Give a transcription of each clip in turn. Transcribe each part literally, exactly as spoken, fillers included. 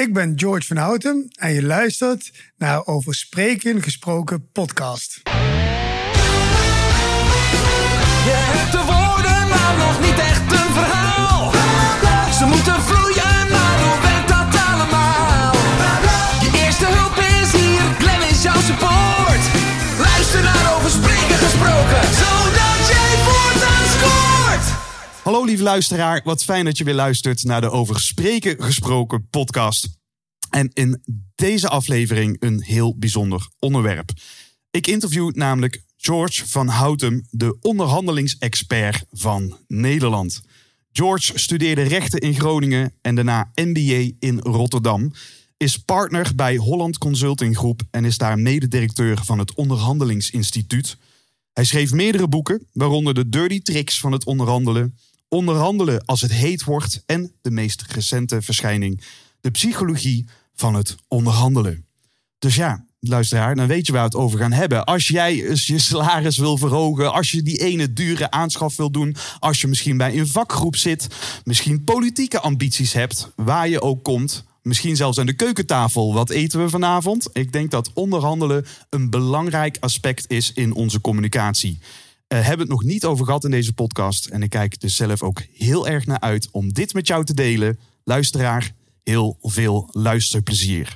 Ik ben George van Houten en je luistert naar Over Spreken Gesproken podcast. Je hebt de woorden, maar nog niet echt een verhaal. Ze moeten vloeien, maar hoe werkt dat allemaal? Je eerste hulp is hier, Glenn is jouw support. Luister naar Over Spreken Gesproken, zodat jij voortaan scoort. Hallo lieve luisteraar, wat fijn dat je weer luistert naar de Over Spreken Gesproken podcast. En in deze aflevering een heel bijzonder onderwerp. Ik interview namelijk George van Houten, de onderhandelingsexpert van Nederland. George studeerde rechten in Groningen en daarna M B A in Rotterdam. Is partner bij Holland Consulting Groep en is daar mededirecteur van het Onderhandelingsinstituut. Hij schreef meerdere boeken, waaronder de Dirty Tricks van het onderhandelen, Onderhandelen als het heet wordt en de meest recente verschijning, de psychologie van het onderhandelen. Dus ja, luisteraar, dan weet je waar we het over gaan hebben. Als jij je salaris wil verhogen, als je die ene dure aanschaf wil doen, als je misschien bij een vakgroep zit, misschien politieke ambities hebt, waar je ook komt, misschien zelfs aan de keukentafel. Wat eten we vanavond? Ik denk dat onderhandelen een belangrijk aspect is in onze communicatie. We uh, hebben het nog niet over gehad in deze podcast en ik kijk dus zelf ook heel erg naar uit om dit met jou te delen. Luisteraar, heel veel luisterplezier.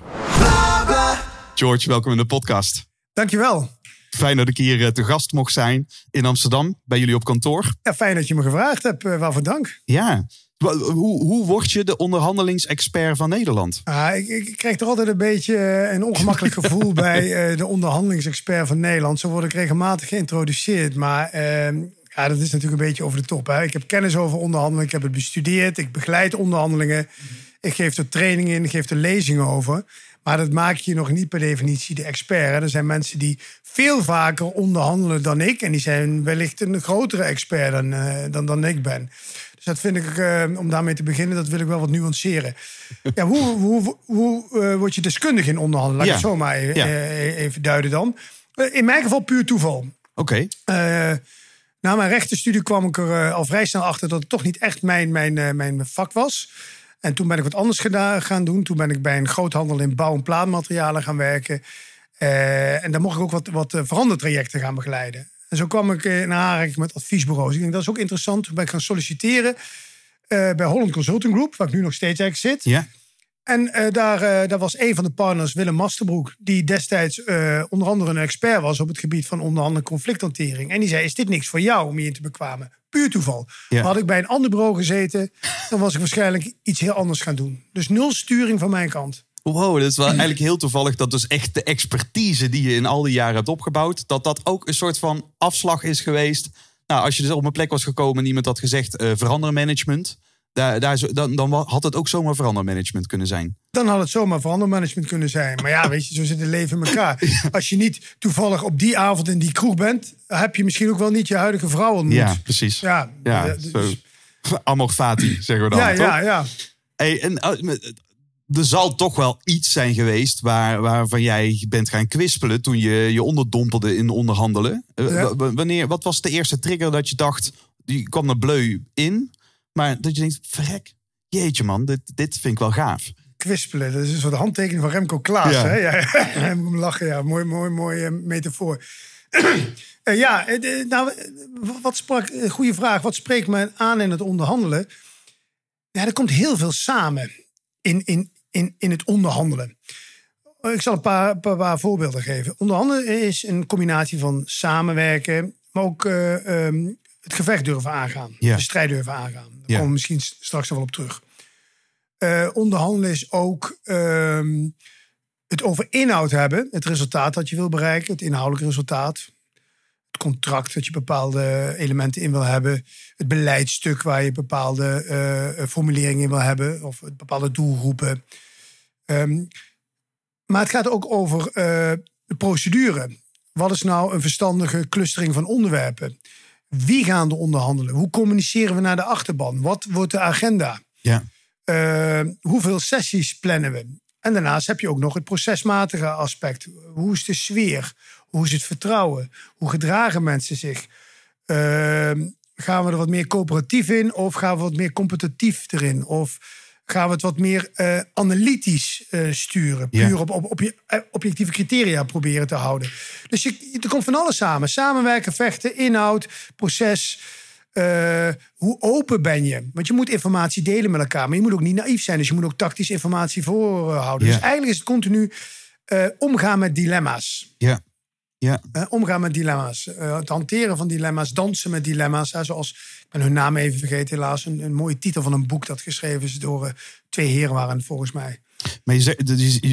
George, welkom in de podcast. Dankjewel. Fijn dat ik hier te gast mocht zijn in Amsterdam, bij jullie op kantoor. Ja, fijn dat je me gevraagd hebt. Uh, waarvoor dank. Ja. Hoe, hoe word je de onderhandelingsexpert van Nederland? Ah, ik, ik krijg toch altijd een beetje een ongemakkelijk gevoel bij uh, de onderhandelingsexpert van Nederland. Zo word ik regelmatig geïntroduceerd. Maar uh, ja, dat is natuurlijk een beetje over de top. Hè. Ik heb kennis over onderhandelen, ik heb het bestudeerd, ik begeleid onderhandelingen. Ik geef er trainingen in, ik geef er lezingen over. Maar dat maakt je nog niet per definitie de expert. Hè. Er zijn mensen die veel vaker onderhandelen dan ik. En die zijn wellicht een grotere expert dan, uh, dan, dan ik ben. Dus dat vind ik, uh, om daarmee te beginnen, dat wil ik wel wat nuanceren. Ja, hoe hoe, hoe uh, word je deskundig in onderhandelen? Laat ik ja. het zo maar even, ja. uh, even duiden dan. Uh, in mijn geval puur toeval. Oké. Okay. Uh, na mijn rechtenstudie kwam ik er uh, al vrij snel achter dat het toch niet echt mijn, mijn, uh, mijn vak was. En toen ben ik wat anders gedaan, gaan doen. Toen ben ik bij een groothandel in bouw- en plaatmaterialen gaan werken. Uh, en daar mocht ik ook wat, wat verandertrajecten gaan begeleiden. En zo kwam ik in aanraking met adviesbureaus. Ik denk, dat is ook interessant. Toen ben ik gaan solliciteren uh, bij Holland Consulting Group, waar ik nu nog steeds eigenlijk zit. Ja. En uh, daar, uh, daar was een van de partners, Willem Masterbroek, die destijds uh, onder andere een expert was op het gebied van onderhandelen en conflicthantering. En die zei, is dit niks voor jou om je in te bekwamen? Puur toeval. Ja. Had ik bij een ander bureau gezeten, dan was ik waarschijnlijk iets heel anders gaan doen. Dus nul sturing van mijn kant. Wow, dat is wel eigenlijk heel toevallig dat dus echt de expertise die je in al die jaren hebt opgebouwd, dat dat ook een soort van afslag is geweest. Nou, als je dus op een plek was gekomen en iemand had gezegd uh, verandermanagement, daar, daar, dan, dan had het ook zomaar verandermanagement kunnen zijn. Dan had het zomaar verandermanagement kunnen zijn. Maar ja, weet je, zo zit het leven in elkaar. Als je niet toevallig op die avond in die kroeg bent, heb je misschien ook wel niet je huidige vrouw ontmoet. Ja, precies. Ja, ja dus... zo. Amor fati, zeggen we dan. Ja, toch? ja, ja. Hey, en, er zal toch wel iets zijn geweest waar, waarvan jij bent gaan kwispelen toen je je onderdompelde in onderhandelen. Ja. W- wanneer, wat was de eerste trigger dat je dacht, die kwam er bleu in, maar dat je denkt, verrek, jeetje man, dit, dit vind ik wel gaaf. Kwispelen, dat is een soort handtekening van Remco Klaas. Ja. Hè? Ja, ja. Moet lachen, ja. Mooi, mooi, mooi metafoor. uh, ja, uh, nou, wat sprak, uh, goede vraag. Wat spreekt me aan in het onderhandelen? Ja, er komt heel veel samen in, in, in, in het onderhandelen. Ik zal een paar, paar, paar voorbeelden geven. Onderhandelen is een combinatie van samenwerken, maar ook uh, um, het gevecht durven aangaan. Ja. De strijd durven aangaan. Daar ja. komen we misschien straks nog wel op terug. Uh, onderhandelen is ook uh, het over inhoud hebben. Het resultaat dat je wil bereiken. Het inhoudelijke resultaat. Het contract dat je bepaalde elementen in wil hebben. Het beleidstuk waar je bepaalde uh, formuleringen in wil hebben. Of bepaalde doelgroepen. Um, maar het gaat ook over uh, de procedure. Wat is nou een verstandige clustering van onderwerpen? Wie gaan er onderhandelen? Hoe communiceren we naar de achterban? Wat wordt de agenda? Ja. Uh, hoeveel sessies plannen we? En daarnaast heb je ook nog het procesmatige aspect. Hoe is de sfeer? Hoe is het vertrouwen? Hoe gedragen mensen zich? Uh, gaan we er wat meer coöperatief in? Of gaan we wat meer competitief erin? Of gaan we het wat meer uh, analytisch uh, sturen. Puur ja. op, op, op je, uh, objectieve criteria proberen te houden. Dus je, er komt van alles samen. Samenwerken, vechten, inhoud, proces. Uh, hoe open ben je? Want je moet informatie delen met elkaar. Maar je moet ook niet naïef zijn. Dus je moet ook tactisch informatie voorhouden. Ja. Dus eigenlijk is het continu uh, omgaan met dilemma's. Ja. Ja. Uh, omgaan met dilemma's. Uh, het hanteren van dilemma's. Dansen met dilemma's. Uh, zoals, ik ben hun naam even vergeten helaas. Een, een mooie titel van een boek dat geschreven is door uh, twee heren waren volgens mij. Maar je zegt,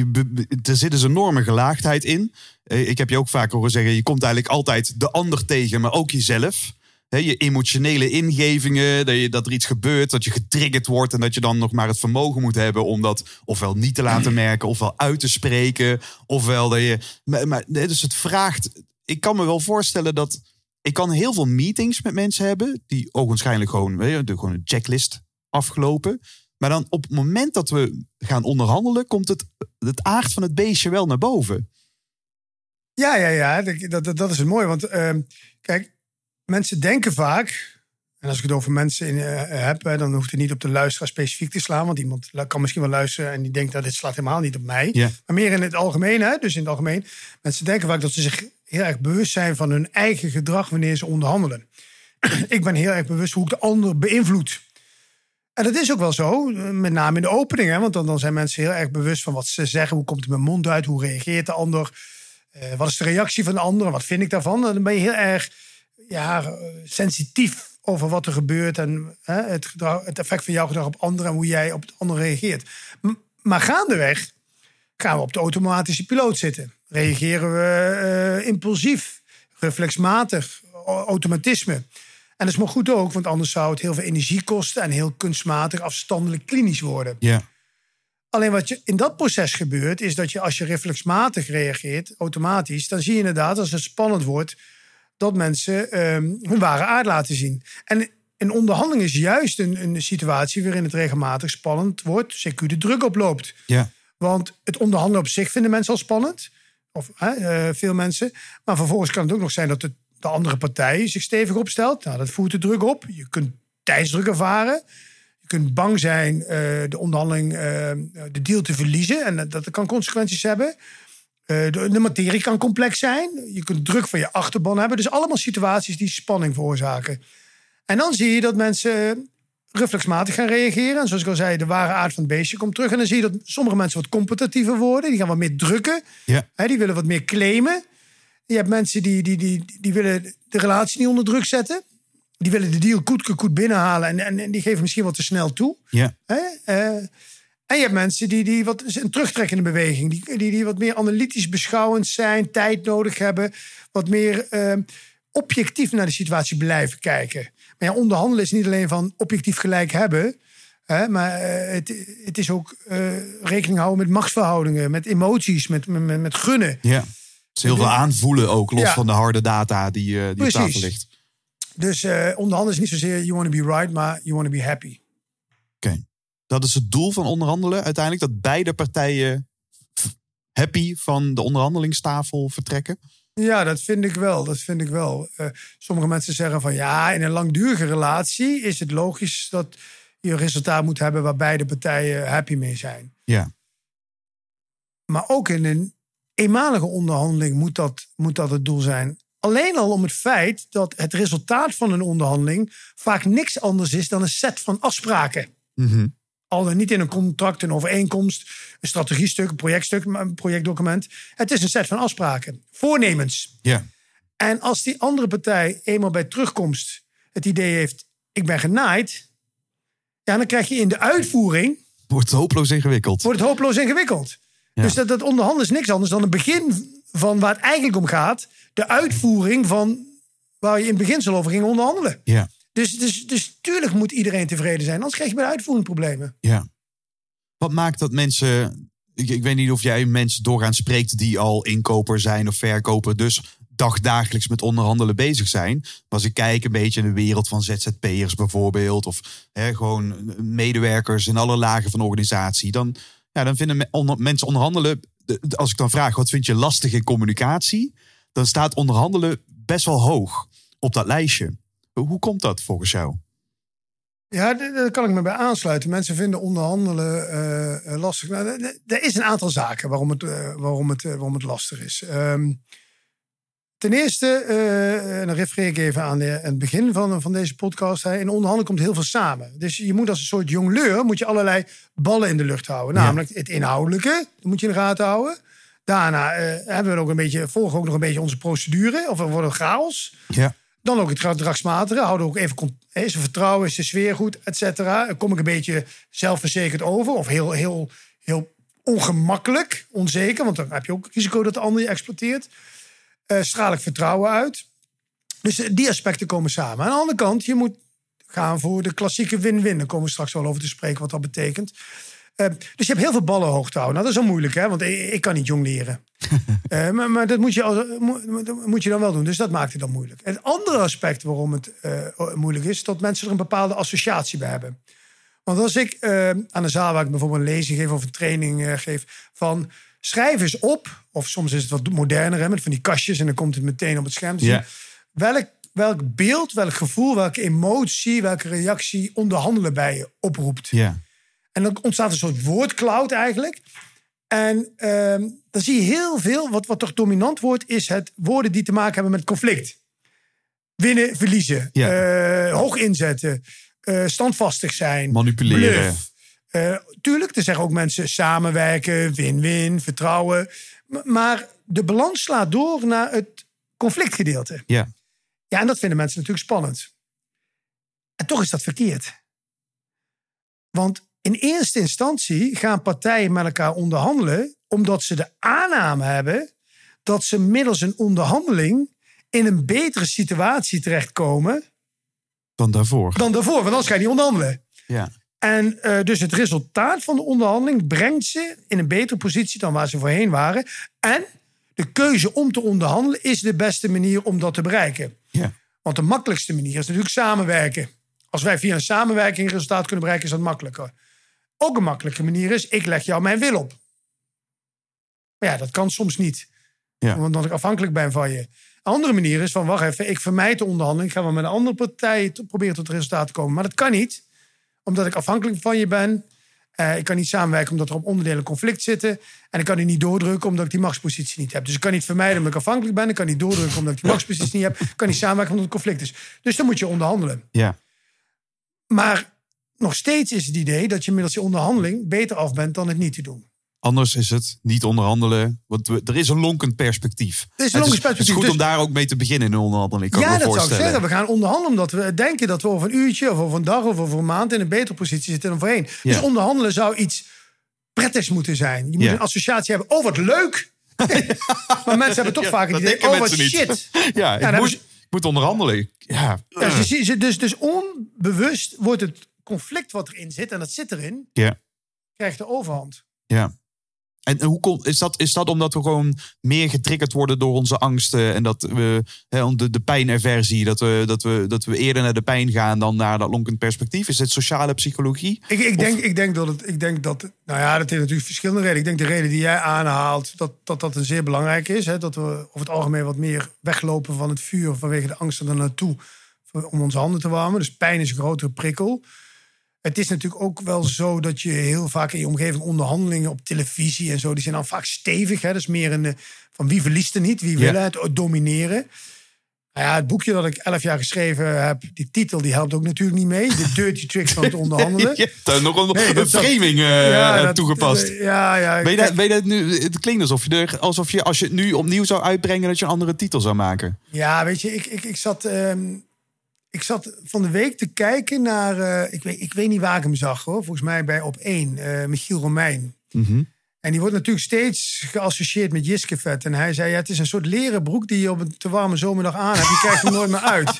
er zit dus een enorme gelaagdheid in. Ik heb je ook vaak horen zeggen, je komt eigenlijk altijd de ander tegen, maar ook jezelf. Je emotionele ingevingen, dat, je, dat er iets gebeurt, dat je getriggerd wordt en dat je dan nog maar het vermogen moet hebben om dat ofwel niet te laten merken, ofwel uit te spreken, ofwel dat je... Maar, maar, dus het vraagt... Ik kan me wel voorstellen dat... Ik kan heel veel meetings met mensen hebben die ogenschijnlijk gewoon, weet je, gewoon een checklist afgelopen. Maar dan op het moment dat we gaan onderhandelen, komt het, het aard van het beestje wel naar boven. Ja, ja, ja. Dat, dat, dat is het mooie. Want uh, kijk, mensen denken vaak, en als ik het over mensen in, uh, heb, dan hoeft het niet op de luisteraar specifiek te slaan. Want iemand kan misschien wel luisteren en die denkt dat dit slaat helemaal niet op mij. Ja. Maar meer in het algemeen, hè? Dus in het algemeen. Mensen denken vaak dat ze zich heel erg bewust zijn van hun eigen gedrag wanneer ze onderhandelen. Ik ben heel erg bewust hoe ik de ander beïnvloed. En dat is ook wel zo, met name in de opening. Hè? Want dan, dan zijn mensen heel erg bewust van wat ze zeggen. Hoe komt het met mijn mond uit? Hoe reageert de ander? Uh, wat is de reactie van de ander? Wat vind ik daarvan? Dan ben je heel erg ja, sensitief over wat er gebeurt. En uh, het, gedrag, het effect van jouw gedrag op anderen. En hoe jij op het ander reageert. M- maar gaandeweg gaan we op de automatische piloot zitten. Reageren we uh, impulsief, reflexmatig, automatisme. En dat is maar goed ook, want anders zou het heel veel energie kosten en heel kunstmatig, afstandelijk, klinisch worden. Ja. Alleen wat je in dat proces gebeurt, is dat je als je reflexmatig reageert, automatisch, dan zie je inderdaad, als het spannend wordt, dat mensen um, hun ware aard laten zien. En een onderhandeling is juist een, een situatie waarin het regelmatig spannend wordt, C Q de druk oploopt. Ja. Want het onderhandelen op zich vinden mensen al spannend, of uh, veel mensen. Maar vervolgens kan het ook nog zijn dat het de andere partij zich stevig opstelt. Nou, dat voert de druk op. Je kunt tijdsdruk ervaren. Je kunt bang zijn uh, de onderhandeling, uh, de deal te verliezen. En dat kan consequenties hebben. Uh, de, de materie kan complex zijn. Je kunt druk van je achterban hebben. Dus allemaal situaties die spanning veroorzaken. En dan zie je dat mensen reflexmatig gaan reageren. En zoals ik al zei, de ware aard van het beestje komt terug. En dan zie je dat sommige mensen wat competitiever worden. Die gaan wat meer drukken. Ja. He, die willen wat meer claimen. Je hebt mensen die, die, die, die willen de relatie niet onder druk zetten. Die willen de deal goed, goed binnenhalen. En, en, en die geven misschien wat te snel toe. Ja. He? Uh, en je hebt mensen die, die wat een terugtrekkende beweging. Die, die, die wat meer analytisch beschouwend zijn. Tijd nodig hebben. Wat meer uh, objectief naar de situatie blijven kijken. Maar ja, onderhandelen is niet alleen van objectief gelijk hebben. Hè, maar uh, het, het is ook uh, rekening houden met machtsverhoudingen. Met emoties, met, met, met gunnen. Ja. Het is heel veel aanvoelen ook, los ja. van de harde data die, uh, die op tafel ligt. Dus uh, onderhandelen is niet zozeer you want to be right, maar you want to be happy. Oké. Okay. Dat is het doel van onderhandelen uiteindelijk? Dat beide partijen happy van de onderhandelingstafel vertrekken? Ja, dat vind ik wel. Dat vind ik wel. Uh, sommige mensen zeggen van ja, in een langdurige relatie is het logisch dat je een resultaat moet hebben waar beide partijen happy mee zijn. Ja. Maar ook in een eenmalige onderhandeling moet dat, moet dat het doel zijn. Alleen al om het feit dat het resultaat van een onderhandeling vaak niks anders is dan een set van afspraken. Mm-hmm. Al dan niet in een contract, een overeenkomst, een strategiestuk, een projectstuk, een projectdocument. Het is een set van afspraken, voornemens. Ja. En als die andere partij eenmaal bij terugkomst het idee heeft, ik ben genaaid, ja, dan krijg je in de uitvoering, wordt het hopeloos ingewikkeld. Wordt het hopeloos ingewikkeld. Ja. Dus dat, dat onderhandelen is niks anders dan het begin van waar het eigenlijk om gaat. De uitvoering van waar je in het beginsel over ging onderhandelen. Ja. Dus, dus, dus tuurlijk moet iedereen tevreden zijn. Anders krijg je bij de uitvoering problemen. Ja. Wat maakt dat mensen... Ik, ik weet niet of jij mensen doorgaans spreekt die al inkoper zijn of verkoper. Dus dagdagelijks met onderhandelen bezig zijn. Maar als ik kijk een beetje in de wereld van Z Z P'ers bijvoorbeeld. Of hè, gewoon medewerkers in alle lagen van de organisatie. Dan... Ja, dan vinden onder, mensen onderhandelen... Als ik dan vraag, wat vind je lastig in communicatie? Dan staat onderhandelen best wel hoog op dat lijstje. Hoe komt dat volgens jou? Ja, daar kan ik me bij aansluiten. Mensen vinden onderhandelen uh, lastig. Nou, er is een aantal zaken waarom het, uh, waarom het, uh, waarom het lastig is. Um, ten eerste, uh, en dan refereer ik even aan, de, aan het begin van, van deze podcast. Hè, in onderhandelen komt heel veel samen. Dus je moet als een soort jongleur moet je allerlei ballen in de lucht houden. Namelijk ja. het inhoudelijke, dat moet je in de gaten houden. Daarna uh, hebben we ook een beetje, volgen ook nog een beetje onze procedure. Of we worden chaos. Ja. Dan ook het gedragsmatige. Houden we ook even, is er vertrouwen, is de sfeer goed, et cetera. Kom ik een beetje zelfverzekerd over. Of heel, heel, heel ongemakkelijk, onzeker. Want dan heb je ook het risico dat de ander je exploiteert. Uh, straal ik vertrouwen uit. Dus die aspecten komen samen. Aan de andere kant, je moet gaan voor de klassieke win-win. Daar komen we straks wel over te spreken wat dat betekent. Uh, dus je hebt heel veel ballen hoog te houden. Nou, dat is wel moeilijk, hè? Want ik, ik kan niet jongleren. uh, maar, maar dat moet je, als, moet, moet je dan wel doen. Dus dat maakt het dan moeilijk. Het andere aspect waarom het uh, moeilijk is, dat mensen er een bepaalde associatie bij hebben. Want als ik uh, aan de zaal waar ik bijvoorbeeld een lezing geef of een training uh, geef van schrijf eens op, of soms is het wat moderner, hè, met van die kastjes en dan komt het meteen op het scherm te zien. Yeah. Welk, welk beeld, welk gevoel, welke emotie, welke reactie onderhandelen bij je oproept. Ja. Yeah. En dan ontstaat een soort woordcloud eigenlijk. En uh, dan zie je heel veel, wat, wat toch dominant wordt, is het woorden die te maken hebben met conflict. Winnen, verliezen, ja. uh, hoog inzetten, uh, standvastig zijn. Manipuleren. Uh, tuurlijk, er zeggen ook mensen samenwerken, win-win, vertrouwen. Maar de balans slaat door naar het conflictgedeelte. Ja. Ja, en dat vinden mensen natuurlijk spannend. En toch is dat verkeerd. Want in eerste instantie gaan partijen met elkaar onderhandelen omdat ze de aanname hebben dat ze middels een onderhandeling in een betere situatie terechtkomen dan daarvoor. Dan daarvoor, want anders ga je niet onderhandelen. Ja. En uh, dus het resultaat van de onderhandeling brengt ze in een betere positie dan waar ze voorheen waren. En de keuze om te onderhandelen is de beste manier om dat te bereiken. Ja. Want de makkelijkste manier is natuurlijk samenwerken. Als wij via een samenwerking een resultaat kunnen bereiken, is dat makkelijker. Ook een makkelijke manier is, ik leg jou mijn wil op. Maar ja, dat kan soms niet. Ja. Omdat ik afhankelijk ben van je. Een andere manier is van, wacht even, ik vermijd de onderhandeling. Ik ga wel met een andere partij proberen tot het resultaat te komen. Maar dat kan niet, omdat ik afhankelijk van je ben. Uh, ik kan niet samenwerken omdat er op onderdelen conflict zitten. En ik kan die niet doordrukken omdat ik die machtspositie niet heb. Dus ik kan niet vermijden omdat ik afhankelijk ben. Ik kan niet doordrukken omdat ik die machtspositie niet heb. Ik kan niet samenwerken omdat het conflict is. Dus dan moet je onderhandelen. Ja. Maar nog steeds is het idee dat je middels die onderhandeling beter af bent dan het niet te doen. Anders is het niet onderhandelen. Want we, er is een lonkend perspectief. Er is een lonkend perspectief. Het is goed dus, om daar ook mee te beginnen in een onderhandeling. Kan ja, me dat voorstellen. zou ik zeggen. We gaan onderhandelen omdat we denken dat we over een uurtje of over een dag of over een maand in een betere positie zitten dan voorheen. Ja. Dus onderhandelen zou iets prettigs moeten zijn. Je moet ja. een associatie hebben. Oh, wat leuk! Maar mensen hebben toch ja, vaak het idee, oh, wat shit. Niet. Ja, ja ik moet, dus, moet onderhandelen. Ja. Ja, dus, dus, dus onbewust wordt het conflict wat erin zit, en dat zit erin, ja. krijgt de overhand. Ja. En hoe komt, is, dat, is dat omdat we gewoon meer getriggerd worden door onze angsten en dat we he, de, de pijnaversie, dat we, dat, we, dat we eerder naar de pijn gaan dan naar dat lonkend perspectief? Is het sociale psychologie? Ik, ik, denk, ik denk dat het, ik denk dat, nou ja, dat heeft natuurlijk verschillende redenen. Ik denk de reden die jij aanhaalt, dat dat, dat een zeer belangrijk is. Hè, dat we over het algemeen wat meer weglopen van het vuur vanwege de angsten er naartoe om onze handen te warmen. Dus pijn is een grotere prikkel. Het is natuurlijk ook wel zo dat je heel vaak in je omgeving onderhandelingen op televisie en zo, die zijn dan vaak stevig. Hè? Dat is meer een van wie verliest er niet, wie wil het domineren. Nou ja, het boekje dat ik elf jaar geschreven heb, die titel, die helpt ook natuurlijk niet mee. De dirty tricks van het onderhandelen. Je hebt daar nog een, nee, een framing uh, ja, dat, toegepast. Uh, ja, ja. Ben je dat, ben je dat nu, het klinkt alsof je, er, alsof je, als je het nu opnieuw zou uitbrengen, dat je een andere titel zou maken. Ja, weet je, ik, ik, ik zat... Um, Ik zat van de week te kijken naar... Uh, ik, weet, ik weet niet waar ik hem zag, hoor. Volgens mij bij Op één, uh, Michiel Romein. Mm-hmm. En die wordt natuurlijk steeds geassocieerd met Jiskefet. En hij zei, ja, het is een soort leren broek die je op een te warme zomerdag aan hebt. Die krijgt hem nooit meer uit.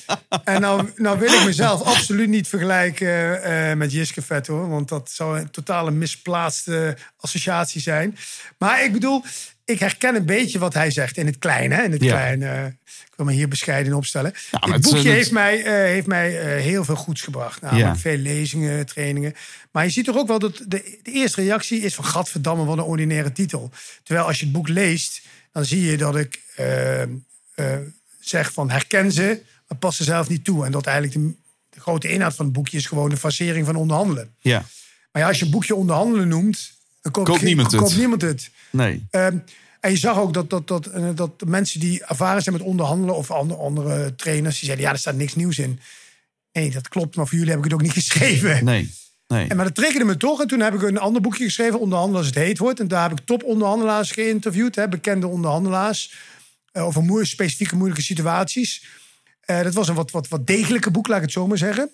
En nou, nou wil ik mezelf absoluut niet vergelijken uh, met Jiskefet, hoor. Want dat zou een totale misplaatste associatie zijn. Maar ik bedoel, ik herken een beetje wat hij zegt in het klein, hè. In het ja. klein... Uh, Ik wil me hier bescheiden opstellen. Ja, Dit boekje het, heeft mij, uh, heeft mij uh, heel veel goeds gebracht. Namelijk ja. veel lezingen, trainingen. Maar je ziet toch ook wel dat de, de eerste reactie is van... gadverdamme, wat een ordinaire titel. Terwijl als je het boek leest, dan zie je dat ik uh, uh, zeg van herken ze... maar pas ze zelf niet toe. En dat eigenlijk de, de grote inhoud van het boekje is gewoon de fasering van onderhandelen. Ja. Maar ja, als je een boekje onderhandelen noemt, dan koopt, Koopt niemand het. koopt niemand het. Nee. Um, en je zag ook dat, dat, dat, uh, dat de mensen die ervaren zijn met onderhandelen of andere, andere trainers, die zeiden ja, er staat niks nieuws in. Nee, dat klopt, maar voor jullie heb ik het ook niet geschreven. Nee. Nee. En, maar dat triggerde me toch. En toen heb ik een ander boekje geschreven, Onderhandelen als het heet wordt. En daar heb ik toponderhandelaars geïnterviewd, hè, bekende onderhandelaars. Uh, over moe- specifieke moeilijke situaties. Uh, dat was een wat, wat, wat degelijke boek, laat ik het zo maar zeggen.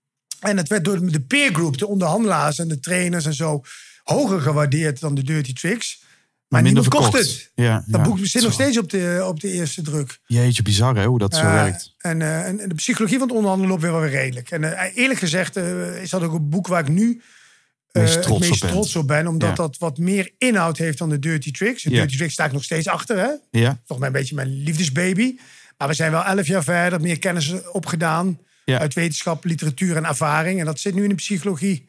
En het werd door de peer group, de onderhandelaars en de trainers en zo, hoger gewaardeerd dan de Dirty Tricks. Maar, maar niemand kocht het. Ja, dat ja. boek zit nog steeds op de, op de eerste druk. Jeetje, bizar hè, hoe dat zo uh, werkt. En, uh, en de psychologie van het onderhandelen loopt weer wel weer redelijk. En uh, eerlijk gezegd uh, is dat ook een boek waar ik nu uh, meest trots het meest op trots op ben. Omdat ja. dat wat meer inhoud heeft dan de Dirty Tricks. De ja. Dirty Tricks sta ik nog steeds achter. Hè? Ja. Toch een beetje mijn liefdesbaby. Maar we zijn wel elf jaar verder, meer kennis opgedaan. Ja. Uit wetenschap, literatuur en ervaring. En dat zit nu in de psychologie.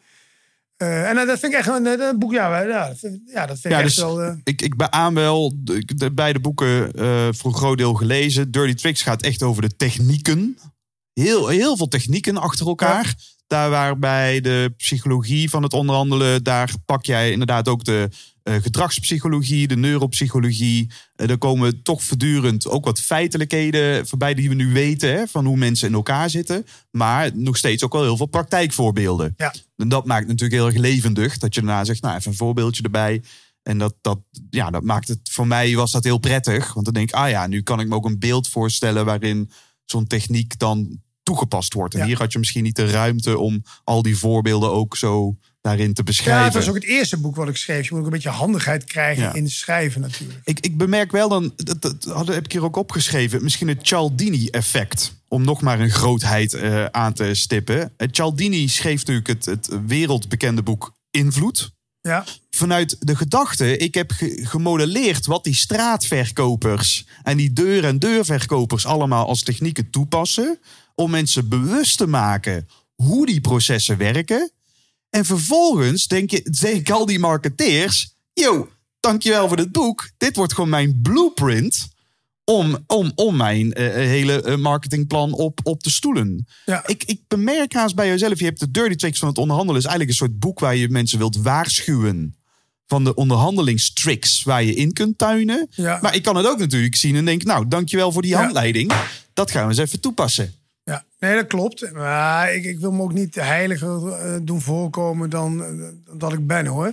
Uh, en uh, dat vind ik echt een, een boek. Ja, ja, dat vind, ja, dat vind ja, ik echt dus wel. Uh... Ik, ik beaam wel de, de beide boeken uh, voor een groot deel gelezen. Dirty Tricks gaat echt over de technieken. Heel, heel veel technieken achter elkaar. Ja. Daar waarbij de psychologie van het onderhandelen, daar pak jij inderdaad ook de uh, gedragspsychologie, de neuropsychologie. Uh, er komen toch voortdurend ook wat feitelijkheden voorbij die we nu weten, hè, van hoe mensen in elkaar zitten. Maar nog steeds ook wel heel veel praktijkvoorbeelden. Ja. En dat maakt natuurlijk heel erg levendig. Dat je daarna zegt, nou even een voorbeeldje erbij. En dat, dat, ja, dat maakt het, voor mij was dat heel prettig. Want dan denk ik, ah ja, nu kan ik me ook een beeld voorstellen waarin zo'n techniek dan toegepast wordt. En ja. hier had je misschien niet de ruimte om al die voorbeelden ook zo daarin te beschrijven. Ja, het was ook het eerste boek wat ik schreef. Je moet ook een beetje handigheid krijgen ja. in schrijven natuurlijk. Ik, ik bemerk wel dan, dat, dat heb ik hier ook opgeschreven, misschien het Cialdini-effect. Om nog maar een grootheid uh, aan te stippen. Cialdini schreef natuurlijk het, het wereldbekende boek Invloed. Ja. Vanuit de gedachte, ik heb ge- gemodelleerd wat die straatverkopers en die deur- en deurverkopers allemaal als technieken toepassen. Om mensen bewust te maken hoe die processen werken. En vervolgens denk je, denk al die marketeers, yo, dankjewel voor dit boek. Dit wordt gewoon mijn blueprint om, om, om mijn uh, hele uh, marketingplan op, op te stoelen. Ja. Ik, ik bemerk haast bij jezelf, je hebt de Dirty Tricks van het onderhandelen. Is eigenlijk een soort boek waar je mensen wilt waarschuwen van de onderhandelingstricks waar je in kunt tuinen. Ja. Maar ik kan het ook natuurlijk zien en denk, nou, dankjewel voor die ja. handleiding. Dat gaan we eens even toepassen. Ja, nee, dat klopt. Maar ik, ik wil me ook niet heiliger uh, doen voorkomen dan uh, dat ik ben, hoor.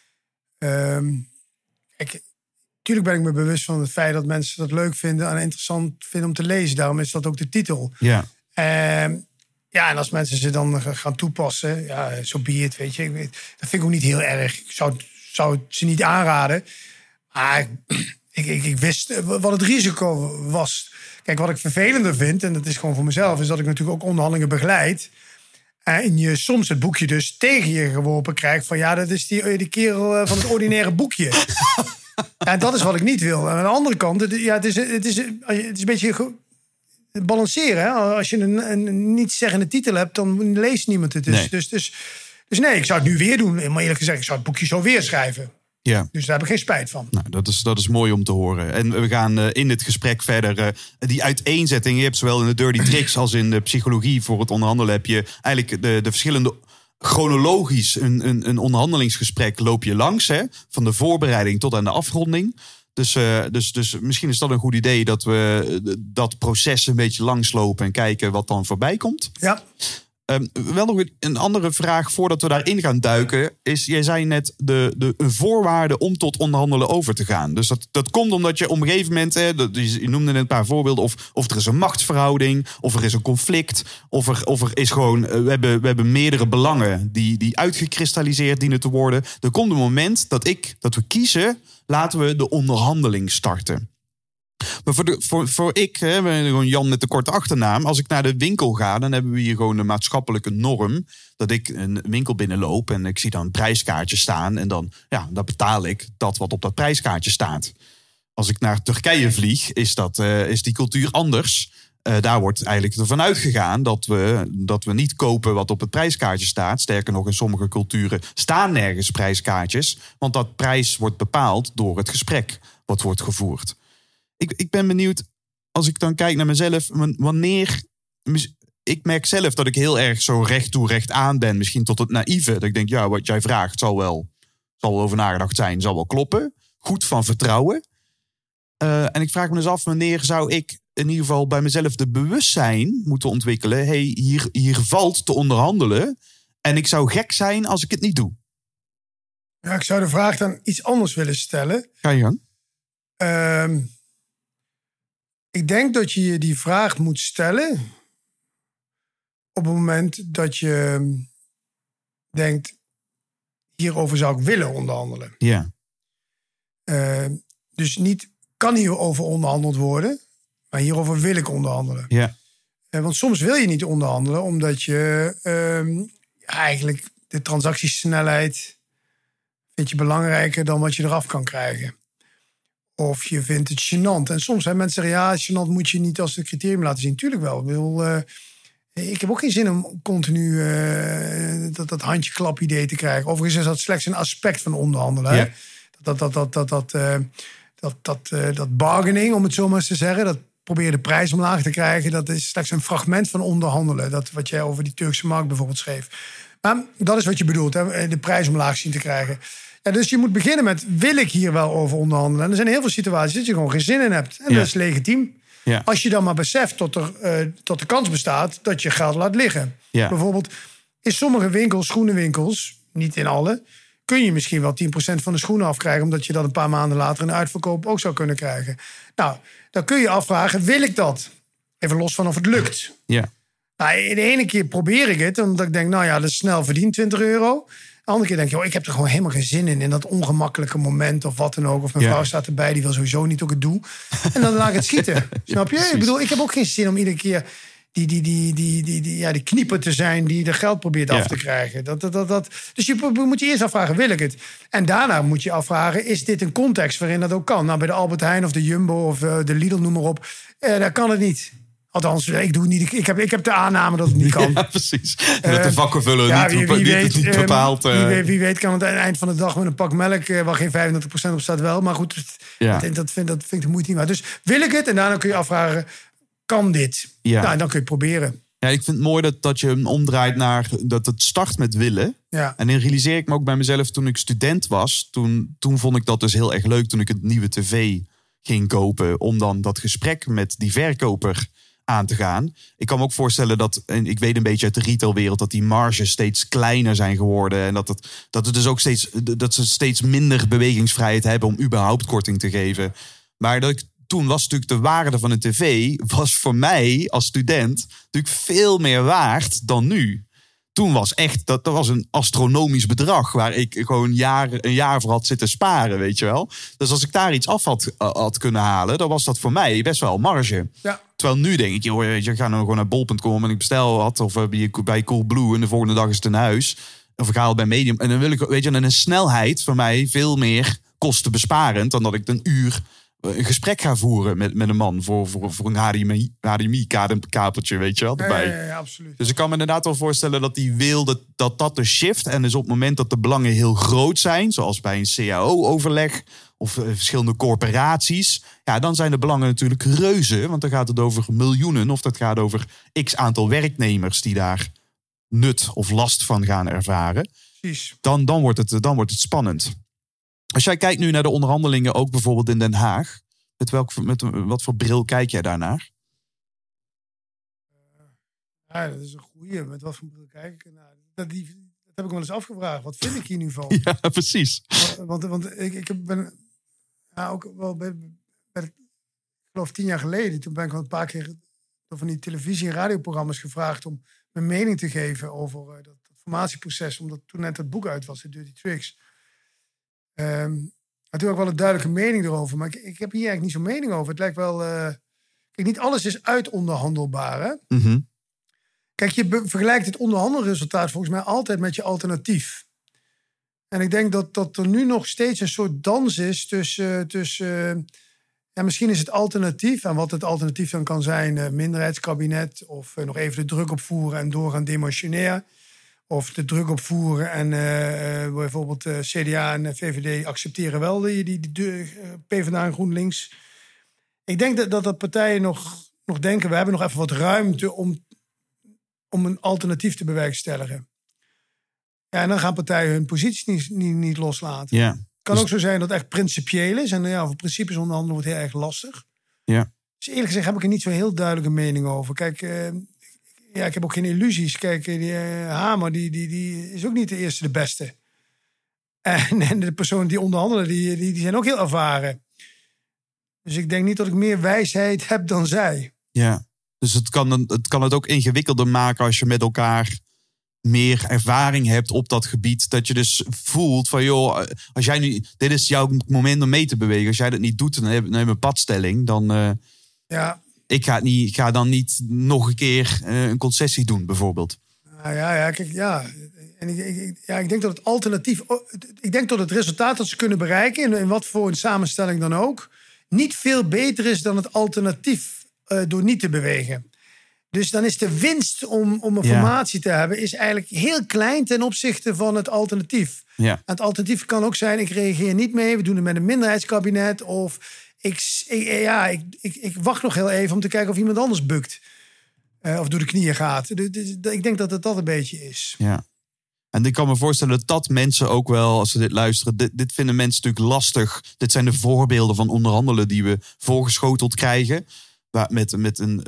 Um, ik, tuurlijk ben ik me bewust van het feit dat mensen dat leuk vinden en interessant vinden om te lezen. Daarom is dat ook de titel. Ja. Um, ja, en als mensen ze dan gaan toepassen, ja, zo so be it, weet je. Ik weet, dat vind ik ook niet heel erg. Ik zou, zou het ze niet aanraden. Maar ik, ik, ik wist wat het risico was. Kijk, wat ik vervelender vind, en dat is gewoon voor mezelf, is dat ik natuurlijk ook onderhandelingen begeleid. En je soms het boekje dus tegen je geworpen krijgt van ja, dat is die, die kerel van het ordinaire boekje. Ja, dat is wat ik niet wil. En aan de andere kant, het, ja, het, is, het, is, het is een beetje balanceren. Hè? Als je een, een niet zeggende titel hebt, dan leest niemand het. Dus nee. Dus, dus, dus nee, ik zou het nu weer doen. Maar eerlijk gezegd, ik zou het boekje zo weer schrijven. Ja. Dus daar heb ik geen spijt van. Nou, dat is, dat is mooi om te horen. En we gaan uh, in dit gesprek verder. Uh, die uiteenzetting, je hebt zowel in de Dirty Tricks als in de psychologie voor het onderhandelen heb je eigenlijk de, de verschillende chronologisch een, een, een onderhandelingsgesprek loop je langs. Hè? Van de voorbereiding tot aan de afronding. Dus, uh, dus, dus misschien is dat een goed idee dat we dat proces een beetje langslopen en kijken wat dan voorbij komt. Ja. Um, wel nog een andere vraag voordat we daarin gaan duiken. Is, jij zei net de, de een voorwaarde om tot onderhandelen over te gaan. Dus dat, dat komt omdat je op een gegeven moment, hè, dat, je noemde net een paar voorbeelden, of, of er is een machtsverhouding, of er is een conflict, of er, of er is gewoon, we hebben, we hebben meerdere belangen die, die uitgekristalliseerd dienen te worden. Er komt een moment dat ik, dat we kiezen, laten we de onderhandeling starten. Maar voor, de, voor, voor ik, hè, gewoon Jan met de korte achternaam, als ik naar de winkel ga, dan hebben we hier gewoon een maatschappelijke norm. Dat ik een winkel binnenloop en ik zie dan een prijskaartje staan. En dan, ja, dan betaal ik dat wat op dat prijskaartje staat. Als ik naar Turkije vlieg, is, dat, uh, is die cultuur anders. Uh, daar wordt eigenlijk ervan uitgegaan dat we, dat we niet kopen wat op het prijskaartje staat. Sterker nog, in sommige culturen staan nergens prijskaartjes. Want dat prijs wordt bepaald door het gesprek wat wordt gevoerd. Ik, ik ben benieuwd, als ik dan kijk naar mezelf, wanneer... ik merk zelf dat ik heel erg zo recht toe recht aan ben. Misschien tot het naïeve. Dat ik denk, ja, wat jij vraagt zal wel, zal wel over nagedacht zijn. Zal wel kloppen. Goed van vertrouwen. Uh, en ik vraag me dus af, wanneer zou ik in ieder geval bij mezelf de bewustzijn moeten ontwikkelen. Hey, hier, hier valt te onderhandelen. En ik zou gek zijn als ik het niet doe. Ja, ik zou de vraag dan iets anders willen stellen. Ga je gang. Uh, ik denk dat je je die vraag moet stellen op het moment dat je denkt, hierover zou ik willen onderhandelen. Ja. Uh, dus niet kan hierover onderhandeld worden, maar hierover wil ik onderhandelen. Ja. Uh, want soms wil je niet onderhandelen, omdat je uh, eigenlijk de transactiesnelheid vind je belangrijker dan wat je eraf kan krijgen. Of je vindt het gênant. En soms zijn mensen zeggen, ja, gênant moet je niet als een criterium laten zien. Tuurlijk wel. Ik, wil, uh, ik heb ook geen zin om continu uh, dat, dat handjeklap idee te krijgen. Overigens is dat slechts een aspect van onderhandelen. Ja. Hè? Dat, dat, dat, dat, dat, uh, dat, dat, uh, dat bargaining, om het zo maar eens te zeggen, dat probeer de prijs omlaag te krijgen, dat is slechts een fragment van onderhandelen. Dat wat jij over die Turkse markt bijvoorbeeld schreef. Maar dat is wat je bedoelt, hè? De prijs omlaag zien te krijgen. Ja, dus je moet beginnen met, wil ik hier wel over onderhandelen? En er zijn heel veel situaties dat je gewoon geen zin in hebt. En ja. dat is legitiem. Ja. Als je dan maar beseft dat er uh, tot de kans bestaat dat je geld laat liggen. Ja. Bijvoorbeeld in sommige winkels, schoenenwinkels, niet in alle, kun je misschien wel tien procent van de schoenen afkrijgen, omdat je dat een paar maanden later in de uitverkoop ook zou kunnen krijgen. Nou, dan kun je afvragen, wil ik dat? Even los van of het lukt. Ja. Nou, de ene keer probeer ik het, omdat ik denk, nou ja, dat is snel verdiend, twintig euro. De andere keer denk je, oh, ik heb er gewoon helemaal geen zin in. In dat ongemakkelijke moment of wat dan ook. Of mijn ja. vrouw staat erbij, die wil sowieso niet dat ik het doe. En dan laat ik het schieten. Snap je? Ja, ik bedoel, ik heb ook geen zin om iedere keer die, die, die, die, die, die, ja, die knieper te zijn die er geld probeert ja. af te krijgen. Dat, dat, dat, dat. Dus je moet je eerst afvragen, wil ik het? En daarna moet je afvragen, is dit een context waarin dat ook kan? Nou, bij de Albert Heijn of de Jumbo of uh, de Lidl, noem maar op. Uh, daar kan het niet. Althans, ik doe het niet. Ik heb, ik heb de aanname dat het niet kan. Ja, precies. En dat de vakkenvuller uh, ja, niet, wie, wie niet, weet, niet bepaalt. Uh... Wie, weet, wie weet kan het aan het eind van de dag met een pak melk, uh, waar geen vijfendertig procent op staat wel. Maar goed, ja. dat, dat, vind, dat vind ik de moeite niet waard. Dus wil ik het? En daarna kun je afvragen, kan dit? Ja. Nou, dan kun je het proberen. Ja, ik vind het mooi dat, dat je hem omdraait naar dat het start met willen. Ja. En dan realiseer ik me ook bij mezelf toen ik student was. Toen, toen vond ik dat dus heel erg leuk toen ik het nieuwe tv ging kopen. Om dan dat gesprek met die verkoper aan te gaan. Ik kan me ook voorstellen dat, en ik weet een beetje uit de retailwereld, dat die marges steeds kleiner zijn geworden. En dat, het, dat, het dus ook steeds, dat ze steeds minder bewegingsvrijheid hebben om überhaupt korting te geven. Maar dat ik, toen was natuurlijk de waarde van een tv, was voor mij als student natuurlijk veel meer waard dan nu. Toen was echt, dat, dat was een astronomisch bedrag waar ik gewoon jaar, een jaar voor had zitten sparen, weet je wel. Dus als ik daar iets af had, had kunnen halen, dan was dat voor mij best wel marge. Ja. Terwijl nu denk ik, joh, weet je, ik ga nou gewoon naar bol punt com en ik bestel wat. Of bij, bij Coolblue en de volgende dag is het in huis. Of ik haal het bij Medium. En dan wil ik, weet je, een snelheid voor mij veel meer kostenbesparend dan dat ik een uur een gesprek ga voeren met, met een man voor, voor, voor een H D M I-kabeltje, weet je wel, erbij. Ja, ja, ja, absoluut. Dus ik kan me inderdaad wel voorstellen dat die wil dat, dat dat de shift. En dus op het moment dat de belangen heel groot zijn, zoals bij een C A O-overleg of uh, verschillende corporaties, ja, dan zijn de belangen natuurlijk reuze. Want dan gaat het over miljoenen of dat gaat over x aantal werknemers die daar nut of last van gaan ervaren. Precies. Dan, dan, wordt het, dan wordt het spannend. Als jij kijkt nu naar de onderhandelingen, ook bijvoorbeeld in Den Haag, met, welk, met wat voor bril kijk jij daarnaar? Ja, dat is een goeie. Met wat voor bril kijk ik ernaar? Dat, die, dat heb ik wel eens afgevraagd. Wat vind ik hier nu van? Ja, precies. Want, want, want ik, ik ben ja, ook wel bij, bij ik geloof tien jaar geleden, toen ben ik al een paar keer door van die televisie- en radioprogramma's gevraagd om mijn mening te geven over uh, dat, dat formatieproces, omdat toen net het boek uit was, de Dirty Tricks. Um, maar toen had ik wel een duidelijke mening erover. Maar ik, ik heb hier eigenlijk niet zo'n mening over. Het lijkt wel... Uh, kijk, niet alles is uitonderhandelbaar, hè? Mm-hmm. Kijk, je be- vergelijkt het onderhandelresultaat volgens mij altijd met je alternatief. En ik denk dat, dat er nu nog steeds een soort dans is tussen... tussen uh, ja, misschien is het alternatief. En wat het alternatief dan kan zijn, uh, minderheidskabinet. Of uh, nog even de druk opvoeren en doorgaan demotionair. Of de druk opvoeren en uh, bijvoorbeeld uh, C D A en V V D accepteren wel die, die, die, die uh, PvdA en GroenLinks. Ik denk dat, dat de partijen nog, nog denken, we hebben nog even wat ruimte om om een alternatief te bewerkstelligen. Ja, en dan gaan partijen hun posities niet, niet, niet loslaten. Ja. Het kan dus ook zo zijn dat het echt principieel is. En ja, over principes onderhandelen wordt heel erg lastig. Ja. Dus eerlijk gezegd heb ik er niet zo heel duidelijke mening over. Kijk, uh, ja, ik heb ook geen illusies. Kijk, die uh, Hamer die, die, die is ook niet de eerste de beste. En, en de personen die onderhandelen, die, die, die zijn ook heel ervaren. Dus ik denk niet dat ik meer wijsheid heb dan zij. Ja, dus het kan, het kan het ook ingewikkelder maken als je met elkaar meer ervaring hebt op dat gebied. Dat je dus voelt van, joh, als jij nu, dit is jouw moment om mee te bewegen. Als jij dat niet doet, dan heb je een padstelling. Dan, uh, ja. ik, ga het niet, ik ga dan niet nog een keer uh, een concessie doen, bijvoorbeeld. Nou ja, ja, kijk, ja. En ik, ik, ja, ik denk dat het alternatief, ik denk dat het resultaat dat ze kunnen bereiken, in, in wat voor een samenstelling dan ook, niet veel beter is dan het alternatief uh, door niet te bewegen. Dus dan is de winst om, om een ja. formatie te hebben, is eigenlijk heel klein ten opzichte van het alternatief. Ja. En het alternatief kan ook zijn, ik reageer niet mee, we doen het met een minderheidskabinet. Of ik, ik, ja, ik, ik, ik wacht nog heel even om te kijken of iemand anders bukt. Uh, of door de knieën gaat. Dus, dus, ik denk dat het dat een beetje is. Ja. En ik kan me voorstellen dat dat mensen ook wel, als ze dit luisteren, dit, dit vinden mensen natuurlijk lastig. Dit zijn de voorbeelden van onderhandelen die we voorgeschoteld krijgen. Met, met een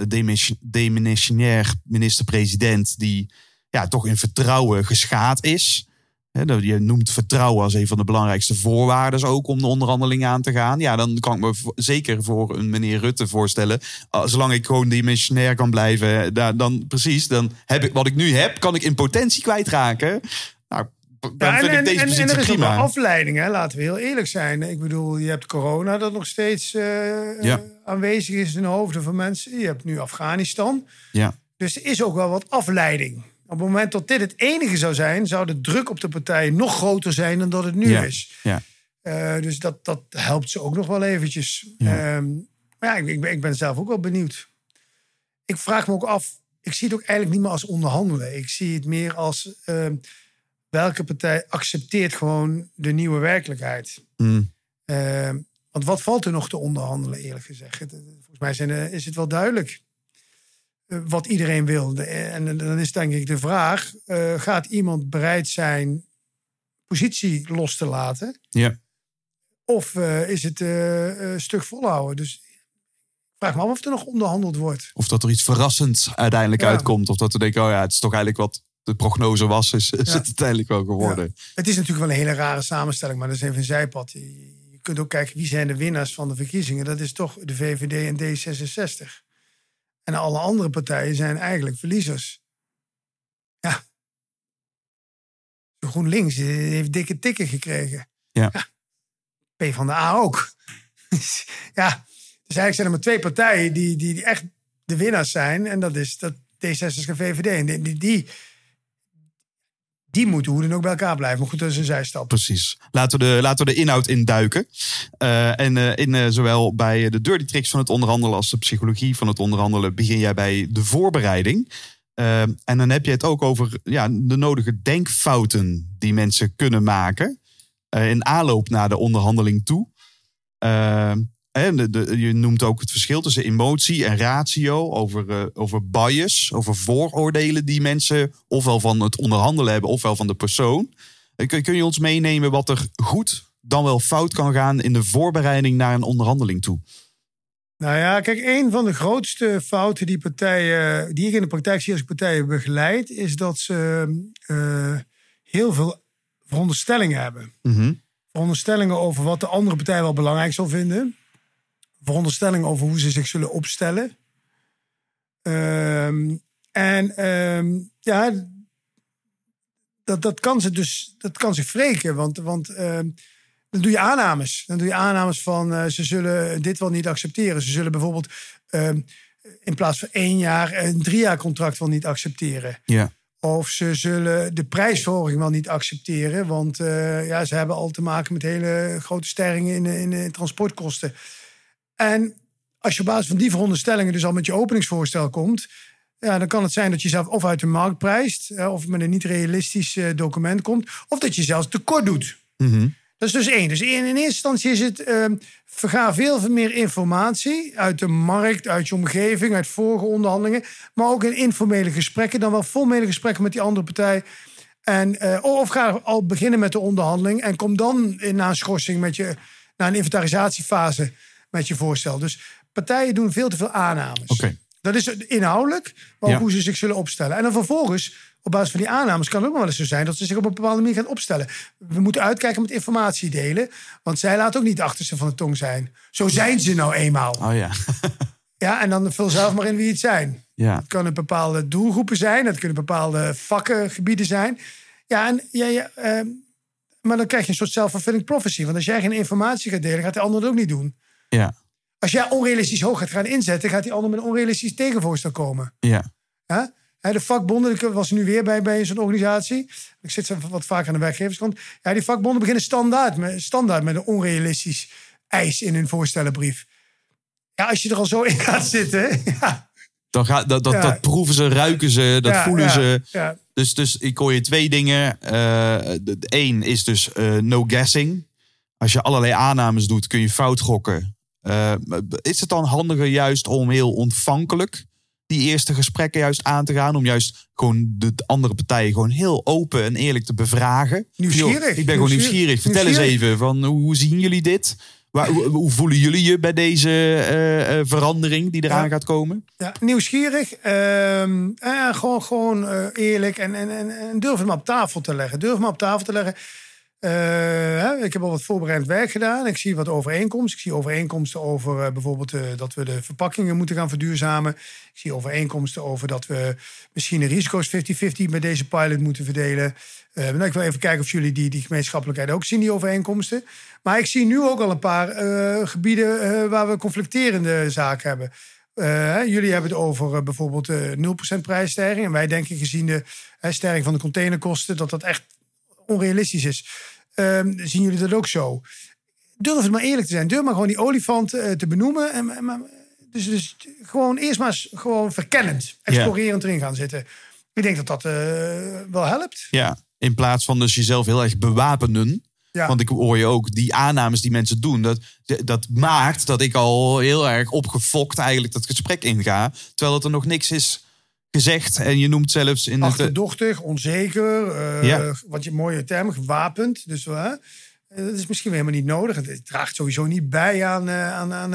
demissionair minister-president die ja, toch in vertrouwen geschaad is. Je noemt vertrouwen als een van de belangrijkste voorwaarden ook om de onderhandeling aan te gaan. Ja, dan kan ik me zeker voor een meneer Rutte voorstellen. Zolang ik gewoon demissionair kan blijven, dan precies, dan heb ik wat ik nu heb, kan ik in potentie kwijtraken. Nou, dan ja, vind en, ik deze en, positie en er is prima. ook een afleiding, hè? Laten we heel eerlijk zijn. Ik bedoel, je hebt corona dat nog steeds uh, ja. aanwezig is in de hoofden van mensen. Je hebt nu Afghanistan. Ja. Dus er is ook wel wat afleiding. Op het moment dat dit het enige zou zijn, zou de druk op de partijen nog groter zijn dan dat het nu ja. is. Ja. Uh, dus dat, dat helpt ze ook nog wel eventjes. Ja. Um, maar ja, ik, ik, ben, ik ben zelf ook wel benieuwd. Ik vraag me ook af, ik zie het ook eigenlijk niet meer als onderhandelen. Ik zie het meer als uh, welke partij accepteert gewoon de nieuwe werkelijkheid. Mm. Uh, want wat valt er nog te onderhandelen, eerlijk gezegd? Volgens mij zijn, uh, is het wel duidelijk wat iedereen wil. En dan is denk ik de vraag, uh, gaat iemand bereid zijn positie los te laten? Ja. Of uh, is het uh, een stuk volhouden? Dus ik vraag me af of er nog onderhandeld wordt. Of dat er iets verrassends uiteindelijk ja. uitkomt. Of dat we denken, oh ja, het is toch eigenlijk wat de prognose was, is, is ja. het uiteindelijk wel geworden. Ja. Het is natuurlijk wel een hele rare samenstelling, maar dat is even een zijpad. Je kunt ook kijken, wie zijn de winnaars van de verkiezingen? Dat is toch de V V D en D zesenzestig. En alle andere partijen zijn eigenlijk verliezers. Ja. GroenLinks heeft dikke tikken gekregen. Ja. ja. PvdA ook. ja. Dus eigenlijk zijn er maar twee partijen die, die, die echt de winnaars zijn. En dat is dat D zesenzestig en V V D. En die, die, die, die moeten hoe dan ook bij elkaar blijven. Maar goed, dat is een zijstap. Precies. Laten we de, laten we de inhoud induiken. Uh, en uh, in, uh, zowel bij de dirty tricks van het onderhandelen als de psychologie van het onderhandelen begin jij bij de voorbereiding. Uh, en dan heb je het ook over ja, de nodige denkfouten die mensen kunnen maken uh, in aanloop naar de onderhandeling toe. Uh, En de, de, je noemt ook het verschil tussen emotie en ratio, over, uh, over bias, over vooroordelen die mensen ofwel van het onderhandelen hebben ofwel van de persoon. Kun, kun je ons meenemen wat er goed dan wel fout kan gaan in de voorbereiding naar een onderhandeling toe? Nou ja, kijk, een van de grootste fouten die partijen, die ik in de praktijk zie als ik partijen begeleid, is dat ze uh, heel veel veronderstellingen hebben. Mm-hmm. Veronderstellingen over wat de andere partij wel belangrijk zal vinden. Veronderstellingen over hoe ze zich zullen opstellen. Um, en um, ja, dat, dat kan ze dus, dat kan zich wreken. Want, want um, dan doe je aannames. Dan doe je aannames van uh, ze zullen dit wel niet accepteren. Ze zullen bijvoorbeeld um, in plaats van één jaar een drie jaar contract wel niet accepteren. Ja. Of ze zullen de prijsverhoging wel niet accepteren. Want uh, ja, ze hebben al te maken met hele grote stijgingen in, in de transportkosten. En als je op basis van die veronderstellingen dus al met je openingsvoorstel komt, ja, dan kan het zijn dat je zelf of uit de markt prijst, of met een niet realistisch uh, document komt, of dat je zelfs tekort doet. Mm-hmm. Dat is dus één. Dus in, in eerste instantie is het... Uh, vergaar veel meer informatie uit de markt, uit je omgeving, uit vorige onderhandelingen. Maar ook in informele gesprekken. Dan wel formele gesprekken met die andere partij. En, uh, of ga al beginnen met de onderhandeling. En kom dan in, na een schorsing met je... naar een inventarisatiefase met je voorstel. Dus partijen doen veel te veel aannames. Okay. Dat is inhoudelijk, maar ook ja. hoe ze zich zullen opstellen. En dan vervolgens... Op basis van die aannames kan het ook nog wel eens zo zijn... dat ze zich op een bepaalde manier gaan opstellen. We moeten uitkijken met informatie delen. Want zij laten ook niet de achterste van de tong zijn. Zo zijn ze nou eenmaal. Oh ja. Ja, en dan vul zelf maar in wie het zijn. Ja. Het kunnen bepaalde doelgroepen zijn. Het kunnen bepaalde vakkengebieden zijn. Ja, en, ja, ja uh, maar dan krijg je een soort self-fulfilling prophecy. Want als jij geen informatie gaat delen... gaat de ander het ook niet doen. Ja. Als jij onrealistisch hoog gaat gaan inzetten... gaat die ander met een onrealistisch tegenvoorstel komen. Ja. Ja? De vakbonden, ik was nu weer bij, bij zo'n organisatie. Ik zit wat vaak aan de werkgeverskant. Ja, die vakbonden beginnen standaard met, standaard met een onrealistisch eis in hun voorstellenbrief. Ja, als je er al zo in gaat zitten. Ja. Dan gaat, dat, dat, ja. dat proeven ze, ruiken ze, dat ja, voelen ja, ze. Ja. Dus, dus ik hoor je twee dingen. Eén uh, is dus uh, no guessing. Als je allerlei aannames doet, kun je fout gokken. Uh, is het dan handiger juist om heel ontvankelijk... die eerste gesprekken juist aan te gaan... om juist gewoon de andere partijen gewoon heel open en eerlijk te bevragen. Nieuwsgierig. Yo, ik ben gewoon nieuwsgierig. Vertel nieuwsgierig. eens even, van, hoe zien jullie dit? Waar, hoe, hoe voelen jullie je bij deze uh, uh, verandering die eraan ja. gaat komen? Ja, nieuwsgierig. Uh, uh, gewoon gewoon uh, eerlijk en, en, en, en durf hem op tafel te leggen. Durf hem op tafel te leggen. Uh, ik heb al wat voorbereidend werk gedaan. Ik zie wat overeenkomsten. Ik zie overeenkomsten over uh, bijvoorbeeld uh, dat we de verpakkingen moeten gaan verduurzamen. Ik zie overeenkomsten over dat we misschien de risico's vijftig vijftig met deze pilot moeten verdelen. Uh, nou, ik wil even kijken of jullie die, die gemeenschappelijkheid ook zien, die overeenkomsten. Maar ik zie nu ook al een paar uh, gebieden uh, waar we conflicterende zaken hebben. Uh, jullie hebben het over uh, bijvoorbeeld uh, nul procent prijsstijging. En wij denken gezien de uh, stijging van de containerkosten dat dat echt onrealistisch is. Um, zien jullie dat ook zo? Durf het maar eerlijk te zijn. Durf maar gewoon die olifant uh, te benoemen. En, en, maar, dus, dus gewoon eerst maar gewoon verkennend, explorerend ja. erin gaan zitten. Ik denk dat dat uh, wel helpt. Ja, in plaats van dus jezelf heel erg bewapenen. Ja. Want ik hoor je ook, die aannames die mensen doen... Dat, dat maakt dat ik al heel erg opgefokt eigenlijk dat gesprek inga. Terwijl het er nog niks is gezegd. En je noemt zelfs... in achterdochtig, het, onzeker. Uh, ja. Wat je mooie term, gewapend. Dus uh, dat is misschien helemaal niet nodig. Het draagt sowieso niet bij aan, uh, aan, aan,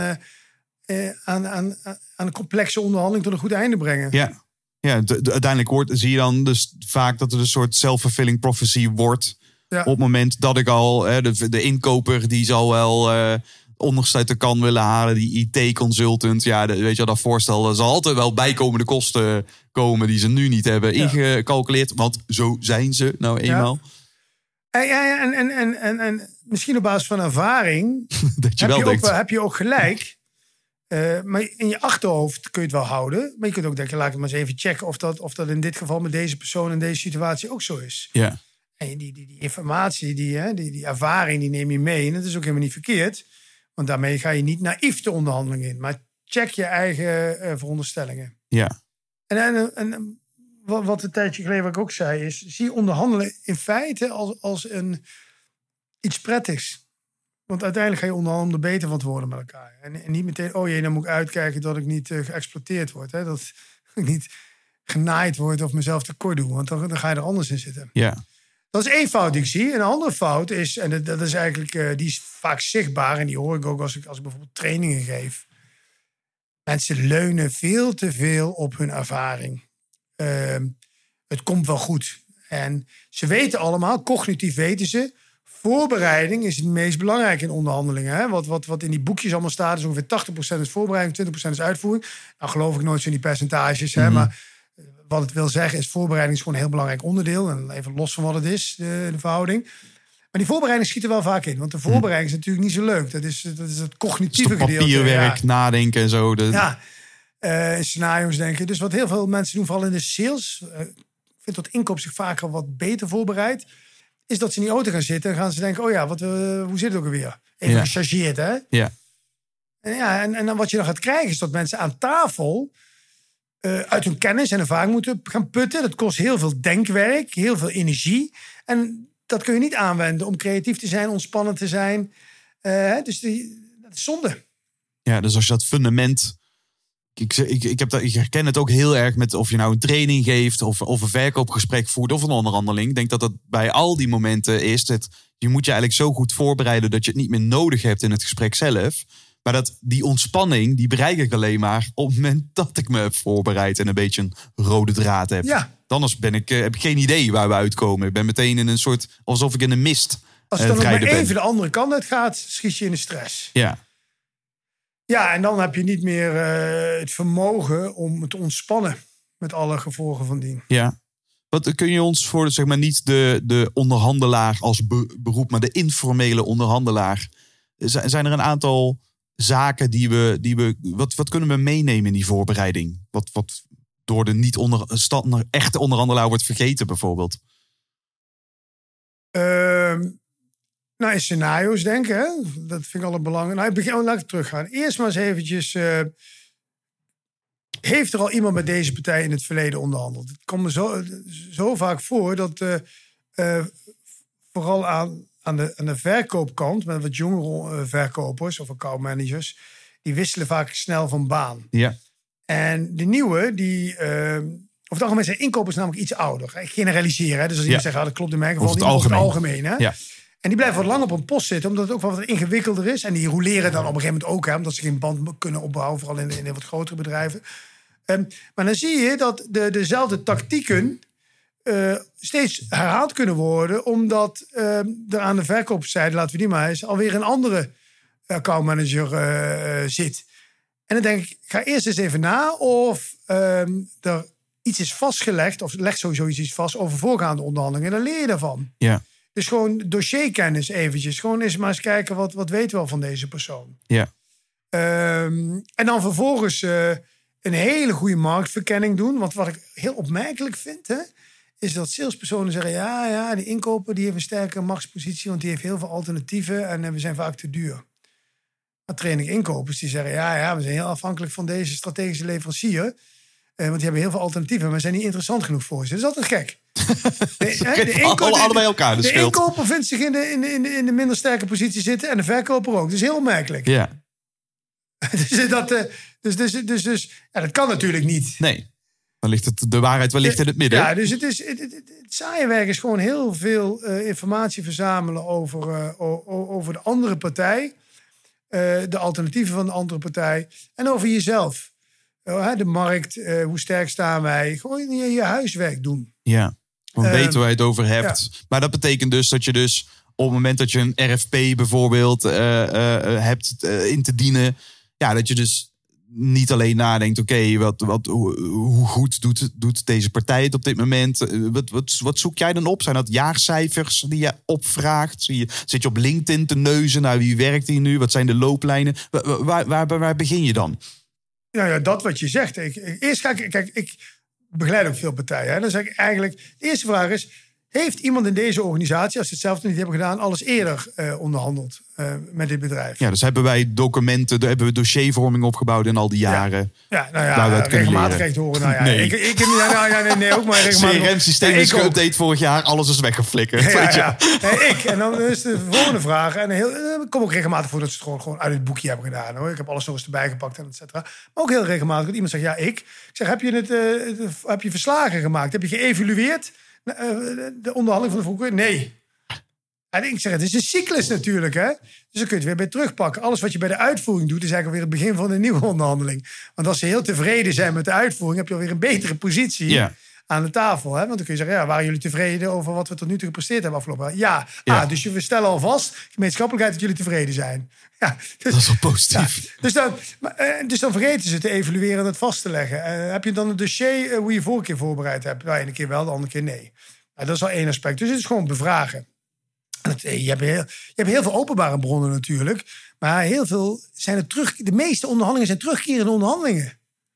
uh, aan, aan, aan een complexe onderhandeling tot een goed einde brengen. Ja, ja de, de, uiteindelijk hoort, zie je dan dus vaak dat het een soort self-fulfilling prophecy wordt... Ja. Op het moment dat ik al, de, de inkoper die zal wel uh, onderste uit de kan willen halen. Die I T-consultant, ja, de, weet je dat voorstel. Er zal altijd wel bijkomende kosten komen die ze nu niet hebben ja. ingecalculeerd. Want zo zijn ze nou eenmaal. Ja, ja en, en, en, en, en misschien op basis van ervaring dat je heb, wel je denkt. Ook, heb je ook gelijk. Uh, maar in je achterhoofd kun je het wel houden. Maar je kunt ook denken, laat ik maar eens even checken of dat, of dat in dit geval met deze persoon in deze situatie ook zo is. Ja. En die, die, die informatie, die, hè, die, die ervaring, die neem je mee. En dat is ook helemaal niet verkeerd. Want daarmee ga je niet naïef de onderhandeling in. Maar check je eigen uh, veronderstellingen. Ja. En, en, en wat, wat een tijdje geleden wat ik ook zei is... zie onderhandelen in feite als, als een, iets prettigs. Want uiteindelijk ga je onderhandelen om er beter van te worden met elkaar. En, en niet meteen, oh jee, dan moet ik uitkijken dat ik niet uh, geëxploiteerd word. Hè? Dat ik niet genaaid word of mezelf tekort doe. Want dan, dan ga je er anders in zitten. Ja. Dat is één fout die ik zie. Een andere fout is, en dat, dat is eigenlijk, uh, die is vaak zichtbaar. En die hoor ik ook als ik, als ik bijvoorbeeld trainingen geef. Mensen leunen veel te veel op hun ervaring. Uh, het komt wel goed. En ze weten allemaal, cognitief weten ze... voorbereiding is het meest belangrijk in onderhandelingen. Hè? Wat, wat, wat in die boekjes allemaal staat is ongeveer tachtig procent is voorbereiding, twintig procent is uitvoering. Nou geloof ik nooit zo in die percentages. Hè? Mm-hmm. Maar wat het wil zeggen is voorbereiding is gewoon een heel belangrijk onderdeel. En even los van wat het is, de, de verhouding. Maar die voorbereiding schiet er wel vaak in. Want de voorbereiding is natuurlijk niet zo leuk. Dat is, dat is het cognitieve dus gedeelte. Papierwerk, ja. nadenken en zo. De... Ja, uh, scenario's denken. Dus wat heel veel mensen doen, vooral in de sales... Uh, ik vind dat inkoop zich vaker wat beter voorbereidt... is dat ze in die auto gaan zitten en gaan ze denken... oh ja, wat, uh, hoe zit het ook alweer? Even ja. gechargeerd, hè? Ja. En, ja en, en dan wat je dan gaat krijgen... is dat mensen aan tafel... Uh, uit hun kennis en ervaring moeten gaan putten. Dat kost heel veel denkwerk, heel veel energie. En dat kun je niet aanwenden om creatief te zijn, ontspannen te zijn. Uh, dus die, dat is zonde. Ja, dus als je dat fundament... Ik, ik, ik, heb dat, ik herken het ook heel erg met of je nou een training geeft... of, of een verkoopgesprek voert of een onderhandeling. Ik denk dat dat bij al die momenten is... dat je moet je eigenlijk zo goed voorbereiden... dat je het niet meer nodig hebt in het gesprek zelf. Maar dat die ontspanning, die bereik ik alleen maar... op het moment dat ik me heb voorbereid... en een beetje een rode draad heb. Ja. Anders ben ik, heb ik geen idee waar we uitkomen. Ik ben meteen in een soort... alsof ik in een mist Als het dan uh, nog maar ben. even de andere kant uit gaat... schiet je in de stress. Ja. Ja, en dan heb je niet meer uh, het vermogen om te ontspannen... met alle gevolgen van dien. Ja. Wat kun je ons voor, zeg maar, niet de, de onderhandelaar als be- beroep... maar de informele onderhandelaar... zijn er een aantal zaken die we... Die we wat, wat kunnen we meenemen in die voorbereiding? Wat, wat door de niet onder, stand, echte onderhandelaar wordt vergeten bijvoorbeeld? Uh, nou, in scenario's denken, hè? Dat vind ik al belangrijk. Nou, ik begin, laat ik teruggaan. Eerst maar eens eventjes... Uh, heeft er al iemand met deze partij in het verleden onderhandeld? Het komt me zo, zo vaak voor dat... Uh, uh, vooral aan, aan, de, aan de verkoopkant... met wat jongere uh, verkopers of accountmanagers... die wisselen vaak snel van baan. Ja. En de nieuwe, die... Uh, over het algemeen zijn inkopers namelijk iets ouder. Ik generaliseer, hè? Dus als iemand ja. zegt... Ah, dat klopt in mijn geval over niet, het over algemeen. het algemeen hè? Ja. En die blijven wat lang op een post zitten... omdat het ook wel wat ingewikkelder is. En die roleren dan op een gegeven moment ook... Hè, omdat ze geen band kunnen opbouwen... vooral in, in de wat grotere bedrijven. Um, maar dan zie je dat de, dezelfde tactieken... Uh, steeds herhaald kunnen worden... omdat uh, er aan de verkoopszijde, laten we die maar eens... alweer een andere accountmanager uh, zit. En dan denk ik, ga eerst eens even na... of um, er iets is vastgelegd... of leg sowieso iets vast over voorgaande onderhandelingen... en dan leer je daarvan. Ja. Dus gewoon dossierkennis eventjes. Gewoon eens maar eens kijken, wat, wat weten we al van deze persoon? Ja. Um, en dan vervolgens uh, een hele goede marktverkenning doen. Want wat ik heel opmerkelijk vind... Hè, is dat salespersonen zeggen... ja, ja, die inkoper die heeft een sterke machtspositie... want die heeft heel veel alternatieven... en uh, we zijn vaak te duur. Maar training inkopers die zeggen... ja, ja, we zijn heel afhankelijk van deze strategische leverancier... Uh, want die hebben heel veel alternatieven... maar zijn niet interessant genoeg voor ze. Dat is altijd gek. De, he, de, inko- de, allebei elkaar, de, de inkoper vindt zich in de, in, de, in, de, in de minder sterke positie zitten... en de verkoper ook. Dat is heel opmerkelijk. Ja. dus, dat, uh, dus, dus, dus, dus ja, dat kan natuurlijk niet. Nee. Dan ligt het, de waarheid wellicht in het midden. Ja, dus het, is, het, het, het, het saaie werk is gewoon heel veel uh, informatie verzamelen... over, uh, o, o, over de andere partij. Uh, de alternatieven van de andere partij. En over jezelf. Uh, de markt, uh, hoe sterk staan wij. Gewoon je, je huiswerk doen. Ja, dan Uh, weten waar je het over hebt. ja. Maar dat betekent dus dat je dus... op het moment dat je een R F P bijvoorbeeld uh, uh, hebt uh, in te dienen... ja, dat je dus niet alleen nadenkt... oké, okay, wat, wat, hoe, hoe goed doet, doet deze partij het op dit moment? Wat, wat, wat zoek jij dan op? Zijn dat jaarcijfers die je opvraagt? Zie je, zit je op LinkedIn te neuzen? Nou, wie werkt hier nu? Wat zijn de looplijnen? Waar, waar, waar, waar begin je dan? Nou ja, dat wat je zegt. Ik, ik, eerst ga ik... Kijk, ik begeleid ook veel partijen. Hè. Dan zeg ik eigenlijk... De eerste vraag is... Heeft iemand in deze organisatie, als ze het zelf niet hebben gedaan... alles eerder uh, onderhandeld uh, met dit bedrijf? Ja, dus hebben wij documenten, hebben we dossiervorming opgebouwd in al die jaren. Ja, ja nou ja, waar we het kunnen regelmatig leren. echt horen. Nou ja, Nee. ik, ik, ja, nou, ja, nee, nee, ook maar C regelmatig. R M-systeem Ja, is ik ook. geüpdate vorig jaar, alles is weggeflikkerd. Ja, weet je. ja. Nee, ik. En dan is de volgende vraag. En heel, ik kom ook regelmatig voor dat ze het gewoon, gewoon uit het boekje hebben gedaan. Hoor. Ik heb alles nog eens erbij gepakt en et cetera. Maar ook heel regelmatig dat iemand zegt, ja, ik. Ik zeg, heb je, het, uh, heb je verslagen gemaakt? Heb je geëvalueerd? Uh, de onderhandeling van de vroeger? Nee. En ik zeg, het is een cyclus natuurlijk, hè. Dus dan kun je het weer bij terugpakken. Alles wat je bij de uitvoering doet, is eigenlijk alweer het begin van een nieuwe onderhandeling. Want als ze heel tevreden zijn met de uitvoering, heb je alweer een betere positie Ja. aan de tafel. Hè? Want dan kun je zeggen, ja, waren jullie tevreden over wat we tot nu toe gepresteerd hebben afgelopen jaar? Ja. Ja. Ah, dus we stellen al vast, gemeenschappelijkheid, dat jullie tevreden zijn. Ja, dus, Dat is wel positief. ja, dus, dan, maar, eh, dus dan vergeten ze te evalueren en het vast te leggen. Uh, heb je dan een dossier uh, hoe je vorige keer voorbereid hebt? Nou, ene keer wel, de andere keer nee. Nou, dat is al één aspect. Dus het is gewoon bevragen. Het, je, hebt heel, je hebt heel veel openbare bronnen natuurlijk. Maar heel veel zijn er terug. De meeste onderhandelingen zijn terugkerende onderhandelingen.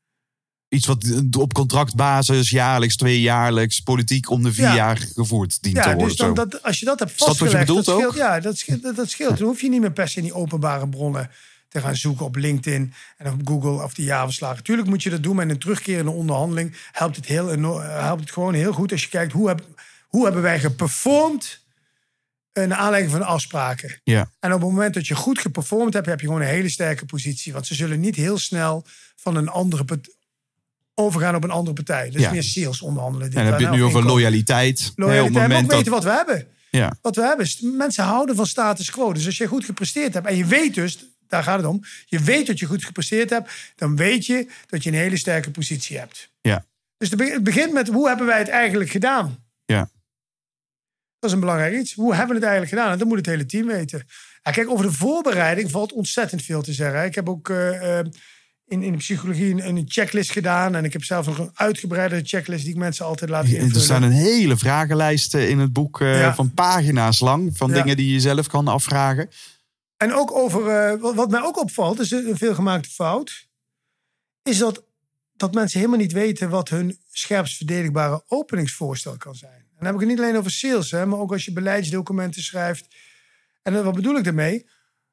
Iets wat op contractbasis, jaarlijks, tweejaarlijks, politiek om de vier Ja. jaar gevoerd dient te Ja, worden. dus dan, zo. dat, als je dat hebt dat wat je vastgelegd... bedoelt dat scheelt, ook? Ja, dat scheelt, dat, dat scheelt. Dan hoef je niet meer per se in die openbare bronnen te gaan zoeken op LinkedIn en op Google of die jaarverslagen. Tuurlijk moet je dat doen, maar in een terugkerende onderhandeling helpt het, heel, helpt het gewoon heel goed als je kijkt hoe, heb, hoe hebben wij geperformed Uh, naar aanleiding van de afspraken. Ja. En op het moment dat je goed geperformd hebt, heb je gewoon een hele sterke positie. Want ze zullen niet heel snel van een andere part- overgaan op een andere partij. Dat is Ja. meer sales onderhandelen. En dan heb je het nu over loyaliteit. Loyaliteit, Hè, op het maar ook moment weten dat... wat we hebben. Ja. Wat we hebben is, mensen houden van status quo. Dus als je goed gepresteerd hebt en je weet dus, daar gaat het om, je weet dat je goed gepresteerd hebt, dan weet je dat je een hele sterke positie hebt. Ja. Dus het begint met, hoe hebben wij het eigenlijk gedaan? Ja. Dat is een belangrijk iets. Hoe hebben we het eigenlijk gedaan? En dat moet het hele team weten. Ja, kijk, over de voorbereiding valt ontzettend veel te zeggen. Ik heb ook uh, uh, in, in de psychologie een, een checklist gedaan. En ik heb zelfs nog een uitgebreide checklist die ik mensen altijd laat invullen. Er staan een hele vragenlijst in het boek uh, ja. van pagina's lang. Van ja. dingen die je zelf kan afvragen. En ook over, uh, wat, wat mij ook opvalt, is een veelgemaakte fout. Is dat, dat mensen helemaal niet weten wat hun scherpst verdedigbare openingsvoorstel kan zijn. En dan heb ik het niet alleen over sales, hè, maar ook als je beleidsdocumenten schrijft. En wat bedoel ik daarmee?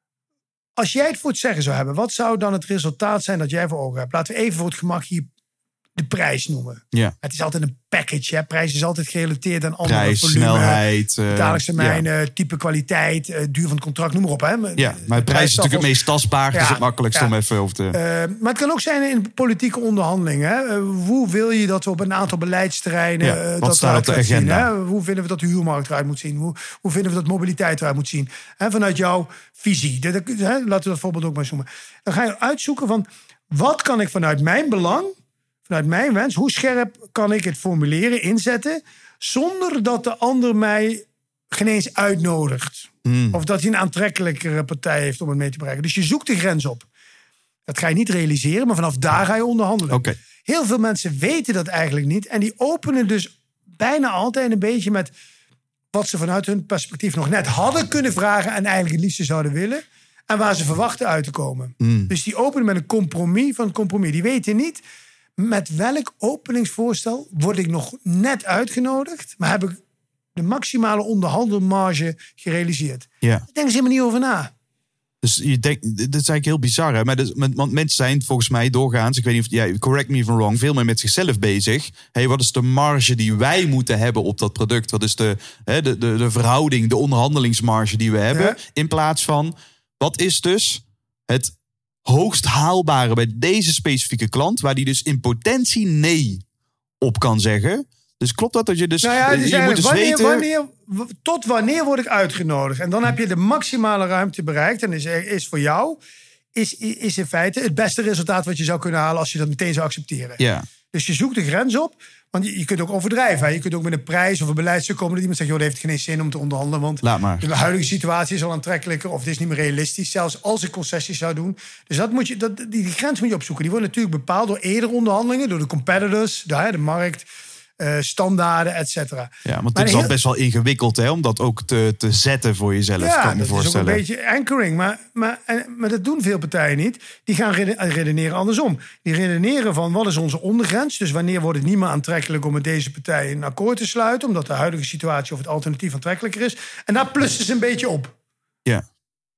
Als jij het voor het zeggen zou hebben, wat zou dan het resultaat zijn dat jij voor ogen hebt? Laten we even voor het gemak hier de prijs noemen. Ja. Het is altijd een package. Hè? Prijs is altijd gerelateerd aan andere Prijs, volume, snelheid, uh, dagelijkse termijnen, ja. type kwaliteit, uh, duur van het contract, noem maar op. Hè? Ja, maar de prijs is natuurlijk het meest tastbaar. Ja, dus het makkelijkst ja. om even over te... Uh, maar het kan ook zijn in politieke onderhandelingen. Hè? Uh, hoe wil je dat we op een aantal beleidsterreinen... Ja, uh, wat dat staat op de agenda? Zien, hè? Hoe vinden we dat de huurmarkt eruit moet zien? Hoe, hoe vinden we dat mobiliteit eruit moet zien? Hè? Vanuit jouw visie. De, de, hè? Laten we dat voorbeeld ook maar noemen. Dan ga je uitzoeken van, wat kan ik vanuit mijn belang... vanuit mijn wens, hoe scherp kan ik het formuleren, inzetten... zonder dat de ander mij geen eens uitnodigt. Mm. Of dat hij een aantrekkelijkere partij heeft om het mee te bereiken. Dus je zoekt de grens op. Dat ga je niet realiseren, maar vanaf daar ga je onderhandelen. Okay. Heel veel mensen weten dat eigenlijk niet. En die openen dus bijna altijd een beetje met... wat ze vanuit hun perspectief nog net hadden kunnen vragen... en eigenlijk het liefste zouden willen... en waar ze verwachten uit te komen. Mm. Dus die openen met een compromis van een compromis. Die weten niet... met welk openingsvoorstel word ik nog net uitgenodigd... maar heb ik de maximale onderhandelmarge gerealiseerd? Ja. Daar denken ze helemaal niet over na. Dus je denkt, dat is eigenlijk heel bizar. Hè? Maar dus, want mensen zijn volgens mij doorgaans... ik weet niet of, ja, correct me if I'm wrong... veel meer met zichzelf bezig. Hey, wat is de marge die wij moeten hebben op dat product? Wat is de, hè, de, de, de verhouding, de onderhandelingsmarge die we hebben? Ja. In plaats van, wat is dus het... hoogst haalbare bij deze specifieke klant... waar die dus in potentie nee op kan zeggen. Dus klopt dat? Dat je dus, nou ja, dus je moet dus wanneer, weten... Wanneer, tot wanneer word ik uitgenodigd? En dan heb je de maximale ruimte bereikt. En is, is voor jou is, is in feite het beste resultaat... wat je zou kunnen halen als je dat meteen zou accepteren. Ja. Dus je zoekt de grens op. Want je, je kunt ook overdrijven. Hè? Je kunt ook met een prijs of een beleidsstuk komen... dat iemand zegt, joh, dat heeft geen zin om te onderhandelen... want Laat maar. de huidige situatie is al aantrekkelijker... of het is niet meer realistisch, zelfs als ik concessies zou doen. Dus dat moet je, dat, die, die grens moet je opzoeken. Die worden natuurlijk bepaald door eerdere onderhandelingen... door de competitors, de, de markt... Uh, standaarden, et cetera. Ja, want het is al heel... best wel ingewikkeld, hè, om dat ook te, te zetten voor jezelf, ja, kan ik me dat voorstellen. Is ook een beetje anchoring, maar, maar, maar dat doen veel partijen niet. Die gaan redeneren andersom. Die redeneren van, wat is onze ondergrens? Dus wanneer wordt het niet meer aantrekkelijk om met deze partij een akkoord te sluiten, omdat de huidige situatie of het alternatief aantrekkelijker is. En daar plussen ze een beetje op. Ja.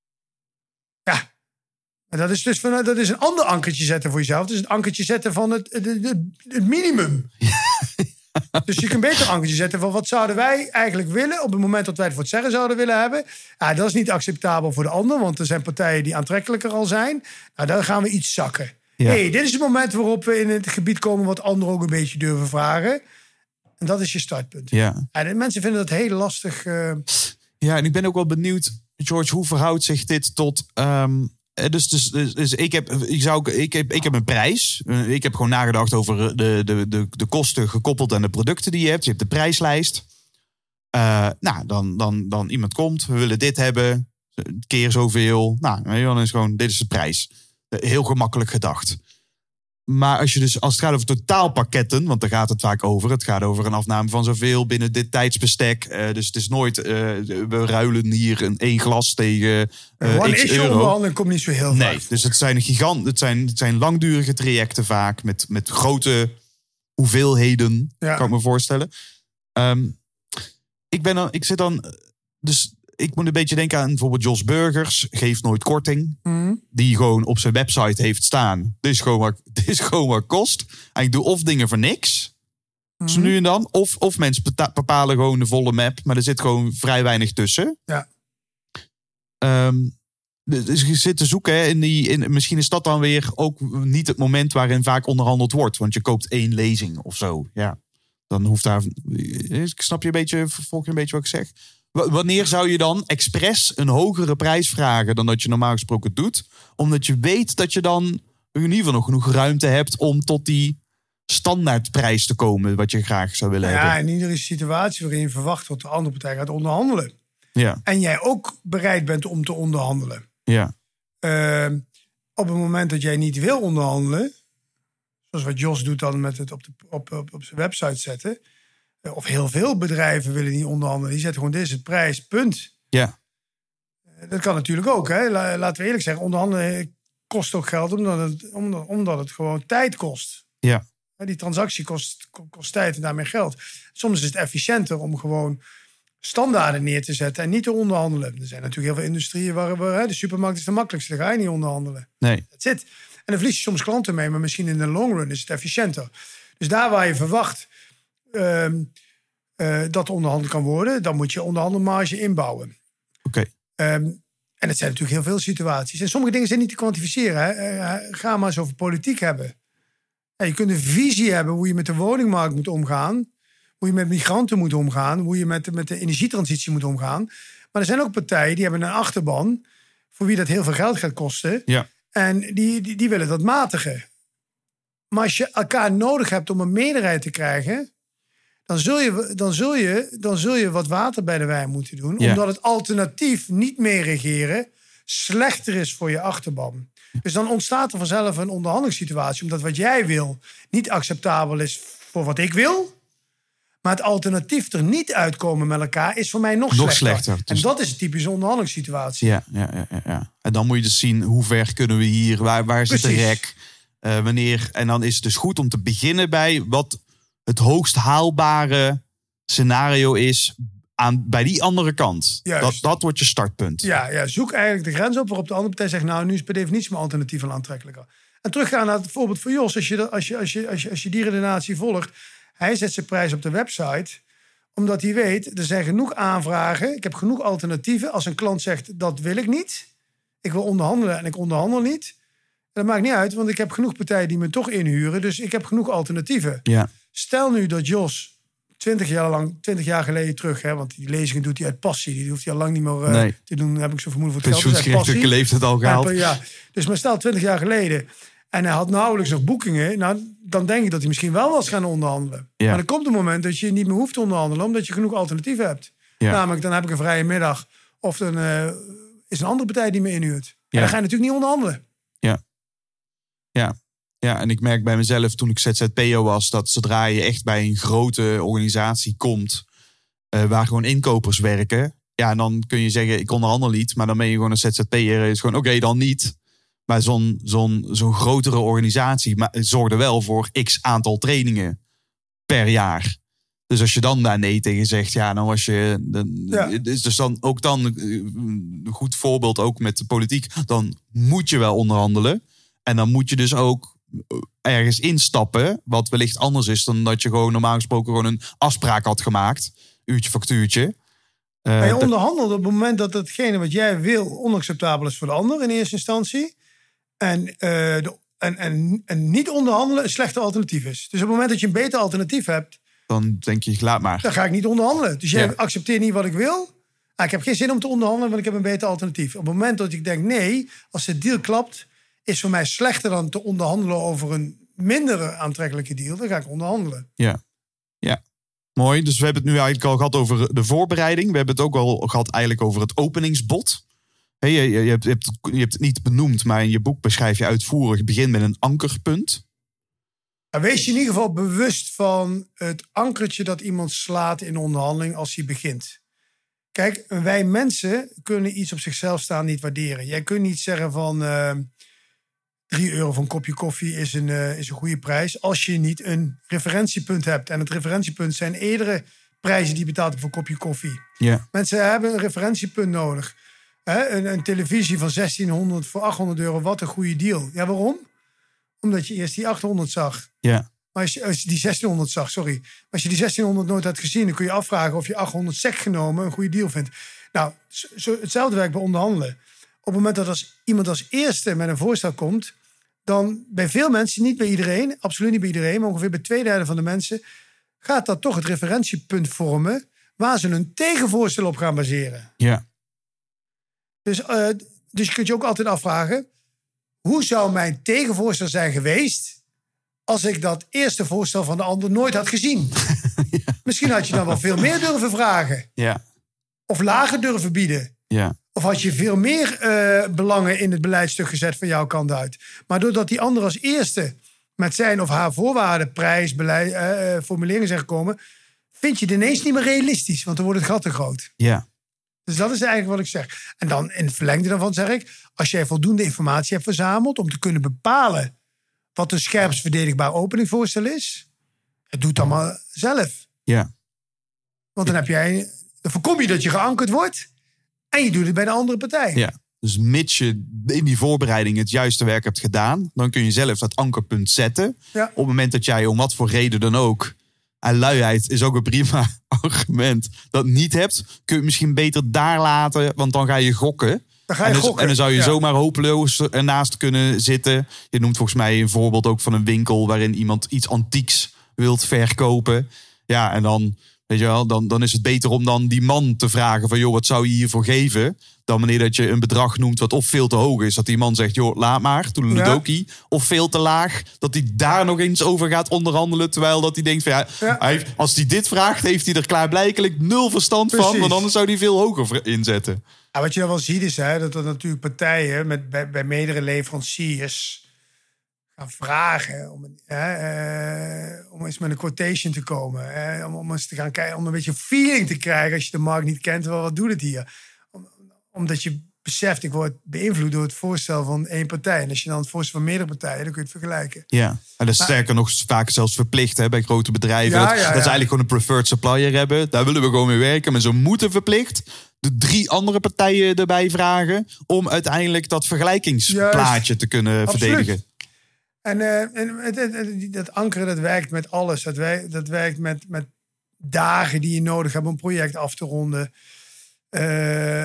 Ja. En dat is dus van, dat is een ander ankertje zetten voor jezelf. Dus het ankertje zetten van het, het, het, het minimum. Ja. Dus je kunt beter een ankertje zetten van wat zouden wij eigenlijk willen op het moment dat wij het voor het zeggen zouden willen hebben. Ja, dat is niet acceptabel voor de ander, want er zijn partijen die aantrekkelijker al zijn. Nou, dan gaan we iets zakken. Ja. Hey, dit is het moment waarop we in het gebied komen wat anderen ook een beetje durven vragen. En dat is je startpunt. Ja. Ja, de mensen vinden dat heel lastig. Uh... Ja, en ik ben ook wel benieuwd, George, hoe verhoudt zich dit tot... Um... Dus, dus, dus, dus ik, heb, ik, zou, ik, heb, ik heb een prijs. Ik heb gewoon nagedacht over de, de, de, de kosten gekoppeld aan de producten die je hebt. Je hebt de prijslijst. Uh, nou, dan, dan, dan iemand komt. We willen dit hebben. Keer zoveel. Nou, dan is gewoon, dit is de prijs. Heel gemakkelijk gedacht. Maar als je dus, als het gaat over totaalpakketten, want daar gaat het vaak over. Het gaat over een afname van zoveel binnen dit tijdsbestek. Uh, dus het is nooit, uh, we ruilen hier een één glas tegen uh, One x issue euro. onderhandeling komt niet zo heel nee, vaak. Dus het zijn gigant, het zijn, het zijn langdurige trajecten vaak met, met grote hoeveelheden, ja. Kan ik me voorstellen. Um, ik ben dan, ik zit dan, dus ik moet een beetje denken aan bijvoorbeeld Jos Burgers. Geeft nooit korting. Mm. Die gewoon op zijn website heeft staan. Dit is gewoon wat, dit is gewoon wat kost. En ik doe of dingen voor niks. Mm-hmm. Zo nu en dan. Of, of mensen beta- bepalen gewoon de volle map. Maar er zit gewoon vrij weinig tussen. Ja. Um, dus je zit te zoeken. Hè, in die, in, misschien is dat dan weer ook niet het moment waarin vaak onderhandeld wordt. Want je koopt één lezing of zo. Ja. Dan hoeft daar... Snap je een beetje, volg je een beetje wat ik zeg? W- wanneer zou je dan expres een hogere prijs vragen dan dat je normaal gesproken doet? Omdat je weet dat je dan in ieder geval nog genoeg ruimte hebt om tot die standaardprijs te komen wat je graag zou willen ja, hebben. in iedere situatie waarin je verwacht dat de andere partij gaat onderhandelen. Ja. En jij ook bereid bent om te onderhandelen. Ja. Uh, op het moment dat jij niet wil onderhandelen, zoals wat Jos doet dan met het op, de, op, op, op zijn website zetten. Of heel veel bedrijven willen niet onderhandelen. Die zetten gewoon, dit is het prijs, punt. Ja. Dat kan natuurlijk ook. Hè? Laten we eerlijk zeggen, onderhandelen kost ook geld omdat het, omdat, omdat het gewoon tijd kost. Ja. Die transactie kost, kost tijd en daarmee geld. Soms is het efficiënter om gewoon standaarden neer te zetten en niet te onderhandelen. Er zijn natuurlijk heel veel industrieën waar we, hè, de supermarkt is de makkelijkste, daar ga je niet onderhandelen. Nee. That's it. En dan verlies je soms klanten mee, maar misschien in de long run is het efficiënter. Dus daar waar je verwacht um, uh, dat onderhandeld kan worden, dan moet je onderhandelmarge inbouwen. Oké. Okay. Um, en het zijn natuurlijk heel veel situaties. En sommige dingen zijn niet te kwantificeren. Hè. Uh, ga maar eens over politiek hebben. Ja, je kunt een visie hebben hoe je met de woningmarkt moet omgaan. Hoe je met migranten moet omgaan. Hoe je met, met de energietransitie moet omgaan. Maar er zijn ook partijen die hebben een achterban. Voor wie dat heel veel geld gaat kosten. Ja. En die, die, die willen dat matigen. Maar als je elkaar nodig hebt om een meerderheid te krijgen. Dan zul je, dan zul je, dan zul je wat water bij de wijn moeten doen. Ja. Omdat het alternatief niet meer regeren slechter is voor je achterban. Dus dan ontstaat er vanzelf een onderhandelingssituatie. Omdat wat jij wil niet acceptabel is voor wat ik wil. Maar het alternatief er niet uitkomen met elkaar is voor mij nog, nog slechter. slechter. Dus... En dat is een typische onderhandelingssituatie. Ja, ja, ja, ja. En dan moet je dus zien hoe ver kunnen we hier. Waar, waar zit de rek? Uh, wanneer? En dan is het dus goed om te beginnen bij wat het hoogst haalbare scenario is aan, bij die andere kant. Dat, dat wordt je startpunt. Ja, ja, zoek eigenlijk de grens op waarop de andere partij zegt, nou, nu is per definitie mijn alternatief al aantrekkelijker. En teruggaan naar het voorbeeld van Jos. Als je, als je, als je, als je, als je die redenatie volgt, hij zet zijn prijs op de website, omdat hij weet, er zijn genoeg aanvragen. Ik heb genoeg alternatieven. Als een klant zegt, dat wil ik niet. Ik wil onderhandelen en ik onderhandel niet. Dat maakt niet uit, want ik heb genoeg partijen die me toch inhuren. Dus ik heb genoeg alternatieven. Ja. Stel nu dat Jos twintig jaar lang, twintig jaar geleden terug, hè, want die lezingen doet hij uit passie. Die hoeft hij al lang niet meer uh, nee. te doen. Heb ik zo vermoeden voor het geld. Pensioensgerichtelijke leeftijd al gehaald. Ja, ja. Dus maar stel twintig jaar geleden en hij had nauwelijks nog boekingen. Nou, dan denk ik dat hij misschien wel was gaan onderhandelen. Ja. Maar dan komt een moment dat je niet meer hoeft te onderhandelen, omdat je genoeg alternatieven hebt. Ja. Namelijk, dan heb ik een vrije middag of dan uh, is een andere partij die me inhuurt. Ja. En dan ga je natuurlijk niet onderhandelen. Ja. Ja. Ja, en ik merk bij mezelf toen ik Z Z P O was, dat zodra je echt bij een grote organisatie komt, uh, waar gewoon inkopers werken, ja, dan kun je zeggen, ik onderhandel niet, maar dan ben je gewoon een Z Z P'er. Is gewoon, oké, okay, dan niet. Maar zo'n, zo'n, zo'n grotere organisatie zorgde wel voor x aantal trainingen per jaar. Dus als je dan daar nee tegen zegt, ja, dan was je... Dan, ja. Dus dan ook dan een goed voorbeeld ook met de politiek. Dan moet je wel onderhandelen. En dan moet je dus ook ergens instappen, wat wellicht anders is dan dat je gewoon normaal gesproken gewoon een afspraak had gemaakt. Uurtje factuurtje. Uh, maar je onderhandelt op het moment dat hetgene wat jij wil onacceptabel is voor de ander in eerste instantie. En, uh, de, en, en, en niet onderhandelen een slechte alternatief is. Dus op het moment dat je een beter alternatief hebt, dan denk je, laat maar. Dan ga ik niet onderhandelen. Dus jij ja. accepteert niet wat ik wil. Ah, ik heb geen zin om te onderhandelen, want ik heb een beter alternatief. Op het moment dat ik denk, nee, als de deal klapt, is voor mij slechter dan te onderhandelen over een minder aantrekkelijke deal. Dan ga ik onderhandelen. Ja, ja. Mooi. Dus we hebben het nu eigenlijk al gehad over de voorbereiding. We hebben het ook al gehad eigenlijk over het openingsbod. Hey, je, je, hebt, je, hebt, je hebt het niet benoemd, maar in je boek beschrijf je uitvoerig. Begin met een ankerpunt. Wees je in ieder geval bewust van het ankertje dat iemand slaat in onderhandeling als hij begint. Kijk, wij mensen kunnen iets op zichzelf staan niet waarderen. Jij kunt niet zeggen van uh, drie euro voor een kopje koffie is een, uh, is een goede prijs als je niet een referentiepunt hebt. En het referentiepunt zijn eerdere prijzen die je betaalt voor een kopje koffie. Ja. Mensen hebben een referentiepunt nodig. He, een, een televisie van zestienhonderd voor achthonderd euro, wat een goede deal. Ja, waarom? Omdat je eerst die achthonderd zag. Ja. Maar als je, als je die zestienhonderd zag, sorry. Maar als je die zestienhonderd nooit had gezien... dan kun je afvragen of je achthonderd sec genomen een goede deal vindt. Nou, zo, hetzelfde werkt bij onderhandelen. Op het moment dat als iemand als eerste met een voorstel komt... dan bij veel mensen, niet bij iedereen... absoluut niet bij iedereen, maar ongeveer bij twee derde van de mensen... gaat dat toch het referentiepunt vormen... waar ze een tegenvoorstel op gaan baseren. Ja. Dus, uh, dus je kunt je ook altijd afvragen... hoe zou mijn tegenvoorstel zijn geweest... als ik dat eerste voorstel van de ander nooit had gezien? Ja. Misschien had je dan wel veel meer durven vragen. Ja. Of lager durven bieden. Ja. Of had je veel meer uh, belangen in het beleidstuk gezet van jouw kant uit. Maar doordat die ander als eerste... met zijn of haar voorwaarden, prijs, beleid, uh, formuleringen zijn gekomen... vind je het ineens niet meer realistisch. Want dan wordt het gat te groot. Ja. Dus dat is eigenlijk wat ik zeg. En dan in het verlengde daarvan zeg ik... als jij voldoende informatie hebt verzameld... om te kunnen bepalen... wat een scherpst verdedigbaar openingvoorstel is... het doet dan maar zelf. Ja. Want dan heb jij... dan voorkom je dat je geankerd wordt... en je doet het bij de andere partij. Ja. Dus mits je in die voorbereiding het juiste werk hebt gedaan... dan kun je zelf dat ankerpunt zetten. Ja. Op het moment dat jij om wat voor reden dan ook... en luiheid is ook een prima argument... dat niet hebt, kun je het misschien beter daar laten... want dan ga je gokken... Dan ga je en, dus, gokken. en dan zou je ja. zomaar hopeloos ernaast kunnen zitten. Je noemt volgens mij een voorbeeld ook van een winkel... waarin iemand iets antieks wilt verkopen. Ja, en dan, weet je wel, dan, dan is het beter om dan die man te vragen... van joh, wat zou je hiervoor geven? Dan wanneer dat je een bedrag noemt wat of veel te hoog is... dat die man zegt, joh, laat maar, toedeledokie. Ja. Of veel te laag, dat hij daar nog eens over gaat onderhandelen... terwijl dat hij denkt, van, ja, ja. Hij, als hij dit vraagt... heeft hij er klaarblijkelijk nul verstand Precies. van... want anders zou hij veel hoger inzetten. Ja, wat je dan wel ziet is hè, dat er natuurlijk partijen met, bij, bij meerdere leveranciers gaan vragen om, hè, uh, om eens met een quotation te komen. Hè, om, om eens te gaan kijken, om een beetje feeling te krijgen als je de markt niet kent. Wel, wat doet het hier? Om, omdat je beseft, ik word beïnvloed door het voorstel van één partij. En als je dan het voorstel van meerdere partijen, dan kun je het vergelijken. Ja, en dat is maar, sterker nog vaak zelfs verplicht hè, bij grote bedrijven. Ja, dat, ja, ja. dat ze eigenlijk gewoon een preferred supplier hebben. Daar willen we gewoon mee werken. Maar ze moeten verplicht de drie andere partijen erbij vragen... om uiteindelijk dat vergelijkingsplaatje Juist. te kunnen Absoluut. verdedigen. En, uh, en het, het, het, dat ankeren, dat werkt met alles. Dat werkt, dat werkt met, met dagen die je nodig hebt om een project af te ronden. Uh,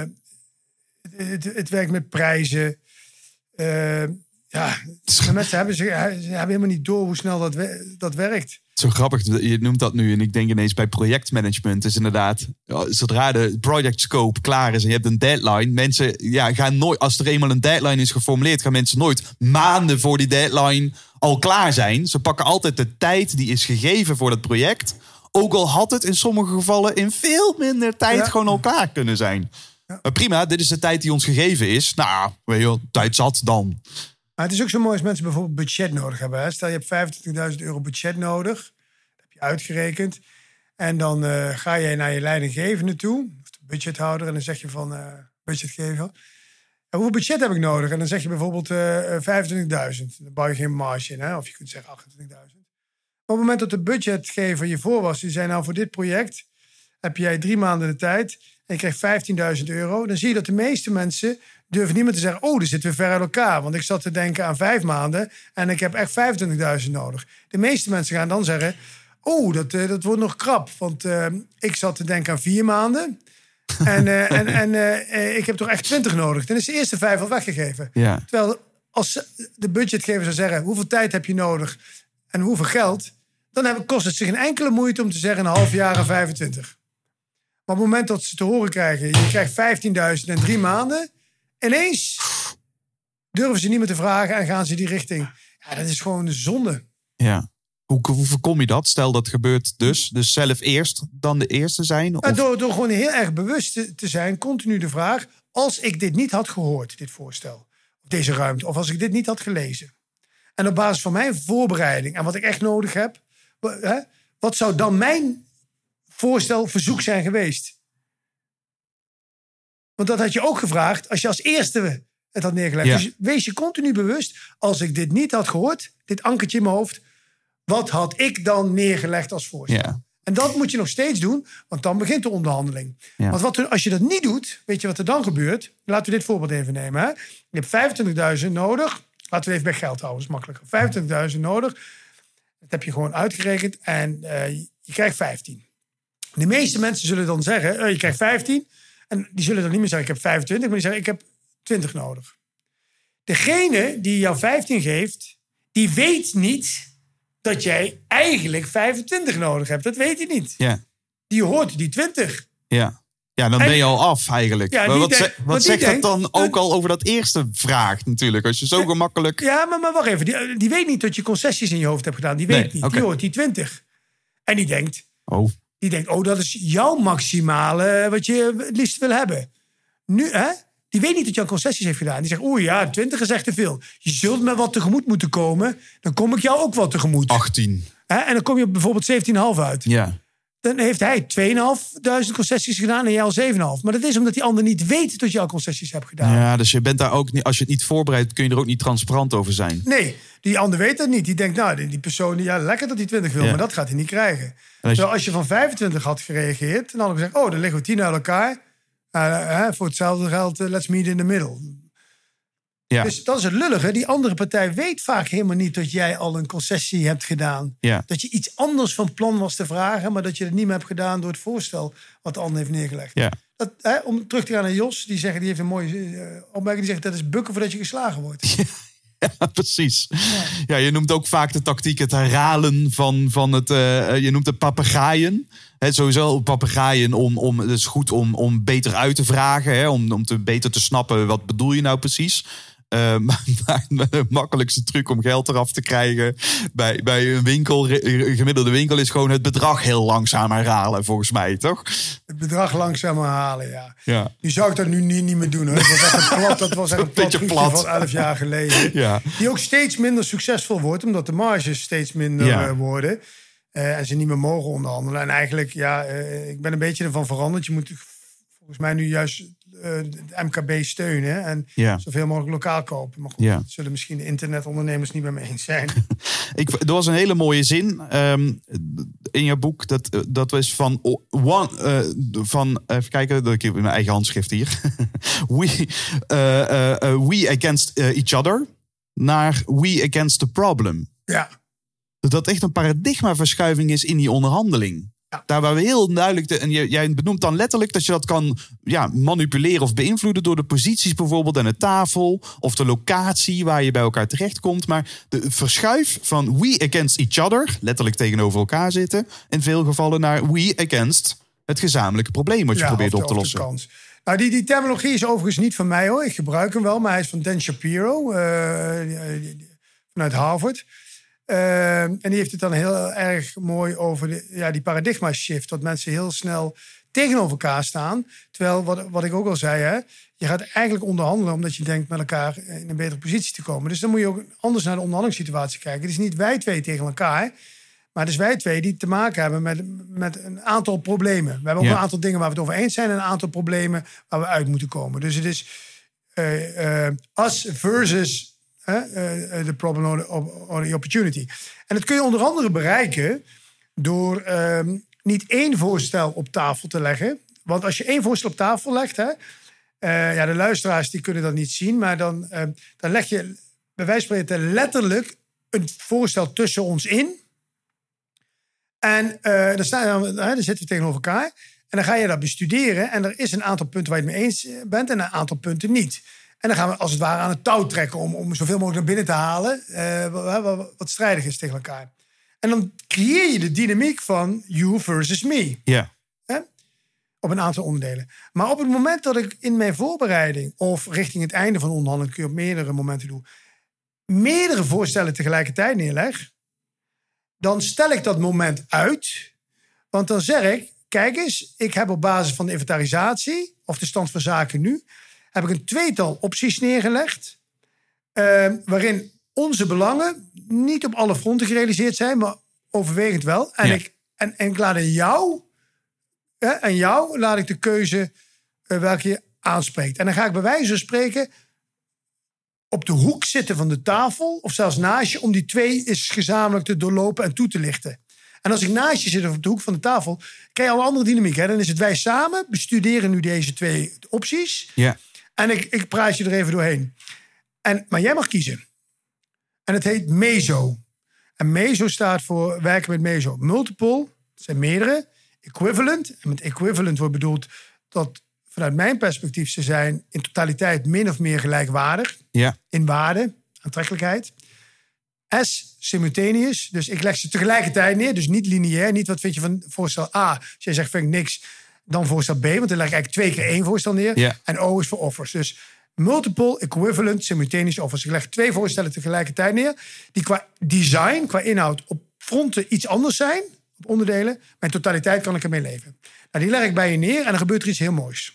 het, het, het werkt met prijzen. Uh, ja, de mensen hebben, ze, ze hebben helemaal niet door hoe snel dat, dat werkt. Zo grappig, je noemt dat nu. En ik denk ineens bij projectmanagement is inderdaad... zodra de project scope klaar is en je hebt een deadline... mensen ja, gaan nooit... als er eenmaal een deadline is geformuleerd... gaan mensen nooit maanden voor die deadline al klaar zijn. Ze pakken altijd de tijd die is gegeven voor dat project. Ook al had het in sommige gevallen... in veel minder tijd ja. gewoon al klaar kunnen zijn. Ja. Maar prima, dit is de tijd die ons gegeven is. Nou, weet je wel, tijd zat dan. Maar het is ook zo mooi als mensen bijvoorbeeld budget nodig hebben. Hè? Stel je hebt vijfentwintigduizend euro budget nodig. Dat heb je uitgerekend. En dan uh, ga je naar je leidinggevende toe. Of de budgethouder. En dan zeg je van uh, budgetgever. En hoeveel budget heb ik nodig? En dan zeg je bijvoorbeeld uh, vijfentwintigduizend. Dan bouw je geen marge in. Hè? Of je kunt zeggen achtentwintigduizend. Maar op het moment dat de budgetgever je voor was. Die zei nou voor dit project heb jij drie maanden de tijd. En je krijgt vijftienduizend euro. Dan zie je dat de meeste mensen... durven niet meer te zeggen, oh, dan zitten we ver uit elkaar. Want ik zat te denken aan vijf maanden en ik heb echt vijfentwintigduizend nodig. De meeste mensen gaan dan zeggen, oh, dat, uh, dat wordt nog krap. Want uh, ik zat te denken aan vier maanden en, uh, en, en uh, ik heb toch echt twintig nodig. Dan is de eerste vijf al weggegeven. Ja. Terwijl als de budgetgever zou zeggen, hoeveel tijd heb je nodig en hoeveel geld, dan kost het zich geen enkele moeite om te zeggen een half jaar en vijfentwintig. Maar op het moment dat ze te horen krijgen, je krijgt vijftienduizend en drie maanden... ineens durven ze niet meer te vragen en gaan ze die richting. Ja, dat is gewoon een zonde. Ja. Hoe, hoe voorkom je dat? Stel dat gebeurt dus. Dus zelf eerst dan de eerste zijn? Of? Ja, door, door gewoon heel erg bewust te, te zijn. Continu de vraag. Als ik dit niet had gehoord, dit voorstel. Of deze ruimte. Of als ik dit niet had gelezen. En op basis van mijn voorbereiding. En wat ik echt nodig heb. Hè, wat zou dan mijn voorstel, verzoek zijn geweest? Want dat had je ook gevraagd als je als eerste het had neergelegd. Ja. Dus wees je continu bewust. Als ik dit niet had gehoord, dit ankertje in mijn hoofd. Wat had ik dan neergelegd als voorstel? Ja. En dat moet je nog steeds doen, want dan begint de onderhandeling. Ja. Want wat, als je dat niet doet, weet je wat er dan gebeurt? Laten we dit voorbeeld even nemen. Hè? Je hebt vijfentwintigduizend nodig. Laten we even bij geld houden, dat is makkelijker. vijfentwintigduizend nodig. Dat heb je gewoon uitgerekend en uh, je krijgt vijftien. De meeste mensen zullen dan zeggen, uh, je krijgt vijftien. En die zullen dan niet meer zeggen, ik heb vijfentwintig. Maar die zeggen, ik heb twintig nodig. Degene die jou vijftien geeft, die weet niet dat jij eigenlijk vijfentwintig nodig hebt. Dat weet hij niet. Ja. Die hoort die twintig. Ja. Ja, dan en, ben je al af eigenlijk. Ja, maar wat, denk, ze, wat zegt denkt, dat dan ook al over dat eerste vraag natuurlijk? Als je zo ja, gemakkelijk... Ja, maar, maar wacht even. Die, die weet niet dat je concessies in je hoofd hebt gedaan. Die weet nee, niet. Okay. Die hoort die twintig. En die denkt... Oh. Die denkt, oh, dat is jouw maximale wat je het liefst wil hebben. Nu, hè? Die weet niet dat je al concessies heeft gedaan. Die zegt, oeh ja, twintig is echt te veel. Je zult me wat tegemoet moeten komen. Dan kom ik jou ook wat tegemoet. achttien. Hè? En dan kom je op bijvoorbeeld zeventien komma vijf uit. Ja. Dan heeft hij tweeduizend concessies gedaan en jij al zeven komma vijf. Maar dat is omdat die ander niet weet dat je al concessies hebt gedaan. Ja, dus je bent daar ook niet, als je het niet voorbereidt, kun je er ook niet transparant over zijn. Nee, die ander weet dat niet. Die denkt, nou, die persoon, ja, lekker dat hij twintig wil, ja. maar dat gaat hij niet krijgen. Als je... Terwijl als je van vijfentwintig had gereageerd, dan had ik gezegd, oh, dan liggen we tien uit elkaar. Uh, uh, voor hetzelfde geld, uh, let's meet in the middle. Ja. Dus dat is het lullige. Die andere partij weet vaak helemaal niet dat jij al een concessie hebt gedaan. Ja. Dat je iets anders van plan was te vragen, maar dat je het niet meer hebt gedaan door het voorstel wat de ander heeft neergelegd. Ja. Dat, hè, om terug te gaan naar Jos, die, zeggen, die heeft een mooie uh, opmerking. Die zegt, dat is bukken voordat je geslagen wordt. Ja. Ja, precies. Ja. ja, je noemt ook vaak de tactiek het herhalen van, van het... Uh, je noemt het papegaaien. He, sowieso papegaaien om, om, het is goed om, om beter uit te vragen. Hè, om, om te, beter te snappen, wat bedoel je nou precies? Uh, maar, maar de makkelijkste truc om geld eraf te krijgen bij, bij een winkel, een gemiddelde winkel, is gewoon het bedrag heel langzaam herhalen, volgens mij, toch? Het bedrag langzaam herhalen, ja. ja. Nu zou ik dat nu niet, niet meer doen, hoor. Dat was echt een plat, dat was echt een plat trucje plat. van elf jaar geleden. Ja. Die ook steeds minder succesvol wordt, omdat de marges steeds minder ja. uh, worden. Uh, en ze niet meer mogen onderhandelen. En eigenlijk, ja, uh, ik ben een beetje ervan veranderd. Je moet volgens mij nu juist uh, het M K B steunen en ja. zoveel mogelijk lokaal kopen. Maar goed, ja. dat zullen misschien de internetondernemers niet met me eens zijn. Ik, er was een hele mooie zin um, in je boek. Dat, dat was van, one, uh, van even kijken, ik heb mijn eigen handschrift hier. we, uh, uh, we against uh, each other naar we against the problem. Ja. Dat echt een paradigmaverschuiving is in die onderhandeling. Ja. Daar waar we heel duidelijk... De, en jij benoemt dan letterlijk dat je dat kan ja, manipuleren of beïnvloeden door de posities bijvoorbeeld aan de tafel of de locatie waar je bij elkaar terechtkomt. Maar de verschuif van we against each other, letterlijk tegenover elkaar zitten, in veel gevallen naar we against het gezamenlijke probleem wat je ja, probeert de, op te lossen. Kans. Nou, die, die terminologie is overigens niet van mij, hoor. Ik gebruik hem wel, maar hij is van Dan Shapiro uh, die, die, vanuit Harvard. Uh, en die heeft het dan heel erg mooi over de, ja, die paradigma shift. Dat mensen heel snel tegenover elkaar staan. Terwijl, wat, wat ik ook al zei, hè, je gaat eigenlijk onderhandelen omdat je denkt met elkaar in een betere positie te komen. Dus dan moet je ook anders naar de onderhandelingssituatie kijken. Het is niet wij twee tegen elkaar, maar het is wij twee die te maken hebben met, met een aantal problemen. We hebben ook ja. een aantal dingen waar we het over eens zijn en een aantal problemen waar we uit moeten komen. Dus het is uh, uh, us versus... de uh, problem or, or the opportunity. En dat kun je onder andere bereiken door uh, niet één voorstel op tafel te leggen. Want als je één voorstel op tafel legt, hè, uh, ja, de luisteraars die kunnen dat niet zien, maar dan, uh, dan leg je bij wijze van spreken letterlijk een voorstel tussen ons in. En uh, dan, staan, uh, dan zitten we tegenover elkaar. En dan ga je dat bestuderen. En er is een aantal punten waar je het mee eens bent en een aantal punten niet. En dan gaan we als het ware aan het touw trekken om, om zoveel mogelijk naar binnen te halen. Uh, wat, wat strijdig is tegen elkaar. En dan creëer je de dynamiek van you versus me. Ja. Hè? Op een aantal onderdelen. Maar op het moment dat ik in mijn voorbereiding of richting het einde van de onderhandeling, kun je op meerdere momenten doen, meerdere voorstellen tegelijkertijd neerleg, dan stel ik dat moment uit. Want dan zeg ik, kijk eens, ik heb op basis van de inventarisatie of de stand van zaken nu, heb ik een tweetal opties neergelegd, uh, waarin onze belangen niet op alle fronten gerealiseerd zijn, maar overwegend wel. En, ja. ik, en, en ik laat aan jou, hè, aan jou laat ik de keuze uh, welke je aanspreekt. En dan ga ik bij wijze van spreken op de hoek zitten van de tafel, of zelfs naast je, om die twee eens gezamenlijk te doorlopen en toe te lichten. En als ik naast je zit of op de hoek van de tafel, krijg je al een andere dynamiek. Hè? Dan is het wij samen bestuderen nu deze twee opties. Ja. En ik, ik praat je er even doorheen. En, maar jij mag kiezen. En het heet meso. En meso staat voor werken met meso. Multiple, dat zijn meerdere. Equivalent, en met equivalent wordt bedoeld dat vanuit mijn perspectief ze zijn in totaliteit min of meer gelijkwaardig. Ja. In waarde, aantrekkelijkheid. S, simultaneous. Dus ik leg ze tegelijkertijd neer. Dus niet lineair. Niet wat vind je van voorstel A. Als jij zegt vind ik niks, dan voorstel B. Want dan leg ik eigenlijk twee keer één voorstel neer. Ja. En O is voor offers. Dus multiple, equivalent, simultaneous offers. Ik leg twee voorstellen tegelijkertijd neer. Die qua design, qua inhoud op fronten iets anders zijn. Op onderdelen. Maar in totaliteit kan ik ermee leven. Nou, die leg ik bij je neer en dan gebeurt er iets heel moois.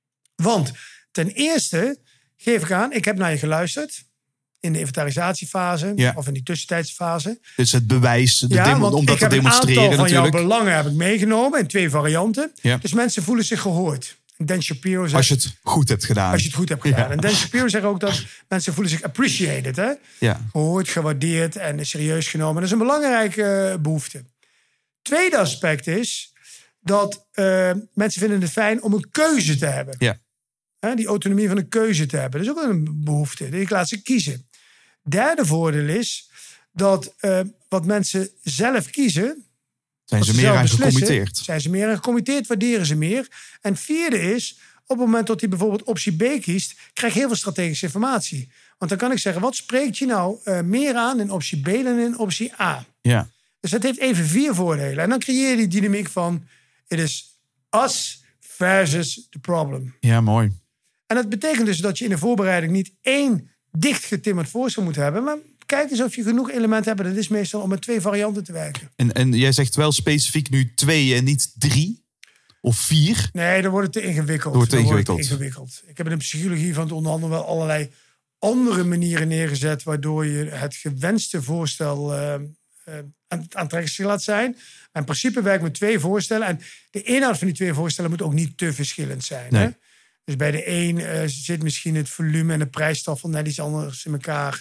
Want ten eerste geef ik aan, ik heb naar je geluisterd. In de inventarisatiefase. Ja. Of in die tussentijdsfase. Dus het bewijs, de Ja, demo, want om dat ik te heb een demonstreren aantal van natuurlijk. jouw belangen heb ik meegenomen. In twee varianten. Ja. Dus mensen voelen zich gehoord. Dan Shapiro zegt, Als je het goed hebt gedaan. als je het goed hebt gedaan. Ja. En Dan Shapiro zegt ook dat mensen voelen zich appreciated. Hè? Ja. Gehoord, gewaardeerd en serieus genomen. Dat is een belangrijke uh, behoefte. Tweede aspect is dat uh, mensen vinden het fijn om een keuze te hebben. Ja. Hè, die autonomie van een keuze te hebben. Dat is ook een behoefte. Ik laat ze kiezen. Derde voordeel is dat uh, wat mensen zelf kiezen, Zijn ze als meer zelf aan beslissen, gecommitteerd? Zijn ze meer aan gecommitteerd, waarderen ze meer. En vierde is, op het moment dat hij bijvoorbeeld optie B kiest, krijg je heel veel strategische informatie. Want dan kan ik zeggen, wat spreekt je nou uh, meer aan in optie B dan in optie A? Ja. Dus dat heeft even vier voordelen. En dan creëer je die dynamiek van, it is us versus the problem. Ja, mooi. En dat betekent dus dat je in de voorbereiding niet één dichtgetimmerd voorstel moet hebben, maar kijk eens of je genoeg elementen hebt. Dat is meestal om met twee varianten te werken. En, en jij zegt wel specifiek nu twee en niet drie of vier. Nee, dan wordt het te ingewikkeld. Wordt te Dan wordt ingewikkeld. het ingewikkeld. Ik heb in de psychologie van het onderhandelen wel allerlei andere manieren neergezet, waardoor je het gewenste voorstel uh, uh, aantrekkelijk laat zijn. Maar in principe werk ik met twee voorstellen. En de inhoud van die twee voorstellen moet ook niet te verschillend zijn. Nee. Hè? Dus bij de een uh, zit misschien het volume en de prijsstaf van net iets anders in elkaar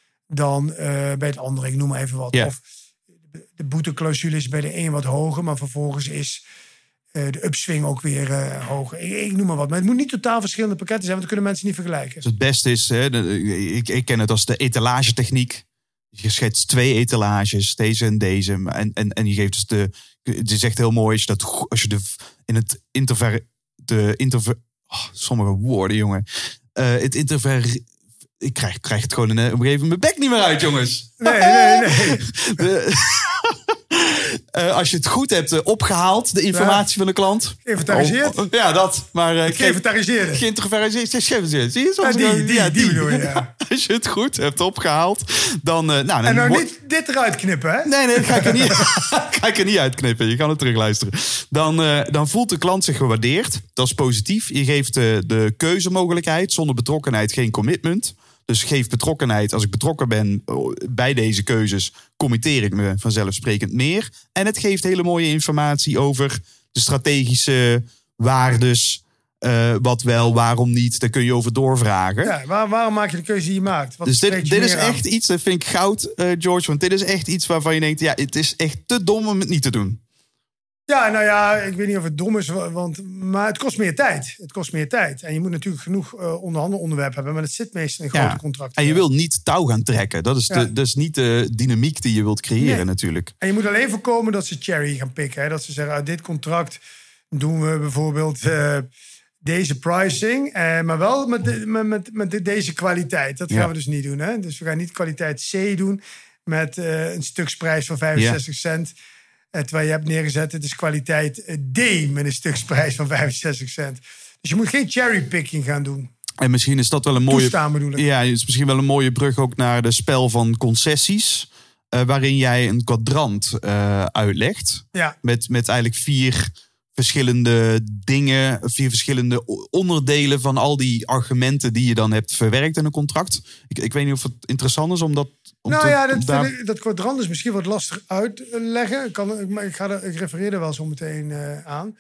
dan uh, bij het andere. Ik noem maar even wat. Ja. Of de boeteclausule is bij de een wat hoger, maar vervolgens is uh, de upswing ook weer uh, hoger. Ik, ik noem maar wat. Maar het moet niet totaal verschillende pakketten zijn, want dan kunnen mensen niet vergelijken. Dus het beste is, hè, de, ik, ik ken het als de etalagetechniek. Je schetst twee etalages, deze en deze. En, en, en je geeft dus de. Het is echt heel mooi als je dat als je de in het interver. De interver. Oh, sommige woorden, jongen. Uh, het interver. Ik krijg, krijg het gewoon in, op een gegeven moment mijn bek niet meer uit, jongens. Nee, nee, nee. De, uh, als je het goed hebt uh, opgehaald, de informatie ja. van de klant. Geïnventariseerd. Oh, oh, ja, dat. Maar uh, geïnventariseerd. Geïnventariseerd. Zie je soms? Ja, die, die, ja, die, die bedoel je, ja. Als je het goed hebt opgehaald, dan... Uh, nou, dan en nou wo- niet dit eruit knippen, hè? Nee, nee, dat ga ik er niet, ga ik er niet uitknippen. Je kan het terugluisteren. Dan, uh, dan voelt de klant zich gewaardeerd. Dat is positief. Je geeft uh, de keuzemogelijkheid. Zonder betrokkenheid geen commitment. Dus geef betrokkenheid. Als ik betrokken ben bij deze keuzes, committeer ik me vanzelfsprekend meer. En het geeft hele mooie informatie over de strategische waardes. Uh, wat wel, waarom niet. Daar kun je over doorvragen. Ja, waar, waarom maak je de keuze die je maakt? Wat dus dit, dit dit is echt iets, dat vind ik goud, uh, George. Want dit is echt iets waarvan je denkt, ja, het is echt te dom om het niet te doen. Ja, nou ja, ik weet niet of het dom is, want, maar het kost meer tijd. Het kost meer tijd. En je moet natuurlijk genoeg uh, onderhandelonderwerp hebben, maar het zit meestal in grote Ja. contracten. En je wil niet touw gaan trekken. Dat is, Ja. de, dat is niet de dynamiek die je wilt creëren, Nee. natuurlijk. En je moet alleen voorkomen dat ze cherry gaan pikken. Hè? Dat ze zeggen, uit dit contract doen we bijvoorbeeld uh, deze pricing, uh, maar wel met, de, met, met, met de, deze kwaliteit. Dat gaan Ja. we dus niet doen. Hè? Dus we gaan niet kwaliteit C doen met uh, een stuksprijs van vijfenzestig Ja. cent. Terwijl je hebt neergezet, het is kwaliteit D met een stuksprijs van vijfenzestig cent. Dus je moet geen cherrypicking gaan doen. En misschien is dat wel een mooie... Toestaan bedoel ik. Ja, het is misschien wel een mooie brug ook naar de spel van concessies. Uh, waarin jij een kwadrant uh, uitlegt. Ja. Met, met eigenlijk vier verschillende dingen, vier verschillende onderdelen van al die argumenten die je dan hebt verwerkt in een contract. Ik, ik weet niet of het interessant is om dat... Om nou te, ja, dat, daar... ik, dat kwadrant is misschien wat lastig uitleggen. Ik, kan, ik, ik, ga er, ik refereer er wel zo meteen uh, aan.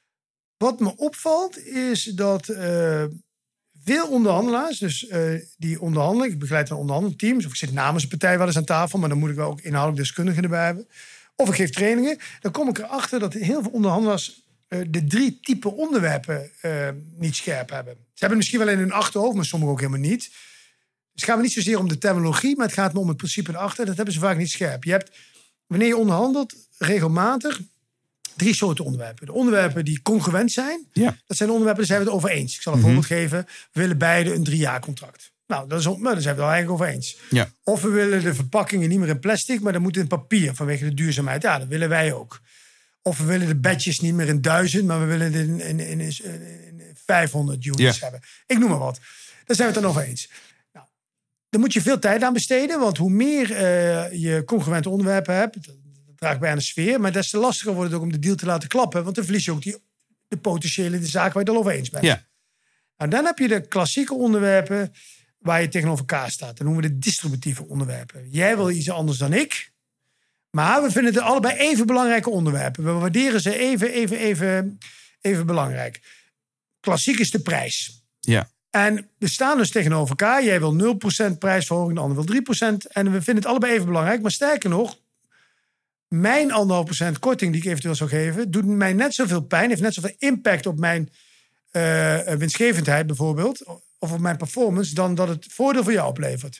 Wat me opvalt is dat uh, veel onderhandelaars, dus uh, die onderhandelen, ik begeleid een onderhandelteams, of ik zit namens een partij wel eens aan tafel, maar dan moet ik wel ook inhoudelijk deskundigen erbij hebben. Of ik geef trainingen. Dan kom ik erachter dat heel veel onderhandelaars uh, de drie type onderwerpen uh, niet scherp hebben. Ze hebben het misschien wel in hun achterhoofd, maar sommigen ook helemaal niet. het gaat me niet zozeer om de terminologie, maar het gaat me om het principe erachter. Dat hebben ze vaak niet scherp. Je hebt, wanneer je onderhandelt, regelmatig drie soorten onderwerpen. De onderwerpen die congruent zijn, Ja. dat zijn de onderwerpen, daar zijn we het over eens. Ik zal een Mm-hmm. voorbeeld geven. We willen beide een drie jaar contract. Nou, dat is, nou, daar zijn we het al eigenlijk over eens. Ja. Of we willen de verpakkingen niet meer in plastic, maar dan moet in papier vanwege de duurzaamheid. Ja, dat willen wij ook. Of we willen de badges niet meer in duizend, maar we willen het in, in, in, in, in vijfhonderd units Ja. hebben. Ik noem maar wat. Daar zijn we het dan over eens. Nou, daar moet je veel tijd aan besteden, want hoe meer uh, je congruente onderwerpen hebt, dat, dat draagt bij aan de sfeer, maar des te lastiger wordt het ook om de deal te laten klappen, want dan verlies je ook die, de potentiële de zaak waar je het al over eens bent. Ja. Nou, dan heb je de klassieke onderwerpen waar je tegenover elkaar staat. Dat noemen we de distributieve onderwerpen. Jij wil iets anders dan ik. Maar we vinden het allebei even belangrijke onderwerpen. We waarderen ze even, even, even, even belangrijk. Klassiek is de prijs. Ja. En we staan dus tegenover elkaar. Jij wil nul procent prijsverhoging, de ander wil drie procent. En we vinden het allebei even belangrijk. Maar sterker nog, mijn anderhalf procent korting die ik eventueel zou geven, doet mij net zoveel pijn, heeft net zoveel impact op mijn uh, winstgevendheid bijvoorbeeld, of op mijn performance, dan dat het voordeel voor jou oplevert.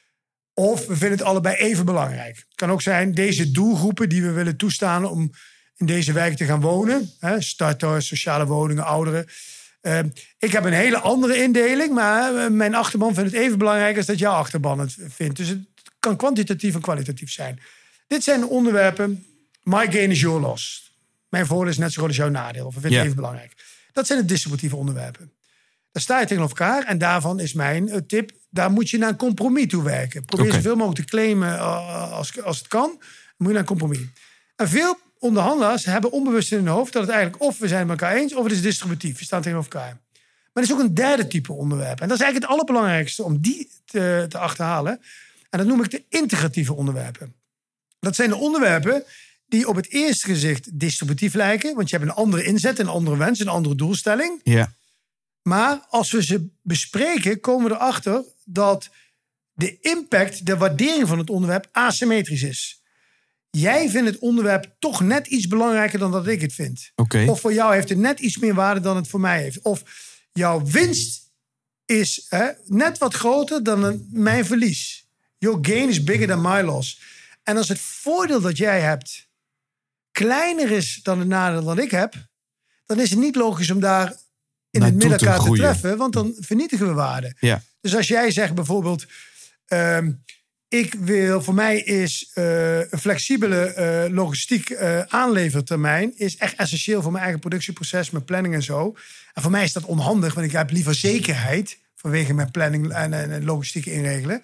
Of we vinden het allebei even belangrijk. Het kan ook zijn, deze doelgroepen die we willen toestaan om in deze wijk te gaan wonen, hè, starters, sociale woningen, ouderen. Uh, ik heb een hele andere indeling, maar uh, mijn achterban vindt het even belangrijk als dat jouw achterban het vindt. Dus het kan kwantitatief en kwalitatief zijn. Dit zijn de onderwerpen, my gain is your loss. Mijn voordeel is net zo groot als jouw nadeel. Of we vinden Ja. het even belangrijk. Dat zijn de distributieve onderwerpen. Daar sta je tegenover elkaar. En daarvan is mijn uh, tip, daar moet je naar een compromis toe werken. Probeer Oké. zoveel mogelijk te claimen uh, als, als het kan. Dan moet je naar een compromis. En veel onderhandelaars hebben onbewust in hun hoofd dat het eigenlijk of we zijn het met elkaar eens of het is distributief. We staan tegenover elkaar. Maar er is ook een derde type onderwerp. En dat is eigenlijk het allerbelangrijkste om die te, te achterhalen. En dat noem ik de integratieve onderwerpen. Dat zijn de onderwerpen die op het eerste gezicht distributief lijken. Want je hebt een andere inzet, een andere wens, een andere doelstelling. Ja. Maar als we ze bespreken, komen we erachter dat de impact, de waardering van het onderwerp asymmetrisch is. Jij vindt het onderwerp toch net iets belangrijker dan dat ik het vind. Oké. Of voor jou heeft het net iets meer waarde dan het voor mij heeft. Of jouw winst is hè, net wat groter dan een, mijn verlies. Your gain is bigger than my loss. En als het voordeel dat jij hebt kleiner is dan het nadeel dat ik heb, dan is het niet logisch om daar in het midden elkaar te treffen, want dan vernietigen we waarde. Ja. Dus als jij zegt bijvoorbeeld, um, ik wil, voor mij is uh, een flexibele uh, logistiek uh, aanlevertermijn is echt essentieel voor mijn eigen productieproces, mijn planning en zo. En voor mij is dat onhandig, want ik heb liever zekerheid vanwege mijn planning en, en, en logistieke inregelen.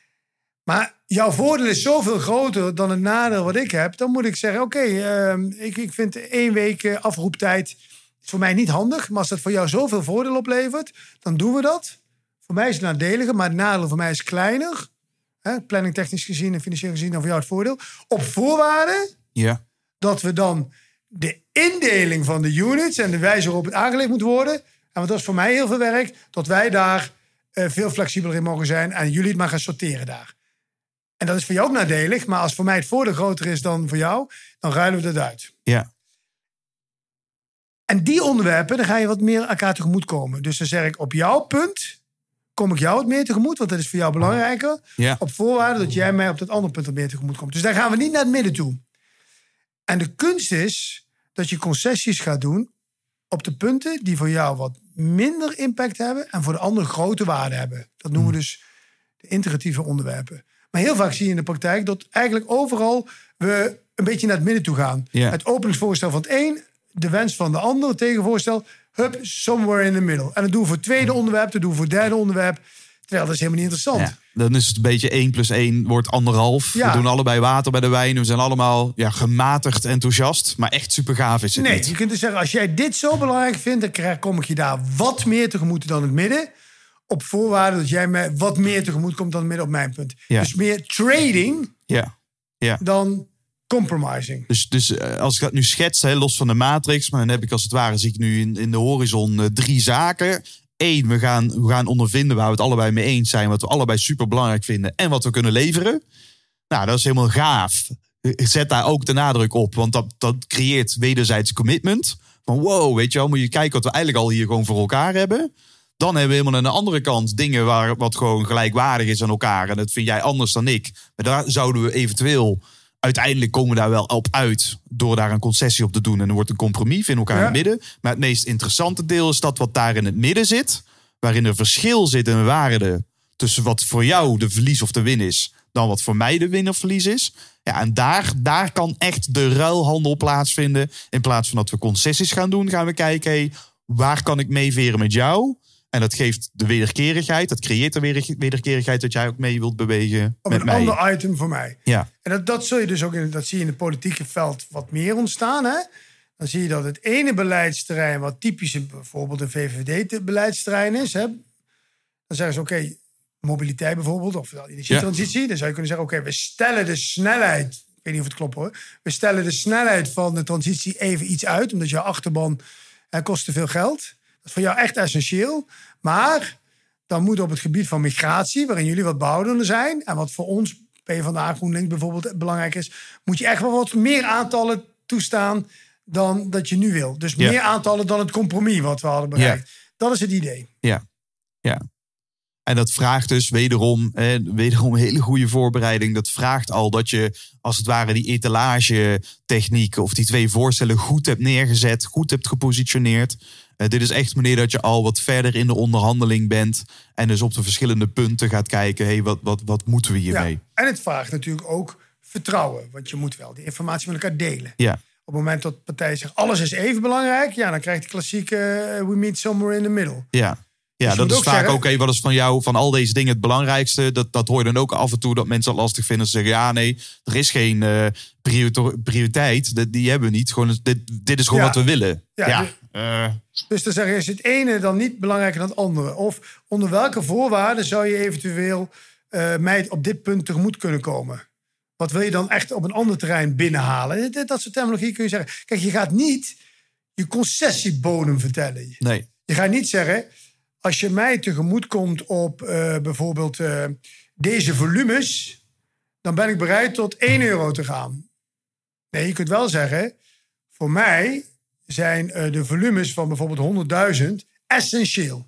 Maar jouw voordeel is zoveel groter dan het nadeel wat ik heb. Dan moet ik zeggen, oké, okay, uh, ik, ik vind één week uh, afroeptijd is voor mij niet handig. Maar als dat voor jou zoveel voordeel oplevert, dan doen we dat. Voor mij is het nadeliger, maar het nadeel voor mij is kleiner. Hè, planning technisch gezien en financieel gezien dan voor jou het voordeel. Op voorwaarde Ja. dat we dan de indeling van de units en de wijze waarop het aangelegd moet worden. En want dat is voor mij heel veel werk. Dat wij daar uh, veel flexibeler in mogen zijn en jullie het maar gaan sorteren daar. En dat is voor jou ook nadelig. Maar als voor mij het voordeel groter is dan voor jou, dan ruilen we dat uit. Ja. En die onderwerpen, dan ga je wat meer elkaar tegemoet komen. Dus dan zeg ik, op jouw punt kom ik jou wat meer tegemoet, want dat is voor jou belangrijker. Ja. Op voorwaarde dat jij mij op dat andere punt wat meer tegemoet komt. Dus daar gaan we niet naar het midden toe. En de kunst is dat je concessies gaat doen op de punten die voor jou wat minder impact hebben en voor de ander grote waarde hebben. Dat noemen we dus de integratieve onderwerpen. Maar heel vaak zie je in de praktijk dat eigenlijk overal we een beetje naar het midden toe gaan. Ja. Het openingsvoorstel van het een, de wens van de ander, het tegenvoorstel, hup, somewhere in the middle. En dat doen we voor het tweede onderwerp, dat doen we voor het derde onderwerp. Terwijl dat is helemaal niet interessant. Ja. Dan is het een beetje één plus één wordt anderhalf. Ja. We doen allebei water bij de wijn. We zijn allemaal ja, gematigd enthousiast. Maar echt super gaaf is het Nee, niet. je kunt dus zeggen, als jij dit zo belangrijk vindt, dan krijg, kom ik je daar wat meer tegemoet dan het midden. Op voorwaarde dat jij mij wat meer tegemoet komt dan het midden op mijn punt. Ja. Dus meer trading Ja. Ja. dan compromising. Dus, dus uh, als ik dat nu schets, hè, los van de matrix, maar dan heb ik als het ware, zie ik nu in, in de horizon uh, drie zaken. Eén, we gaan, we gaan ondervinden waar we het allebei mee eens zijn, wat we allebei super belangrijk vinden en wat we kunnen leveren. Nou, dat is helemaal gaaf. Zet daar ook de nadruk op, want dat, dat creëert wederzijds commitment. Van wow, weet je wel, moet je kijken wat we eigenlijk al hier gewoon voor elkaar hebben. Dan hebben we helemaal aan de andere kant dingen waar wat gewoon gelijkwaardig is aan elkaar. En dat vind jij anders dan ik. Maar daar zouden we eventueel... Uiteindelijk komen we daar wel op uit door daar een concessie op te doen. En er wordt een compromis, vinden elkaar Ja. in het midden. Maar het meest interessante deel is dat wat daar in het midden zit. Waarin er verschil zit in waarde tussen wat voor jou de verlies of de win is. Dan wat voor mij de win of verlies is. Ja, en daar, daar kan echt de ruilhandel plaatsvinden. In plaats van dat we concessies gaan doen, gaan we kijken. Hey, waar kan ik meeveren met jou? En dat geeft de wederkerigheid. Dat creëert de weder- wederkerigheid dat jij ook mee wilt bewegen Op met een mij. ander item voor mij. Ja. En dat, dat zul je dus ook in, dat zie je in het politieke veld wat meer ontstaan. Hè? Dan zie je dat het ene beleidsterrein, wat typisch een- bijvoorbeeld een V V D-beleidsterrein is. Hè? Dan zeggen ze, oké, okay, mobiliteit bijvoorbeeld, of energietransitie. Ja. Dan zou je kunnen zeggen, oké, okay, we stellen de snelheid... Ik weet niet of het klopt hoor. We stellen de snelheid van de transitie even iets uit. Omdat jouw achterban hè, kost te veel geld. Dat is voor jou echt essentieel. Maar dan moet op het gebied van migratie, waarin jullie wat behoudender zijn... en wat voor ons, PvdA, GroenLinks bijvoorbeeld, belangrijk is... moet je echt wel wat meer aantallen toestaan dan dat je nu wil. Dus Ja. meer aantallen dan het compromis wat we hadden bereikt. Ja. Dat is het idee. Ja, ja. En dat vraagt dus wederom, eh, wederom een hele goede voorbereiding. Dat vraagt al dat je als het ware die etalage-techniek... of die twee voorstellen goed hebt neergezet, goed hebt gepositioneerd. Uh, dit is echt wanneer dat je al wat verder in de onderhandeling bent... en dus op de verschillende punten gaat kijken... hey, wat, wat, wat moeten we hiermee? Ja. En het vraagt natuurlijk ook vertrouwen. Want je moet wel die informatie met elkaar delen. Ja. Op het moment dat partijen zeggen alles is even belangrijk... ja, dan krijg je de klassieke uh, we meet somewhere in the middle. Ja. Ja, dus dat is ook vaak zeggen, oké, okay, wat is van jou, van al deze dingen het belangrijkste? Dat, dat hoor je dan ook af en toe dat mensen het lastig vinden. Ze zeggen, ja nee, er is geen uh, prioriteit. Dat, die hebben we niet. Gewoon, dit, dit is gewoon ja. wat we willen. Ja, ja. Dus, uh. dus dan zeggen, is het ene dan niet belangrijker dan het andere? Of onder welke voorwaarden zou je eventueel uh, mij op dit punt tegemoet kunnen komen? Wat wil je dan echt op een ander terrein binnenhalen? Dat, dat soort terminologie kun je zeggen. Kijk, je gaat niet je concessiebodem vertellen. Nee. Je gaat niet zeggen... Als je mij tegemoet komt op uh, bijvoorbeeld uh, deze volumes... dan ben ik bereid tot één euro te gaan. Nee, je kunt wel zeggen... voor mij zijn uh, de volumes van bijvoorbeeld honderdduizend essentieel.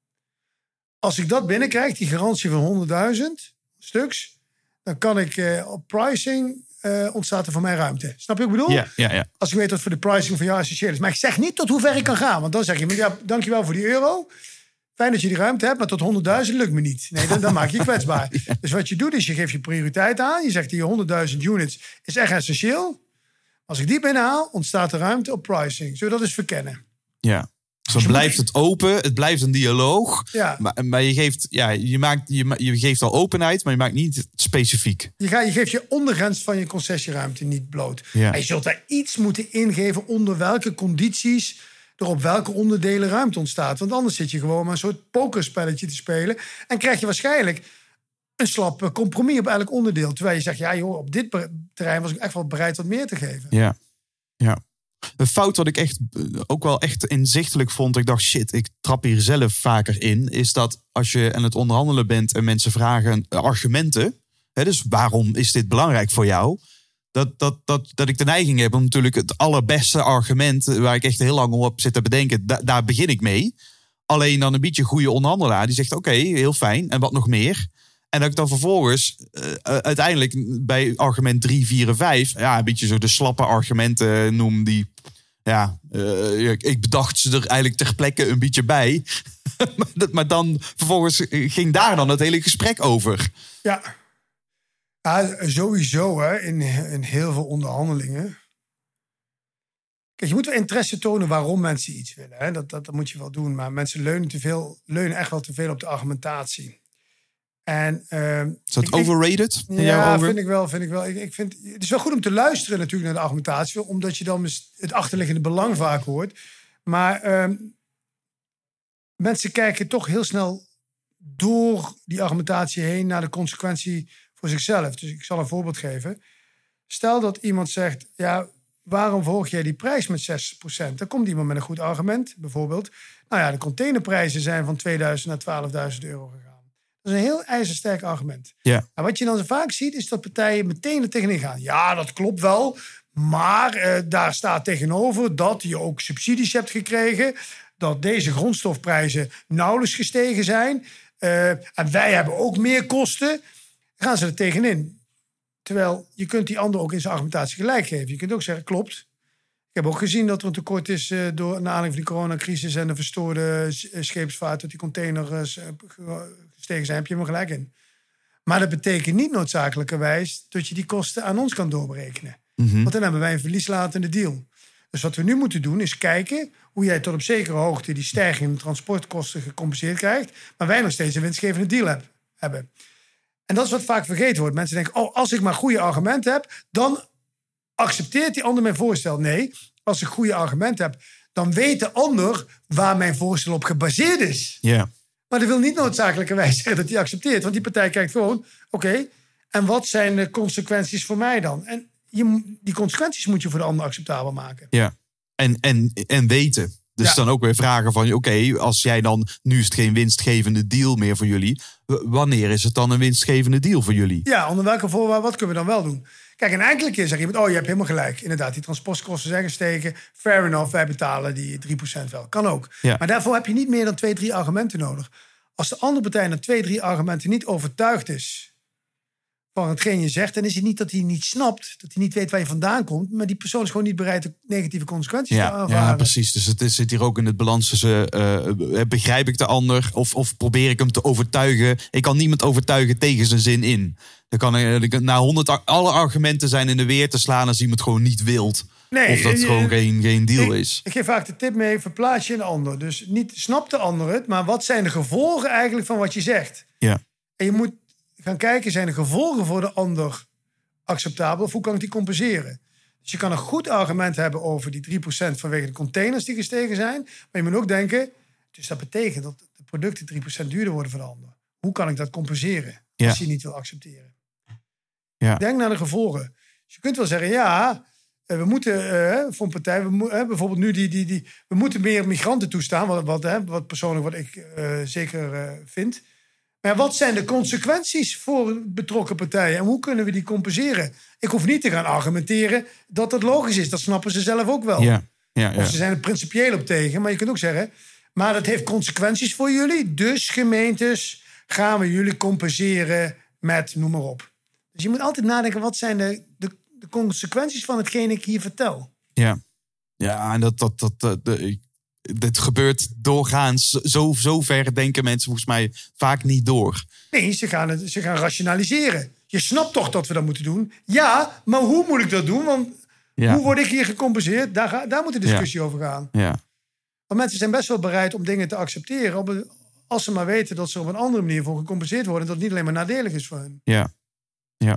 Als ik dat binnenkrijg, die garantie van honderdduizend stuks... dan kan ik uh, op pricing... Uh, ontstaat er voor mij ruimte. Snap je wat ik bedoel? Ja, ja, ja. Als ik weet wat voor de pricing van jou essentieel is. Maar ik zeg niet tot hoe ver ik kan gaan. Want dan zeg je, ja, dankjewel voor die euro... Fijn dat je die ruimte hebt, maar tot honderdduizend lukt me niet. Nee, dan, dan maak je je kwetsbaar. Ja. Dus wat je doet, is je geeft je prioriteit aan. Je zegt, die honderdduizend units is echt essentieel. Als ik die binnenhaal, ontstaat er ruimte op pricing. Zullen we dat eens verkennen? Ja. Dus dan blijft het open, het blijft een dialoog. Ja. Maar, maar je, geeft, ja, je, maakt, je, je geeft al openheid, maar je maakt niet specifiek. Je, gaat, je geeft je ondergrens van je concessieruimte niet bloot. Ja. En je zult daar iets moeten ingeven onder welke condities... er op welke onderdelen ruimte ontstaat. Want anders zit je gewoon maar een soort pokerspelletje te spelen... en krijg je waarschijnlijk een slap compromis op elk onderdeel. Terwijl je zegt, ja joh, op dit terrein was ik echt wel bereid wat meer te geven. Ja, ja. Een fout wat ik echt ook wel echt inzichtelijk vond... ik dacht, shit, ik trap hier zelf vaker in... is dat als je aan het onderhandelen bent en mensen vragen argumenten... Hè, dus waarom is dit belangrijk voor jou... Dat, dat, dat, dat ik de neiging heb om natuurlijk het allerbeste argument... waar ik echt heel lang op zit te bedenken, da, daar begin ik mee. Alleen dan een beetje een goede onderhandelaar die zegt... oké, okay, heel fijn, en wat nog meer? En dat ik dan vervolgens uh, uiteindelijk bij argument drie, vier en vijf... ja, een beetje zo de slappe argumenten noem die... ja, uh, ik bedacht ze er eigenlijk ter plekke een beetje bij. Maar dan vervolgens ging daar dan het hele gesprek over. Ja. Ja, sowieso hè, in, in heel veel onderhandelingen. Kijk, je moet wel interesse tonen waarom mensen iets willen. Hè. Dat, dat, dat moet je wel doen. Maar mensen leunen, te veel, leunen echt wel te veel op de argumentatie. En, uh, is dat ik, overrated? Ik, ja, vind ik wel. Vind ik wel. Ik, ik vind, het is wel goed om te luisteren natuurlijk naar de argumentatie. Omdat je dan het achterliggende belang vaak hoort. Maar uh, mensen kijken toch heel snel door die argumentatie heen naar de consequentie voor zichzelf. Dus ik zal een voorbeeld geven. Stel dat iemand zegt, ja, waarom verhoog jij die prijs met zes procent? Dan komt iemand met een goed argument, bijvoorbeeld. Nou ja, de containerprijzen zijn van tweeduizend naar twaalfduizend euro gegaan. Dat is een heel ijzersterk argument. Ja. En wat je dan zo vaak ziet, is dat partijen meteen er tegenin gaan. Ja, dat klopt wel. Maar uh, daar staat tegenover dat je ook subsidies hebt gekregen. dat deze grondstofprijzen nauwelijks gestegen zijn. Uh, en wij hebben ook meer kosten. Gaan ze er tegenin. Terwijl je kunt die ander ook in zijn argumentatie gelijk geven. Je kunt ook zeggen, klopt. Ik heb ook gezien dat er een tekort is uh, door naar aanleiding van die coronacrisis en de verstoorde scheepsvaart, dat die containers uh, gestegen zijn. Heb je hem gelijk in. Maar dat betekent niet noodzakelijkerwijs dat je die kosten aan ons kan doorberekenen. Mm-hmm. Want dan hebben wij een verlieslatende deal. Dus wat we nu moeten doen is kijken hoe jij tot op zekere hoogte die stijging in de transportkosten gecompenseerd krijgt, maar wij nog steeds een winstgevende deal heb, hebben. En dat is wat vaak vergeten wordt. Mensen denken, oh, als ik maar goede argumenten heb, dan accepteert die ander mijn voorstel. Nee, als ik goede argumenten heb, dan weet de ander waar mijn voorstel op gebaseerd is. Ja. Yeah. Maar dat wil niet noodzakelijkerwijs zeggen dat hij accepteert. Want die partij kijkt gewoon, oké, okay, en wat zijn de consequenties voor mij dan? En je, die consequenties moet je voor de ander acceptabel maken. Ja, en, en, en weten. Dus ja. Dan ook weer vragen van, oké, okay, als jij dan, nu is het geen winstgevende deal meer voor jullie. Wanneer is het dan een winstgevende deal voor jullie? Ja, onder welke voorwaarden, wat kunnen we dan wel doen? Kijk, en enkele keer zeg je, oh, je hebt helemaal gelijk. Inderdaad, die transportkosten zijn gestegen. Fair enough, wij betalen die drie procent wel. Kan ook. Ja. Maar daarvoor heb je niet meer dan twee, drie argumenten nodig. Als de andere partij na twee, drie argumenten niet overtuigd is van hetgeen je zegt, dan is het niet dat hij niet snapt, dat hij niet weet waar je vandaan komt, maar die persoon is gewoon niet bereid de negatieve consequenties ja, te aanvaren. Ja, precies. Dus het is, zit hier ook in het balans tussen, uh, begrijp ik de ander of, of probeer ik hem te overtuigen. Ik kan niemand overtuigen tegen zijn zin in. Dan kan ik, na honderd, alle argumenten zijn in de weer te slaan als iemand gewoon niet wilt. Nee, of dat het gewoon geen, geen deal ik, is. Ik geef vaak de tip mee, verplaats je een ander. Dus niet snapt de ander het, maar wat zijn de gevolgen eigenlijk van wat je zegt? Ja. En je moet gaan kijken, zijn de gevolgen voor de ander acceptabel? Of hoe kan ik die compenseren? Dus je kan een goed argument hebben over die drie procent vanwege de containers die gestegen zijn. Maar je moet ook denken, dus dat betekent dat de producten drie procent duurder worden voor de ander. Hoe kan ik dat compenseren ja. als je niet wil accepteren? Ja. Denk naar de gevolgen. Dus je kunt wel zeggen, ja, we moeten uh, voor een partij, we mo- uh, bijvoorbeeld nu die, die, die, we moeten meer migranten toestaan, wat, wat, uh, wat persoonlijk wat ik uh, zeker uh, vind. Maar wat zijn de consequenties voor betrokken partijen en hoe kunnen we die compenseren? Ik hoef niet te gaan argumenteren dat het logisch is. Dat snappen ze zelf ook wel. Ja, ja, ja. Of ze zijn er principieel op tegen. Maar je kunt ook zeggen, maar dat heeft consequenties voor jullie. Dus gemeentes gaan we jullie compenseren met noem maar op. Dus je moet altijd nadenken, wat zijn de, de, de consequenties van hetgeen ik hier vertel? Ja, ja en dat... dat, dat, dat de, dit gebeurt doorgaans. Zo, zo ver denken mensen volgens mij vaak niet door. Nee, ze gaan, het, ze gaan rationaliseren. Je snapt toch dat we dat moeten doen? Ja, maar hoe moet ik dat doen? Want ja. hoe word ik hier gecompenseerd? Daar, ga, daar moet de discussie ja. over gaan. Ja. Want mensen zijn best wel bereid om dingen te accepteren, als ze maar weten dat ze op een andere manier voor gecompenseerd worden en dat het niet alleen maar nadelig is voor hen. Ja, ja.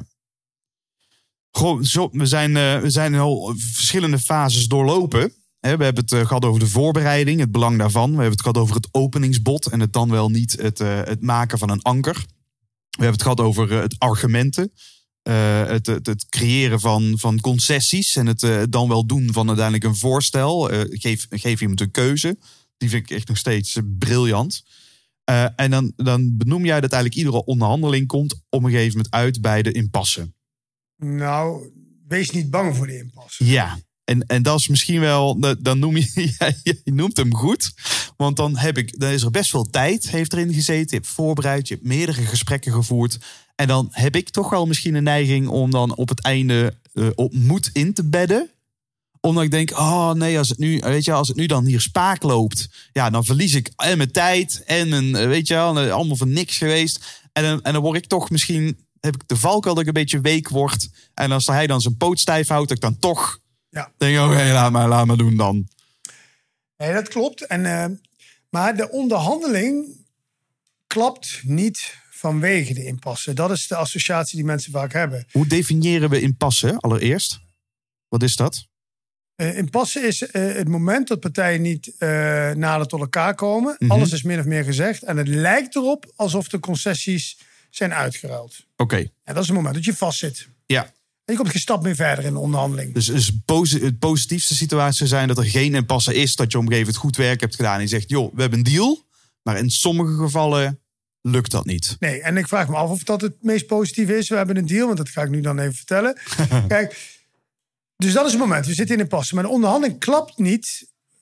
Goh, zo, we zijn, uh, we zijn al verschillende fases doorlopen. We hebben het gehad over de voorbereiding, het belang daarvan. We hebben het gehad over het openingsbod en het dan wel niet het, uh, het maken van een anker. We hebben het gehad over uh, het argumenten. Uh, het, het, het creëren van, van concessies en het uh, dan wel doen van uiteindelijk een voorstel. Uh, geef, geef iemand een keuze. Die vind ik echt nog steeds uh, briljant. Uh, en dan, dan benoem jij dat eigenlijk iedere onderhandeling komt op een gegeven moment uit bij de impasse. Nou, wees niet bang voor de impasse. Ja. En, en dat is misschien wel, dan noem je, je noemt hem goed. Want dan, heb ik, dan is er best veel tijd heeft erin gezeten. Je hebt voorbereid, je hebt meerdere gesprekken gevoerd. En dan heb ik toch wel misschien een neiging om dan op het einde uh, op moed in te bedden. Omdat ik denk, oh nee, als het nu, weet je, als het nu dan hier spaak loopt. Ja, dan verlies ik en mijn tijd en mijn, weet je wel, allemaal voor niks geweest. En dan, en dan word ik toch misschien, heb ik de valkuil dat ik een beetje week word. En als hij dan zijn poot stijf houdt, dat ik dan toch... Ja. Denk, oké, okay, laat, maar, laat maar doen dan. Nee, dat klopt. En, uh, maar de onderhandeling klapt niet vanwege de impasse. Dat is de associatie die mensen vaak hebben. Hoe definiëren we impasse allereerst? Wat is dat? Uh, impasse is uh, het moment dat partijen niet uh, nader tot elkaar komen. Mm-hmm. Alles is min of meer gezegd. En het lijkt erop alsof de concessies zijn uitgeruild. Oké. Okay. En dat is het moment dat je vastzit. Ja. En je komt geen stap meer verder in de onderhandeling. Dus, dus posi- het positiefste situatie zou zijn dat er geen impasse is. Dat je op een gegeven moment goed werk hebt gedaan. En je zegt, joh, we hebben een deal. Maar in sommige gevallen lukt dat niet. Nee, en ik vraag me af of dat het meest positieve is. We hebben een deal, want dat ga ik nu dan even vertellen. Kijk, dus dat is het moment. We zitten in een impasse. Maar de onderhandeling klapt niet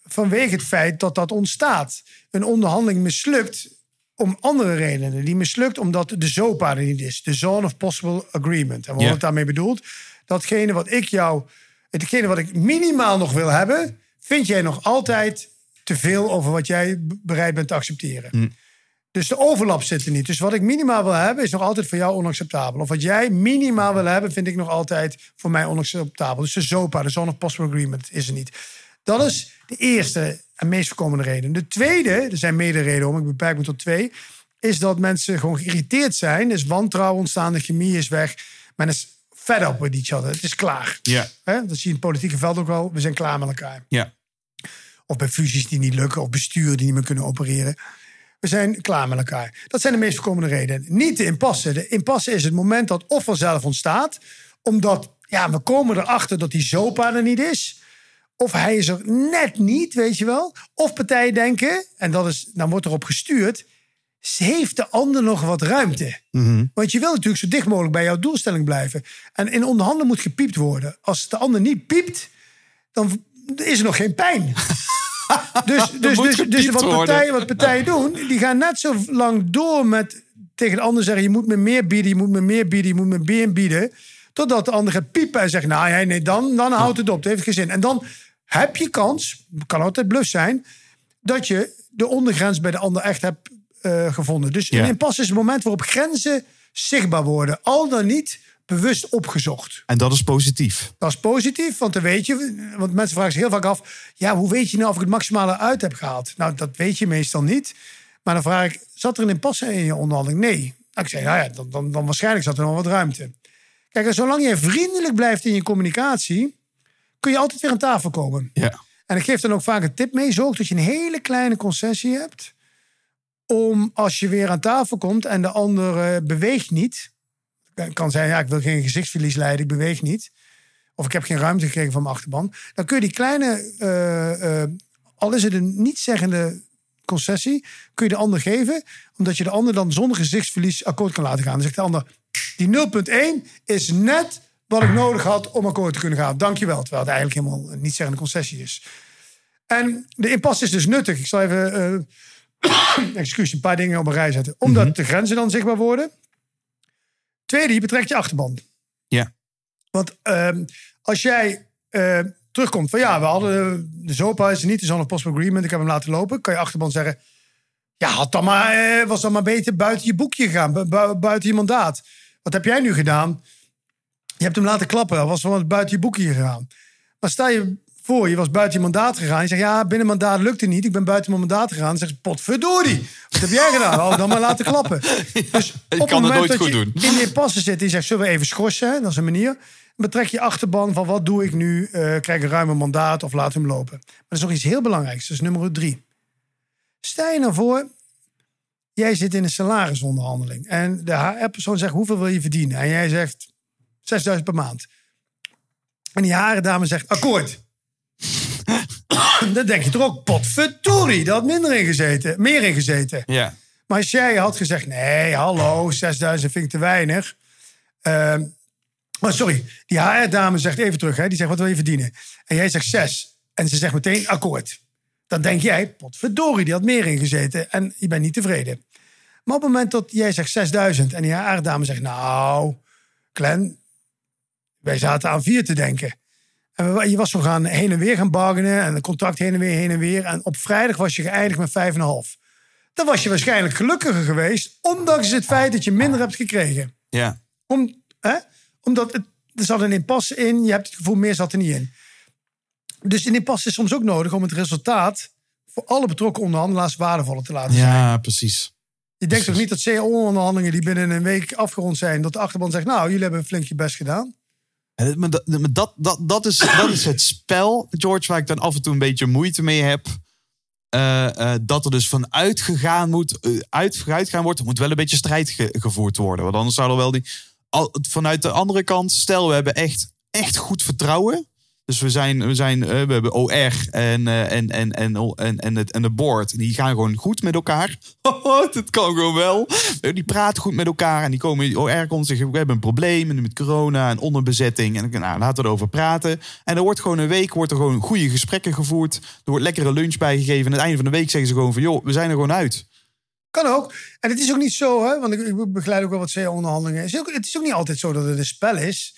vanwege het feit dat dat ontstaat. Een onderhandeling mislukt om andere redenen. Die mislukt omdat de ZOPA er niet is. De Zone of Possible Agreement. En wat Ja. het daarmee bedoelt, datgene wat ik jou... Hetgene wat ik minimaal nog wil hebben, vind jij nog altijd te veel over wat jij bereid bent te accepteren. Hm. Dus de overlap zit er niet. Dus wat ik minimaal wil hebben, is nog altijd voor jou onacceptabel. Of wat jij minimaal wil hebben, vind ik nog altijd voor mij onacceptabel. Dus de ZOPA, de Zone of Possible Agreement, is er niet. Dat is de eerste en meest voorkomende reden. De tweede, er zijn meerdere redenen om, ik beperk me tot twee, is dat mensen gewoon geïrriteerd zijn. Er is wantrouwen ontstaan, de chemie is weg. Men is fed up with each other. Het is klaar. Ja. Hè? Dat zie je in het politieke veld ook wel. We zijn klaar met elkaar. Ja. Of bij fusies die niet lukken, of besturen die niet meer kunnen opereren. We zijn klaar met elkaar. Dat zijn de meest voorkomende redenen. Niet de impasse. De impasse is het moment dat of vanzelf ontstaat, omdat ja, we komen erachter dat die ZOPA er niet is. Of hij is er net niet, weet je wel. Of partijen denken, en dat is, dan wordt erop gestuurd, heeft de ander nog wat ruimte? Mm-hmm. Want je wil natuurlijk zo dicht mogelijk bij jouw doelstelling blijven. En in onderhandelen moet gepiept worden. Als de ander niet piept, dan is er nog geen pijn. dus dus, dus, dus wat, partijen, wat partijen doen, die gaan net zo lang door met tegen de ander zeggen, je moet me meer bieden, je moet me meer bieden, je moet me meer bieden. Totdat de ander gaat piepen en zegt, nou ja, nee, dan, dan houdt het op, dat heeft geen zin. En dan heb je kans, kan altijd bluff zijn, dat je de ondergrens bij de ander echt hebt uh, gevonden. Dus Ja. een impasse is het moment waarop grenzen zichtbaar worden. Al dan niet bewust opgezocht. En dat is positief. Dat is positief, want dan weet je, want mensen vragen zich heel vaak af, ja, hoe weet je nou of ik het maximale uit heb gehaald? Nou, dat weet je meestal niet. Maar dan vraag ik, zat er een impasse in je onderhandeling? Nee. Nou, ik zeg, nou ja, dan, dan, dan waarschijnlijk zat er nog wat ruimte. Kijk, en zolang je vriendelijk blijft in je communicatie, kun je altijd weer aan tafel komen. Ja. En ik geef dan ook vaak een tip mee. Zorg dat je een hele kleine concessie hebt. Om als je weer aan tafel komt en de ander uh, beweegt niet. Kan zijn, ja, ik wil geen gezichtsverlies lijden, ik beweeg niet. Of ik heb geen ruimte gekregen van mijn achterban. Dan kun je die kleine, uh, uh, al is het een niet-zeggende concessie, kun je de ander geven. Omdat je de ander dan zonder gezichtsverlies akkoord kan laten gaan. Dan zegt de ander, die nul punt één is net wat ik nodig had om akkoord te kunnen gaan. Dankjewel. Terwijl het eigenlijk helemaal een niet-zeggende concessie is. En de impasse is dus nuttig. Ik zal even uh, excuus, een paar dingen op een rij zetten. Omdat mm-hmm. de grenzen dan zichtbaar worden. Tweede, je betrekt je achterban. Ja. Want uh, als jij uh, terugkomt van ja, we hadden de ZOPA is er niet, de Zone of Possible Agreement, ik heb hem laten lopen, kan je achterban zeggen, ja, had dan maar, uh, was dan maar beter buiten je boekje gegaan, bu- bu- buiten je mandaat. Wat heb jij nu gedaan? Je hebt hem laten klappen, was wel buiten je boekje gegaan. Maar sta je voor, je was buiten je mandaat gegaan. Je zegt, ja, binnen mandaat lukte niet. Ik ben buiten mijn mandaat gegaan. Dan zegt ze, potverdorie. Wat heb jij gedaan? Had dan maar laten klappen. Dus je op kan het het nooit dat goed je doen. in de impasse zit, die zegt, zullen we even schorsen? Dat is een manier. Betrek je achterban van, wat doe ik nu? Uh, krijg ik een ruime mandaat of laat hem lopen? Maar dat is nog iets heel belangrijks. Dat is nummer drie. Stel je nou voor, jij zit in een salarisonderhandeling. En de H R-persoon zegt, hoeveel wil je verdienen? En jij zegt, zesduizend per maand. En die H R-dame zegt, akkoord. Dan denk je toch ook, potverdorie, dat had minder in gezeten, meer in gezeten. Ja. Maar als jij had gezegd, nee, hallo, zesduizend vind ik te weinig. Uh, maar sorry, die H R-dame zegt even terug, hè, die zegt, wat wil je verdienen? En jij zegt zes. En ze zegt meteen, akkoord. Dan denk jij, potverdorie, die had meer in gezeten. En je bent niet tevreden. Maar op het moment dat jij zegt zesduizend en die H R-dame zegt, nou, Glenn, wij zaten aan vier te denken. En je was zo gaan heen en weer gaan bargainen. En een contract heen en weer, heen en weer. En op vrijdag was je geëindigd met vijf komma vijf. Dan was je waarschijnlijk gelukkiger geweest. Ondanks het feit dat je minder hebt gekregen. Ja. Om, hè? Omdat het, er zat een impasse in. Je hebt het gevoel, meer zat er niet in. Dus een impasse is soms ook nodig om het resultaat voor alle betrokken onderhandelaars waardevoller te laten zijn. Ja, precies. Je denkt toch niet dat C A O-onderhandelingen die binnen een week afgerond zijn, dat de achterban zegt, nou, jullie hebben flink je best gedaan. Maar dat, dat, dat, dat, is, dat is het spel, George, waar ik dan af en toe een beetje moeite mee heb. Uh, uh, dat er dus vanuit gegaan moet, uh, uit, uitgaan wordt, er moet wel een beetje strijd ge, gevoerd worden. Want anders zou er wel die. Al, vanuit de andere kant, stel we hebben echt, echt goed vertrouwen. Dus we zijn, we zijn, uh, we hebben O R en, uh, en, en, en, en, en, het, en de board. Die gaan gewoon goed met elkaar. Dat kan gewoon wel. Die praten goed met elkaar. En die komen, O R komt zeggen, we hebben een probleem met corona en onderbezetting. En nou, laten we erover praten. En er wordt gewoon een week, wordt er gewoon goede gesprekken gevoerd. Er wordt lekkere lunch bijgegeven. En aan het einde van de week zeggen ze gewoon van, joh, we zijn er gewoon uit. Kan ook. En het is ook niet zo, hè, want ik, ik begeleid ook wel wat C E O-onderhandelingen. Het is ook, het is ook niet altijd zo dat het een spel is.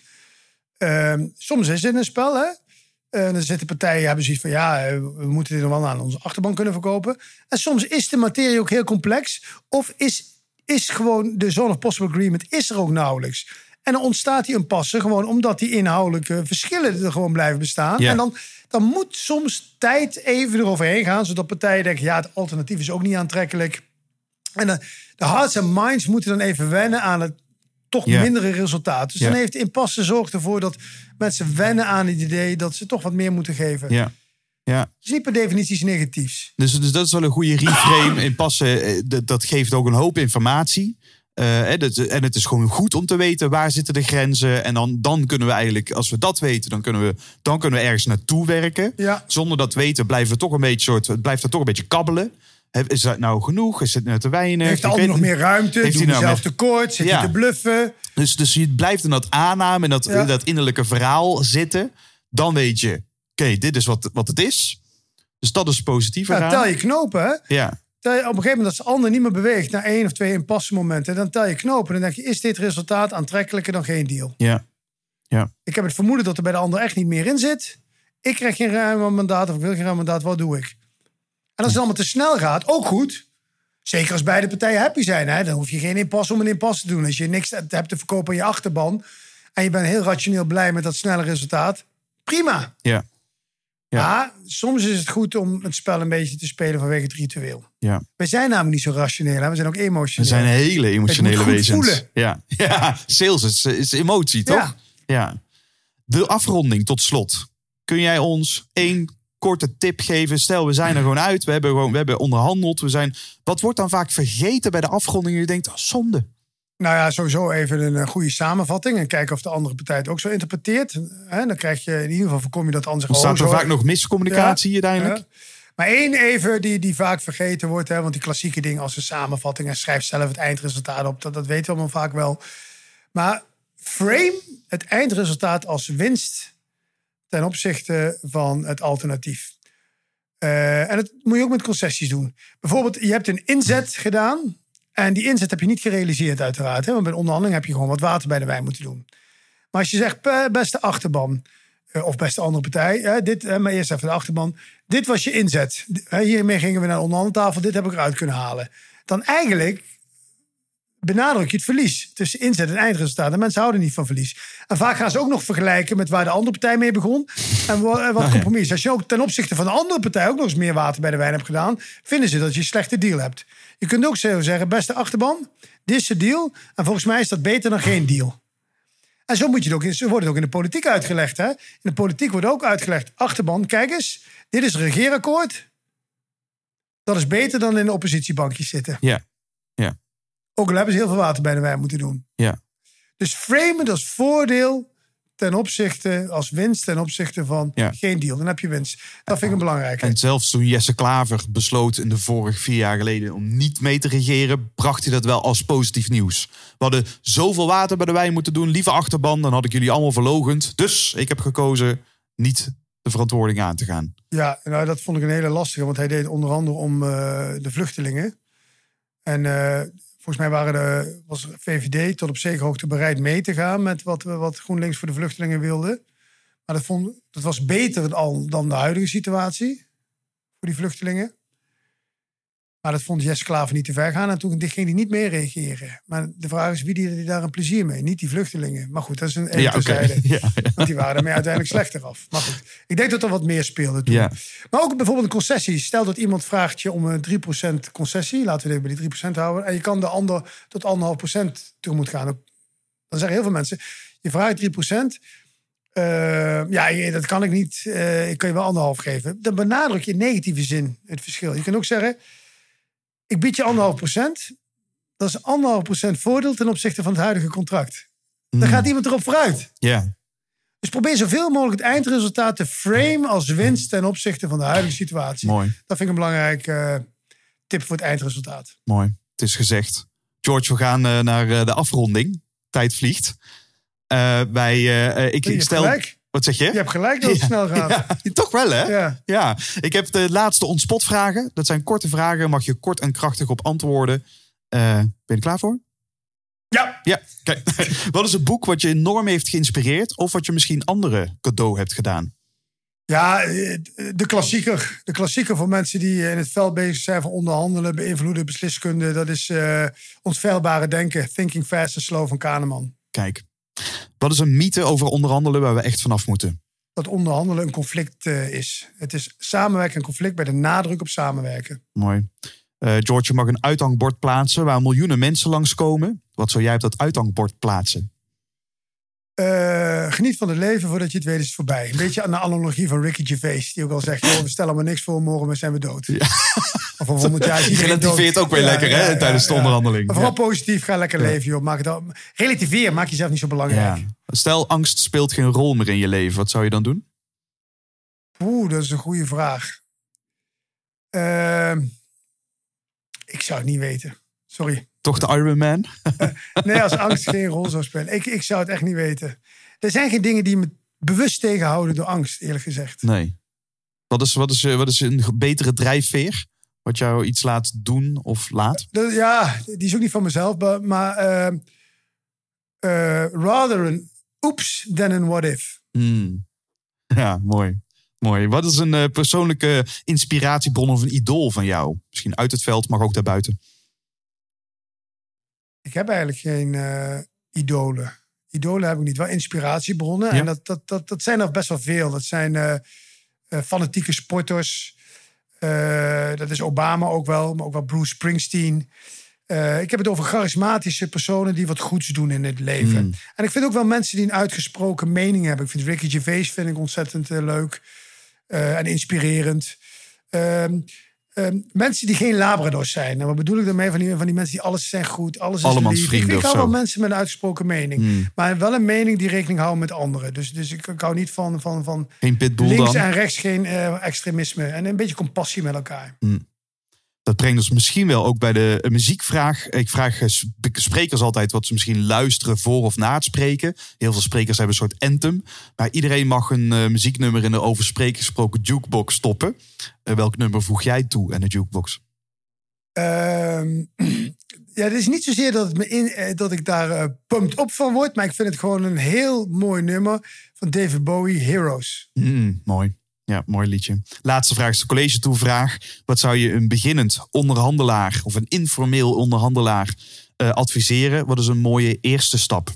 Um, soms is het een spel, hè. Uh, dan zitten partijen, hebben zoiets van, ja, we moeten dit nog wel aan onze achterban kunnen verkopen. En soms is de materie ook heel complex. Of is, is gewoon de zone of possible agreement is er ook nauwelijks. En dan ontstaat die impasse gewoon omdat die inhoudelijke verschillen er gewoon blijven bestaan. Ja. En dan, dan moet soms tijd even eroverheen gaan, zodat partijen denken, ja, het alternatief is ook niet aantrekkelijk. En de, de hearts en minds moeten dan even wennen aan het toch yeah. mindere resultaat. Dus yeah. dan heeft de impasse zorgt ervoor dat mensen wennen aan het idee dat ze toch wat meer moeten geven. Ja. Ja. Dat is niet per definitie iets negatiefs. Dus, dus dat is wel een goede reframe. Impasse, dat, dat geeft ook een hoop informatie. Uh, en het is gewoon goed om te weten waar zitten de grenzen. En dan, dan kunnen we eigenlijk, als we dat weten, dan kunnen we, dan kunnen we ergens naartoe werken. Ja. Zonder dat weten blijven we toch een beetje soort, het blijft er toch een beetje kabbelen. Is dat nou genoeg? Is het nou te weinig? Heeft de ander nog meer ruimte? Heeft hij nou zelf tekort? Zit hij te bluffen? Dus, dus je blijft in dat aanname, in dat, ja. dat innerlijke verhaal zitten. Dan weet je, oké, okay, dit is wat, wat het is. Dus dat is positief. Ja, tel je knopen, hè? Ja. Tel je op een gegeven moment dat de ander niet meer beweegt naar één of twee impasse momenten. Dan tel je knopen en dan denk je, is dit resultaat aantrekkelijker dan geen deal? Ja. Ja. Ik heb het vermoeden dat er bij de ander echt niet meer in zit. Ik krijg geen ruim mandaat of ik wil geen ruim mandaat. Wat doe ik? En als het allemaal te snel gaat, ook goed. Zeker als beide partijen happy zijn. Hè? Dan hoef je geen impasse om een impasse te doen. Als je niks hebt te verkopen aan je achterban en je bent heel rationeel blij met dat snelle resultaat. Prima. Ja. Ja. Maar soms is het goed om het spel een beetje te spelen vanwege het ritueel. Ja. Wij zijn namelijk niet zo rationeel. Hè? We zijn ook emotioneel. We zijn hele emotionele wezens. Voelen. Ja. Ja, sales is, is emotie, toch? Ja. Ja. De afronding tot slot. Kun jij ons één korte tip geven? Stel, we zijn er gewoon uit. We hebben, gewoon, we hebben onderhandeld. We zijn... Wat wordt dan vaak vergeten bij de afronding? Je denkt, oh, zonde. Nou ja, sowieso even een goede samenvatting. En kijken of de andere partij het ook zo interpreteert. En dan krijg je in ieder geval voorkom je dat anders. Dan staat er vaak nog miscommunicatie ja, uiteindelijk. Ja. Maar één even die, die vaak vergeten wordt. Hè, want die klassieke dingen als een samenvatting. En schrijf zelf het eindresultaat op. Dat, dat weten we allemaal vaak wel. Maar frame het eindresultaat als winst ten opzichte van het alternatief. Uh, en dat moet je ook met concessies doen. Bijvoorbeeld, je hebt een inzet gedaan. En die inzet heb je niet gerealiseerd uiteraard. Hè? Want bij de onderhandeling heb je gewoon wat water bij de wijn moeten doen. Maar als je zegt, beste achterban, of beste andere partij, hè, dit, hè, maar eerst even de achterban. Dit was je inzet. Hiermee gingen we naar de onderhandeltafel. Dit heb ik eruit kunnen halen. Dan eigenlijk benadruk je het verlies tussen inzet en eindresultaat. En mensen houden niet van verlies. En vaak gaan ze ook nog vergelijken met waar de andere partij mee begon. En wat compromis. Als je ook ten opzichte van de andere partij ook nog eens meer water bij de wijn hebt gedaan, vinden ze dat je een slechte deal hebt. Je kunt ook zo zeggen, beste achterban, dit is de deal. En volgens mij is dat beter dan geen deal. En zo, moet je het ook in, zo wordt het ook in de politiek uitgelegd. Hè? In de politiek wordt ook uitgelegd, achterban, kijk eens, dit is een regeerakkoord. Dat is beter dan in de oppositiebankjes zitten. Ja, ja. Ook al hebben ze heel veel water bij de wijn moeten doen. Ja. Dus framen als voordeel ten opzichte, als winst ten opzichte van ja. geen deal. Dan heb je winst. Dat vind ik een belangrijke. En zelfs toen Jesse Klaver besloot in de vorige vier jaar geleden om niet mee te regeren, bracht hij dat wel als positief nieuws. We hadden zoveel water bij de wijn moeten doen. Lieve achterban, dan had ik jullie allemaal verloochend. Dus ik heb gekozen niet de verantwoording aan te gaan. Ja, nou dat vond ik een hele lastige. Want hij deed onder andere om uh, de vluchtelingen. En uh, volgens mij waren de, was V V D tot op zekere hoogte bereid mee te gaan met wat, wat GroenLinks voor de vluchtelingen wilde. Maar dat, vond, dat was beter al dan de huidige situatie voor die vluchtelingen. Maar dat vond Jesse Klaver niet te ver gaan. En toen ging hij niet meer reageren. Maar de vraag is, wie die daar een plezier mee? Niet die vluchtelingen. Maar goed, dat is een één ja, terzijde. Okay. Ja, ja. Want die waren daarmee uiteindelijk slechter af. Maar goed, ik denk dat er wat meer speelde toen. Ja. Maar ook bijvoorbeeld een concessie. Stel dat iemand vraagt je om een drie procent concessie. Laten we het even bij die drie procent houden. En je kan de ander tot anderhalf procent tegemoet gaan. Dan zeggen heel veel mensen, je vraagt drie procent. Uh, ja, dat kan ik niet. Uh, ik kan je wel anderhalf geven. Dan benadruk je in negatieve zin het verschil. Je kunt ook zeggen, ik bied je anderhalf procent. Dat is anderhalf procent voordeel ten opzichte van het huidige contract. Dan gaat iemand erop vooruit. Ja. Dus probeer zoveel mogelijk het eindresultaat te frame als winst ten opzichte van de huidige situatie. Mooi. Dat vind ik een belangrijke uh, tip voor het eindresultaat. Mooi, het is gezegd. George, we gaan uh, naar uh, de afronding. Tijd vliegt. Uh, bij, uh, ik, ik stel... Gelijk. Wat zeg je? Je hebt gelijk dat het ja, snel gaat. Ja, toch wel, hè? Ja. ja. Ik heb de laatste ontspotvragen. Dat zijn korte vragen. Mag je kort en krachtig op antwoorden. Uh, ben je er klaar voor? Ja. Ja. Kijk. Wat is een boek wat je enorm heeft geïnspireerd? Of wat je misschien anderen cadeau hebt gedaan? Ja, de klassieker. De klassieker voor mensen die in het veld bezig zijn van onderhandelen, beïnvloeden, besliskunde. Dat is uh, Onfeilbare denken. Thinking Fast and Slow van Kahneman. Kijk. Wat is een mythe over onderhandelen waar we echt vanaf moeten? Dat onderhandelen een conflict uh, is. Het is samenwerken en conflict bij de nadruk op samenwerken. Mooi. Uh, George, je mag een uithangbord plaatsen waar miljoenen mensen langskomen. Wat zou jij op dat uithangbord plaatsen? Uh, geniet van het leven voordat je het weet is het voorbij. Een beetje aan de analogie van Ricky Gervais. Die ook al zegt, joh, we stellen maar niks voor, morgen zijn we dood. Ja. Of over honderd jaar is iedereen dood. Relativeert ook weer ja, lekker, ja, hè, ja, tijdens de ja, onderhandeling. Maar vooral ja. positief, ga lekker ja. leven, joh. Maak het al, relativeer, maak jezelf niet zo belangrijk. Ja. Stel, angst speelt geen rol meer in je leven. Wat zou je dan doen? Oeh, dat is een goede vraag. Uh, ik zou het niet weten. Sorry. Toch de Iron Man? Nee, als angst geen rol zou spelen. Ik, ik zou het echt niet weten. Er zijn geen dingen die me bewust tegenhouden door angst, eerlijk gezegd. Nee. Wat is, wat is, wat is een betere drijfveer? Wat jou iets laat doen of laat? Ja, die is ook niet van mezelf. Maar uh, uh, rather een oops than een what if. Mm. Ja, mooi. Mooi. Wat is een uh, persoonlijke inspiratiebron of een idool van jou? Misschien uit het veld, maar ook daarbuiten. Ik heb eigenlijk geen uh, idolen. Idolen heb ik niet. Wel inspiratiebronnen. Ja. En dat, dat, dat, dat zijn er best wel veel. Dat zijn uh, uh, fanatieke sporters. Uh, dat is Obama ook wel. Maar ook wel Bruce Springsteen. Uh, ik heb het over charismatische personen die wat goeds doen in het leven. Mm. En ik vind ook wel mensen die een uitgesproken mening hebben. Ik vind Ricky Gervais vind ik ontzettend uh, leuk. Uh, en inspirerend. Uh, Uh, mensen die geen labradors zijn. Nou, wat bedoel ik daarmee? Van die, van die mensen die alles zijn goed, alles is Allemans lief. vrienden ik of hou zo. wel mensen met een uitgesproken mening. Hmm. Maar wel een mening die rekening houden met anderen. Dus, dus ik, ik hou niet van, van, van geen pitbull links dan. en rechts geen uh, extremisme. En een beetje compassie met elkaar. Hmm. Dat brengt ons misschien wel ook bij de uh, muziekvraag. Ik vraag uh, sprekers altijd wat ze misschien luisteren voor of na het spreken. Heel veel sprekers hebben een soort anthem. Maar iedereen mag een uh, muzieknummer in de over spreken gesproken jukebox stoppen. Uh, welk nummer voeg jij toe aan de jukebox? Uh, ja, het is niet zozeer dat, het me in, uh, dat ik daar uh, pumped op van word. Maar ik vind het gewoon een heel mooi nummer van David Bowie, Heroes. Mm, mooi. Ja, mooi liedje. Laatste vraag is de college toevraag. Wat zou je een beginnend onderhandelaar of een informeel onderhandelaar uh, adviseren? Wat is een mooie eerste stap?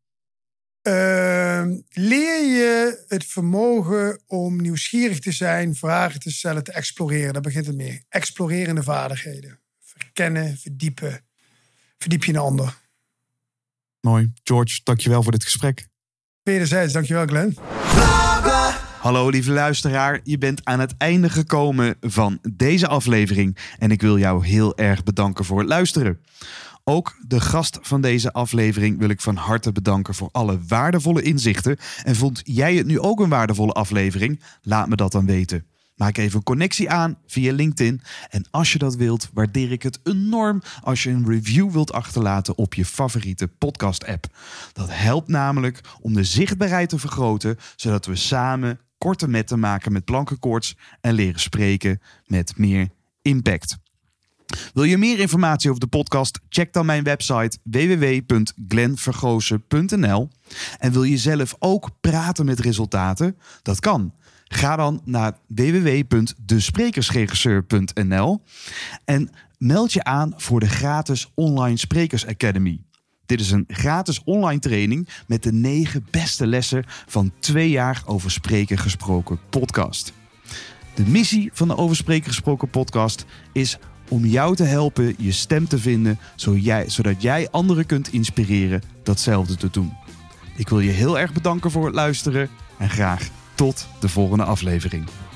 Uh, leer je het vermogen om nieuwsgierig te zijn, vragen te stellen, te exploreren. Daar begint het mee. Explorerende vaardigheden. Verkennen, verdiepen. Verdiep je een ander. Mooi. George, dankjewel voor dit gesprek. Wederzijds, dankjewel Glenn. Hallo lieve luisteraar, je bent aan het einde gekomen van deze aflevering. En ik wil jou heel erg bedanken voor het luisteren. Ook de gast van deze aflevering wil ik van harte bedanken voor alle waardevolle inzichten. En vond jij het nu ook een waardevolle aflevering? Laat me dat dan weten. Maak even een connectie aan via LinkedIn. En als je dat wilt, waardeer ik het enorm als je een review wilt achterlaten op je favoriete podcast-app. Dat helpt namelijk om de zichtbaarheid te vergroten, zodat we samen korte metten maken met plankenkoorts en leren spreken met meer impact. Wil je meer informatie over de podcast? Check dan mijn website w w w punt glenn vergozen punt n l. En wil je zelf ook praten met resultaten? Dat kan. Ga dan naar w w w punt de sprekersregisseur punt n l en meld je aan voor de gratis Online Sprekers Academy. Dit is een gratis online training met de negen beste lessen van twee jaar Over Spreken Gesproken podcast. De missie van de Over Spreken Gesproken podcast is om jou te helpen je stem te vinden, zodat jij anderen kunt inspireren datzelfde te doen. Ik wil je heel erg bedanken voor het luisteren en graag tot de volgende aflevering.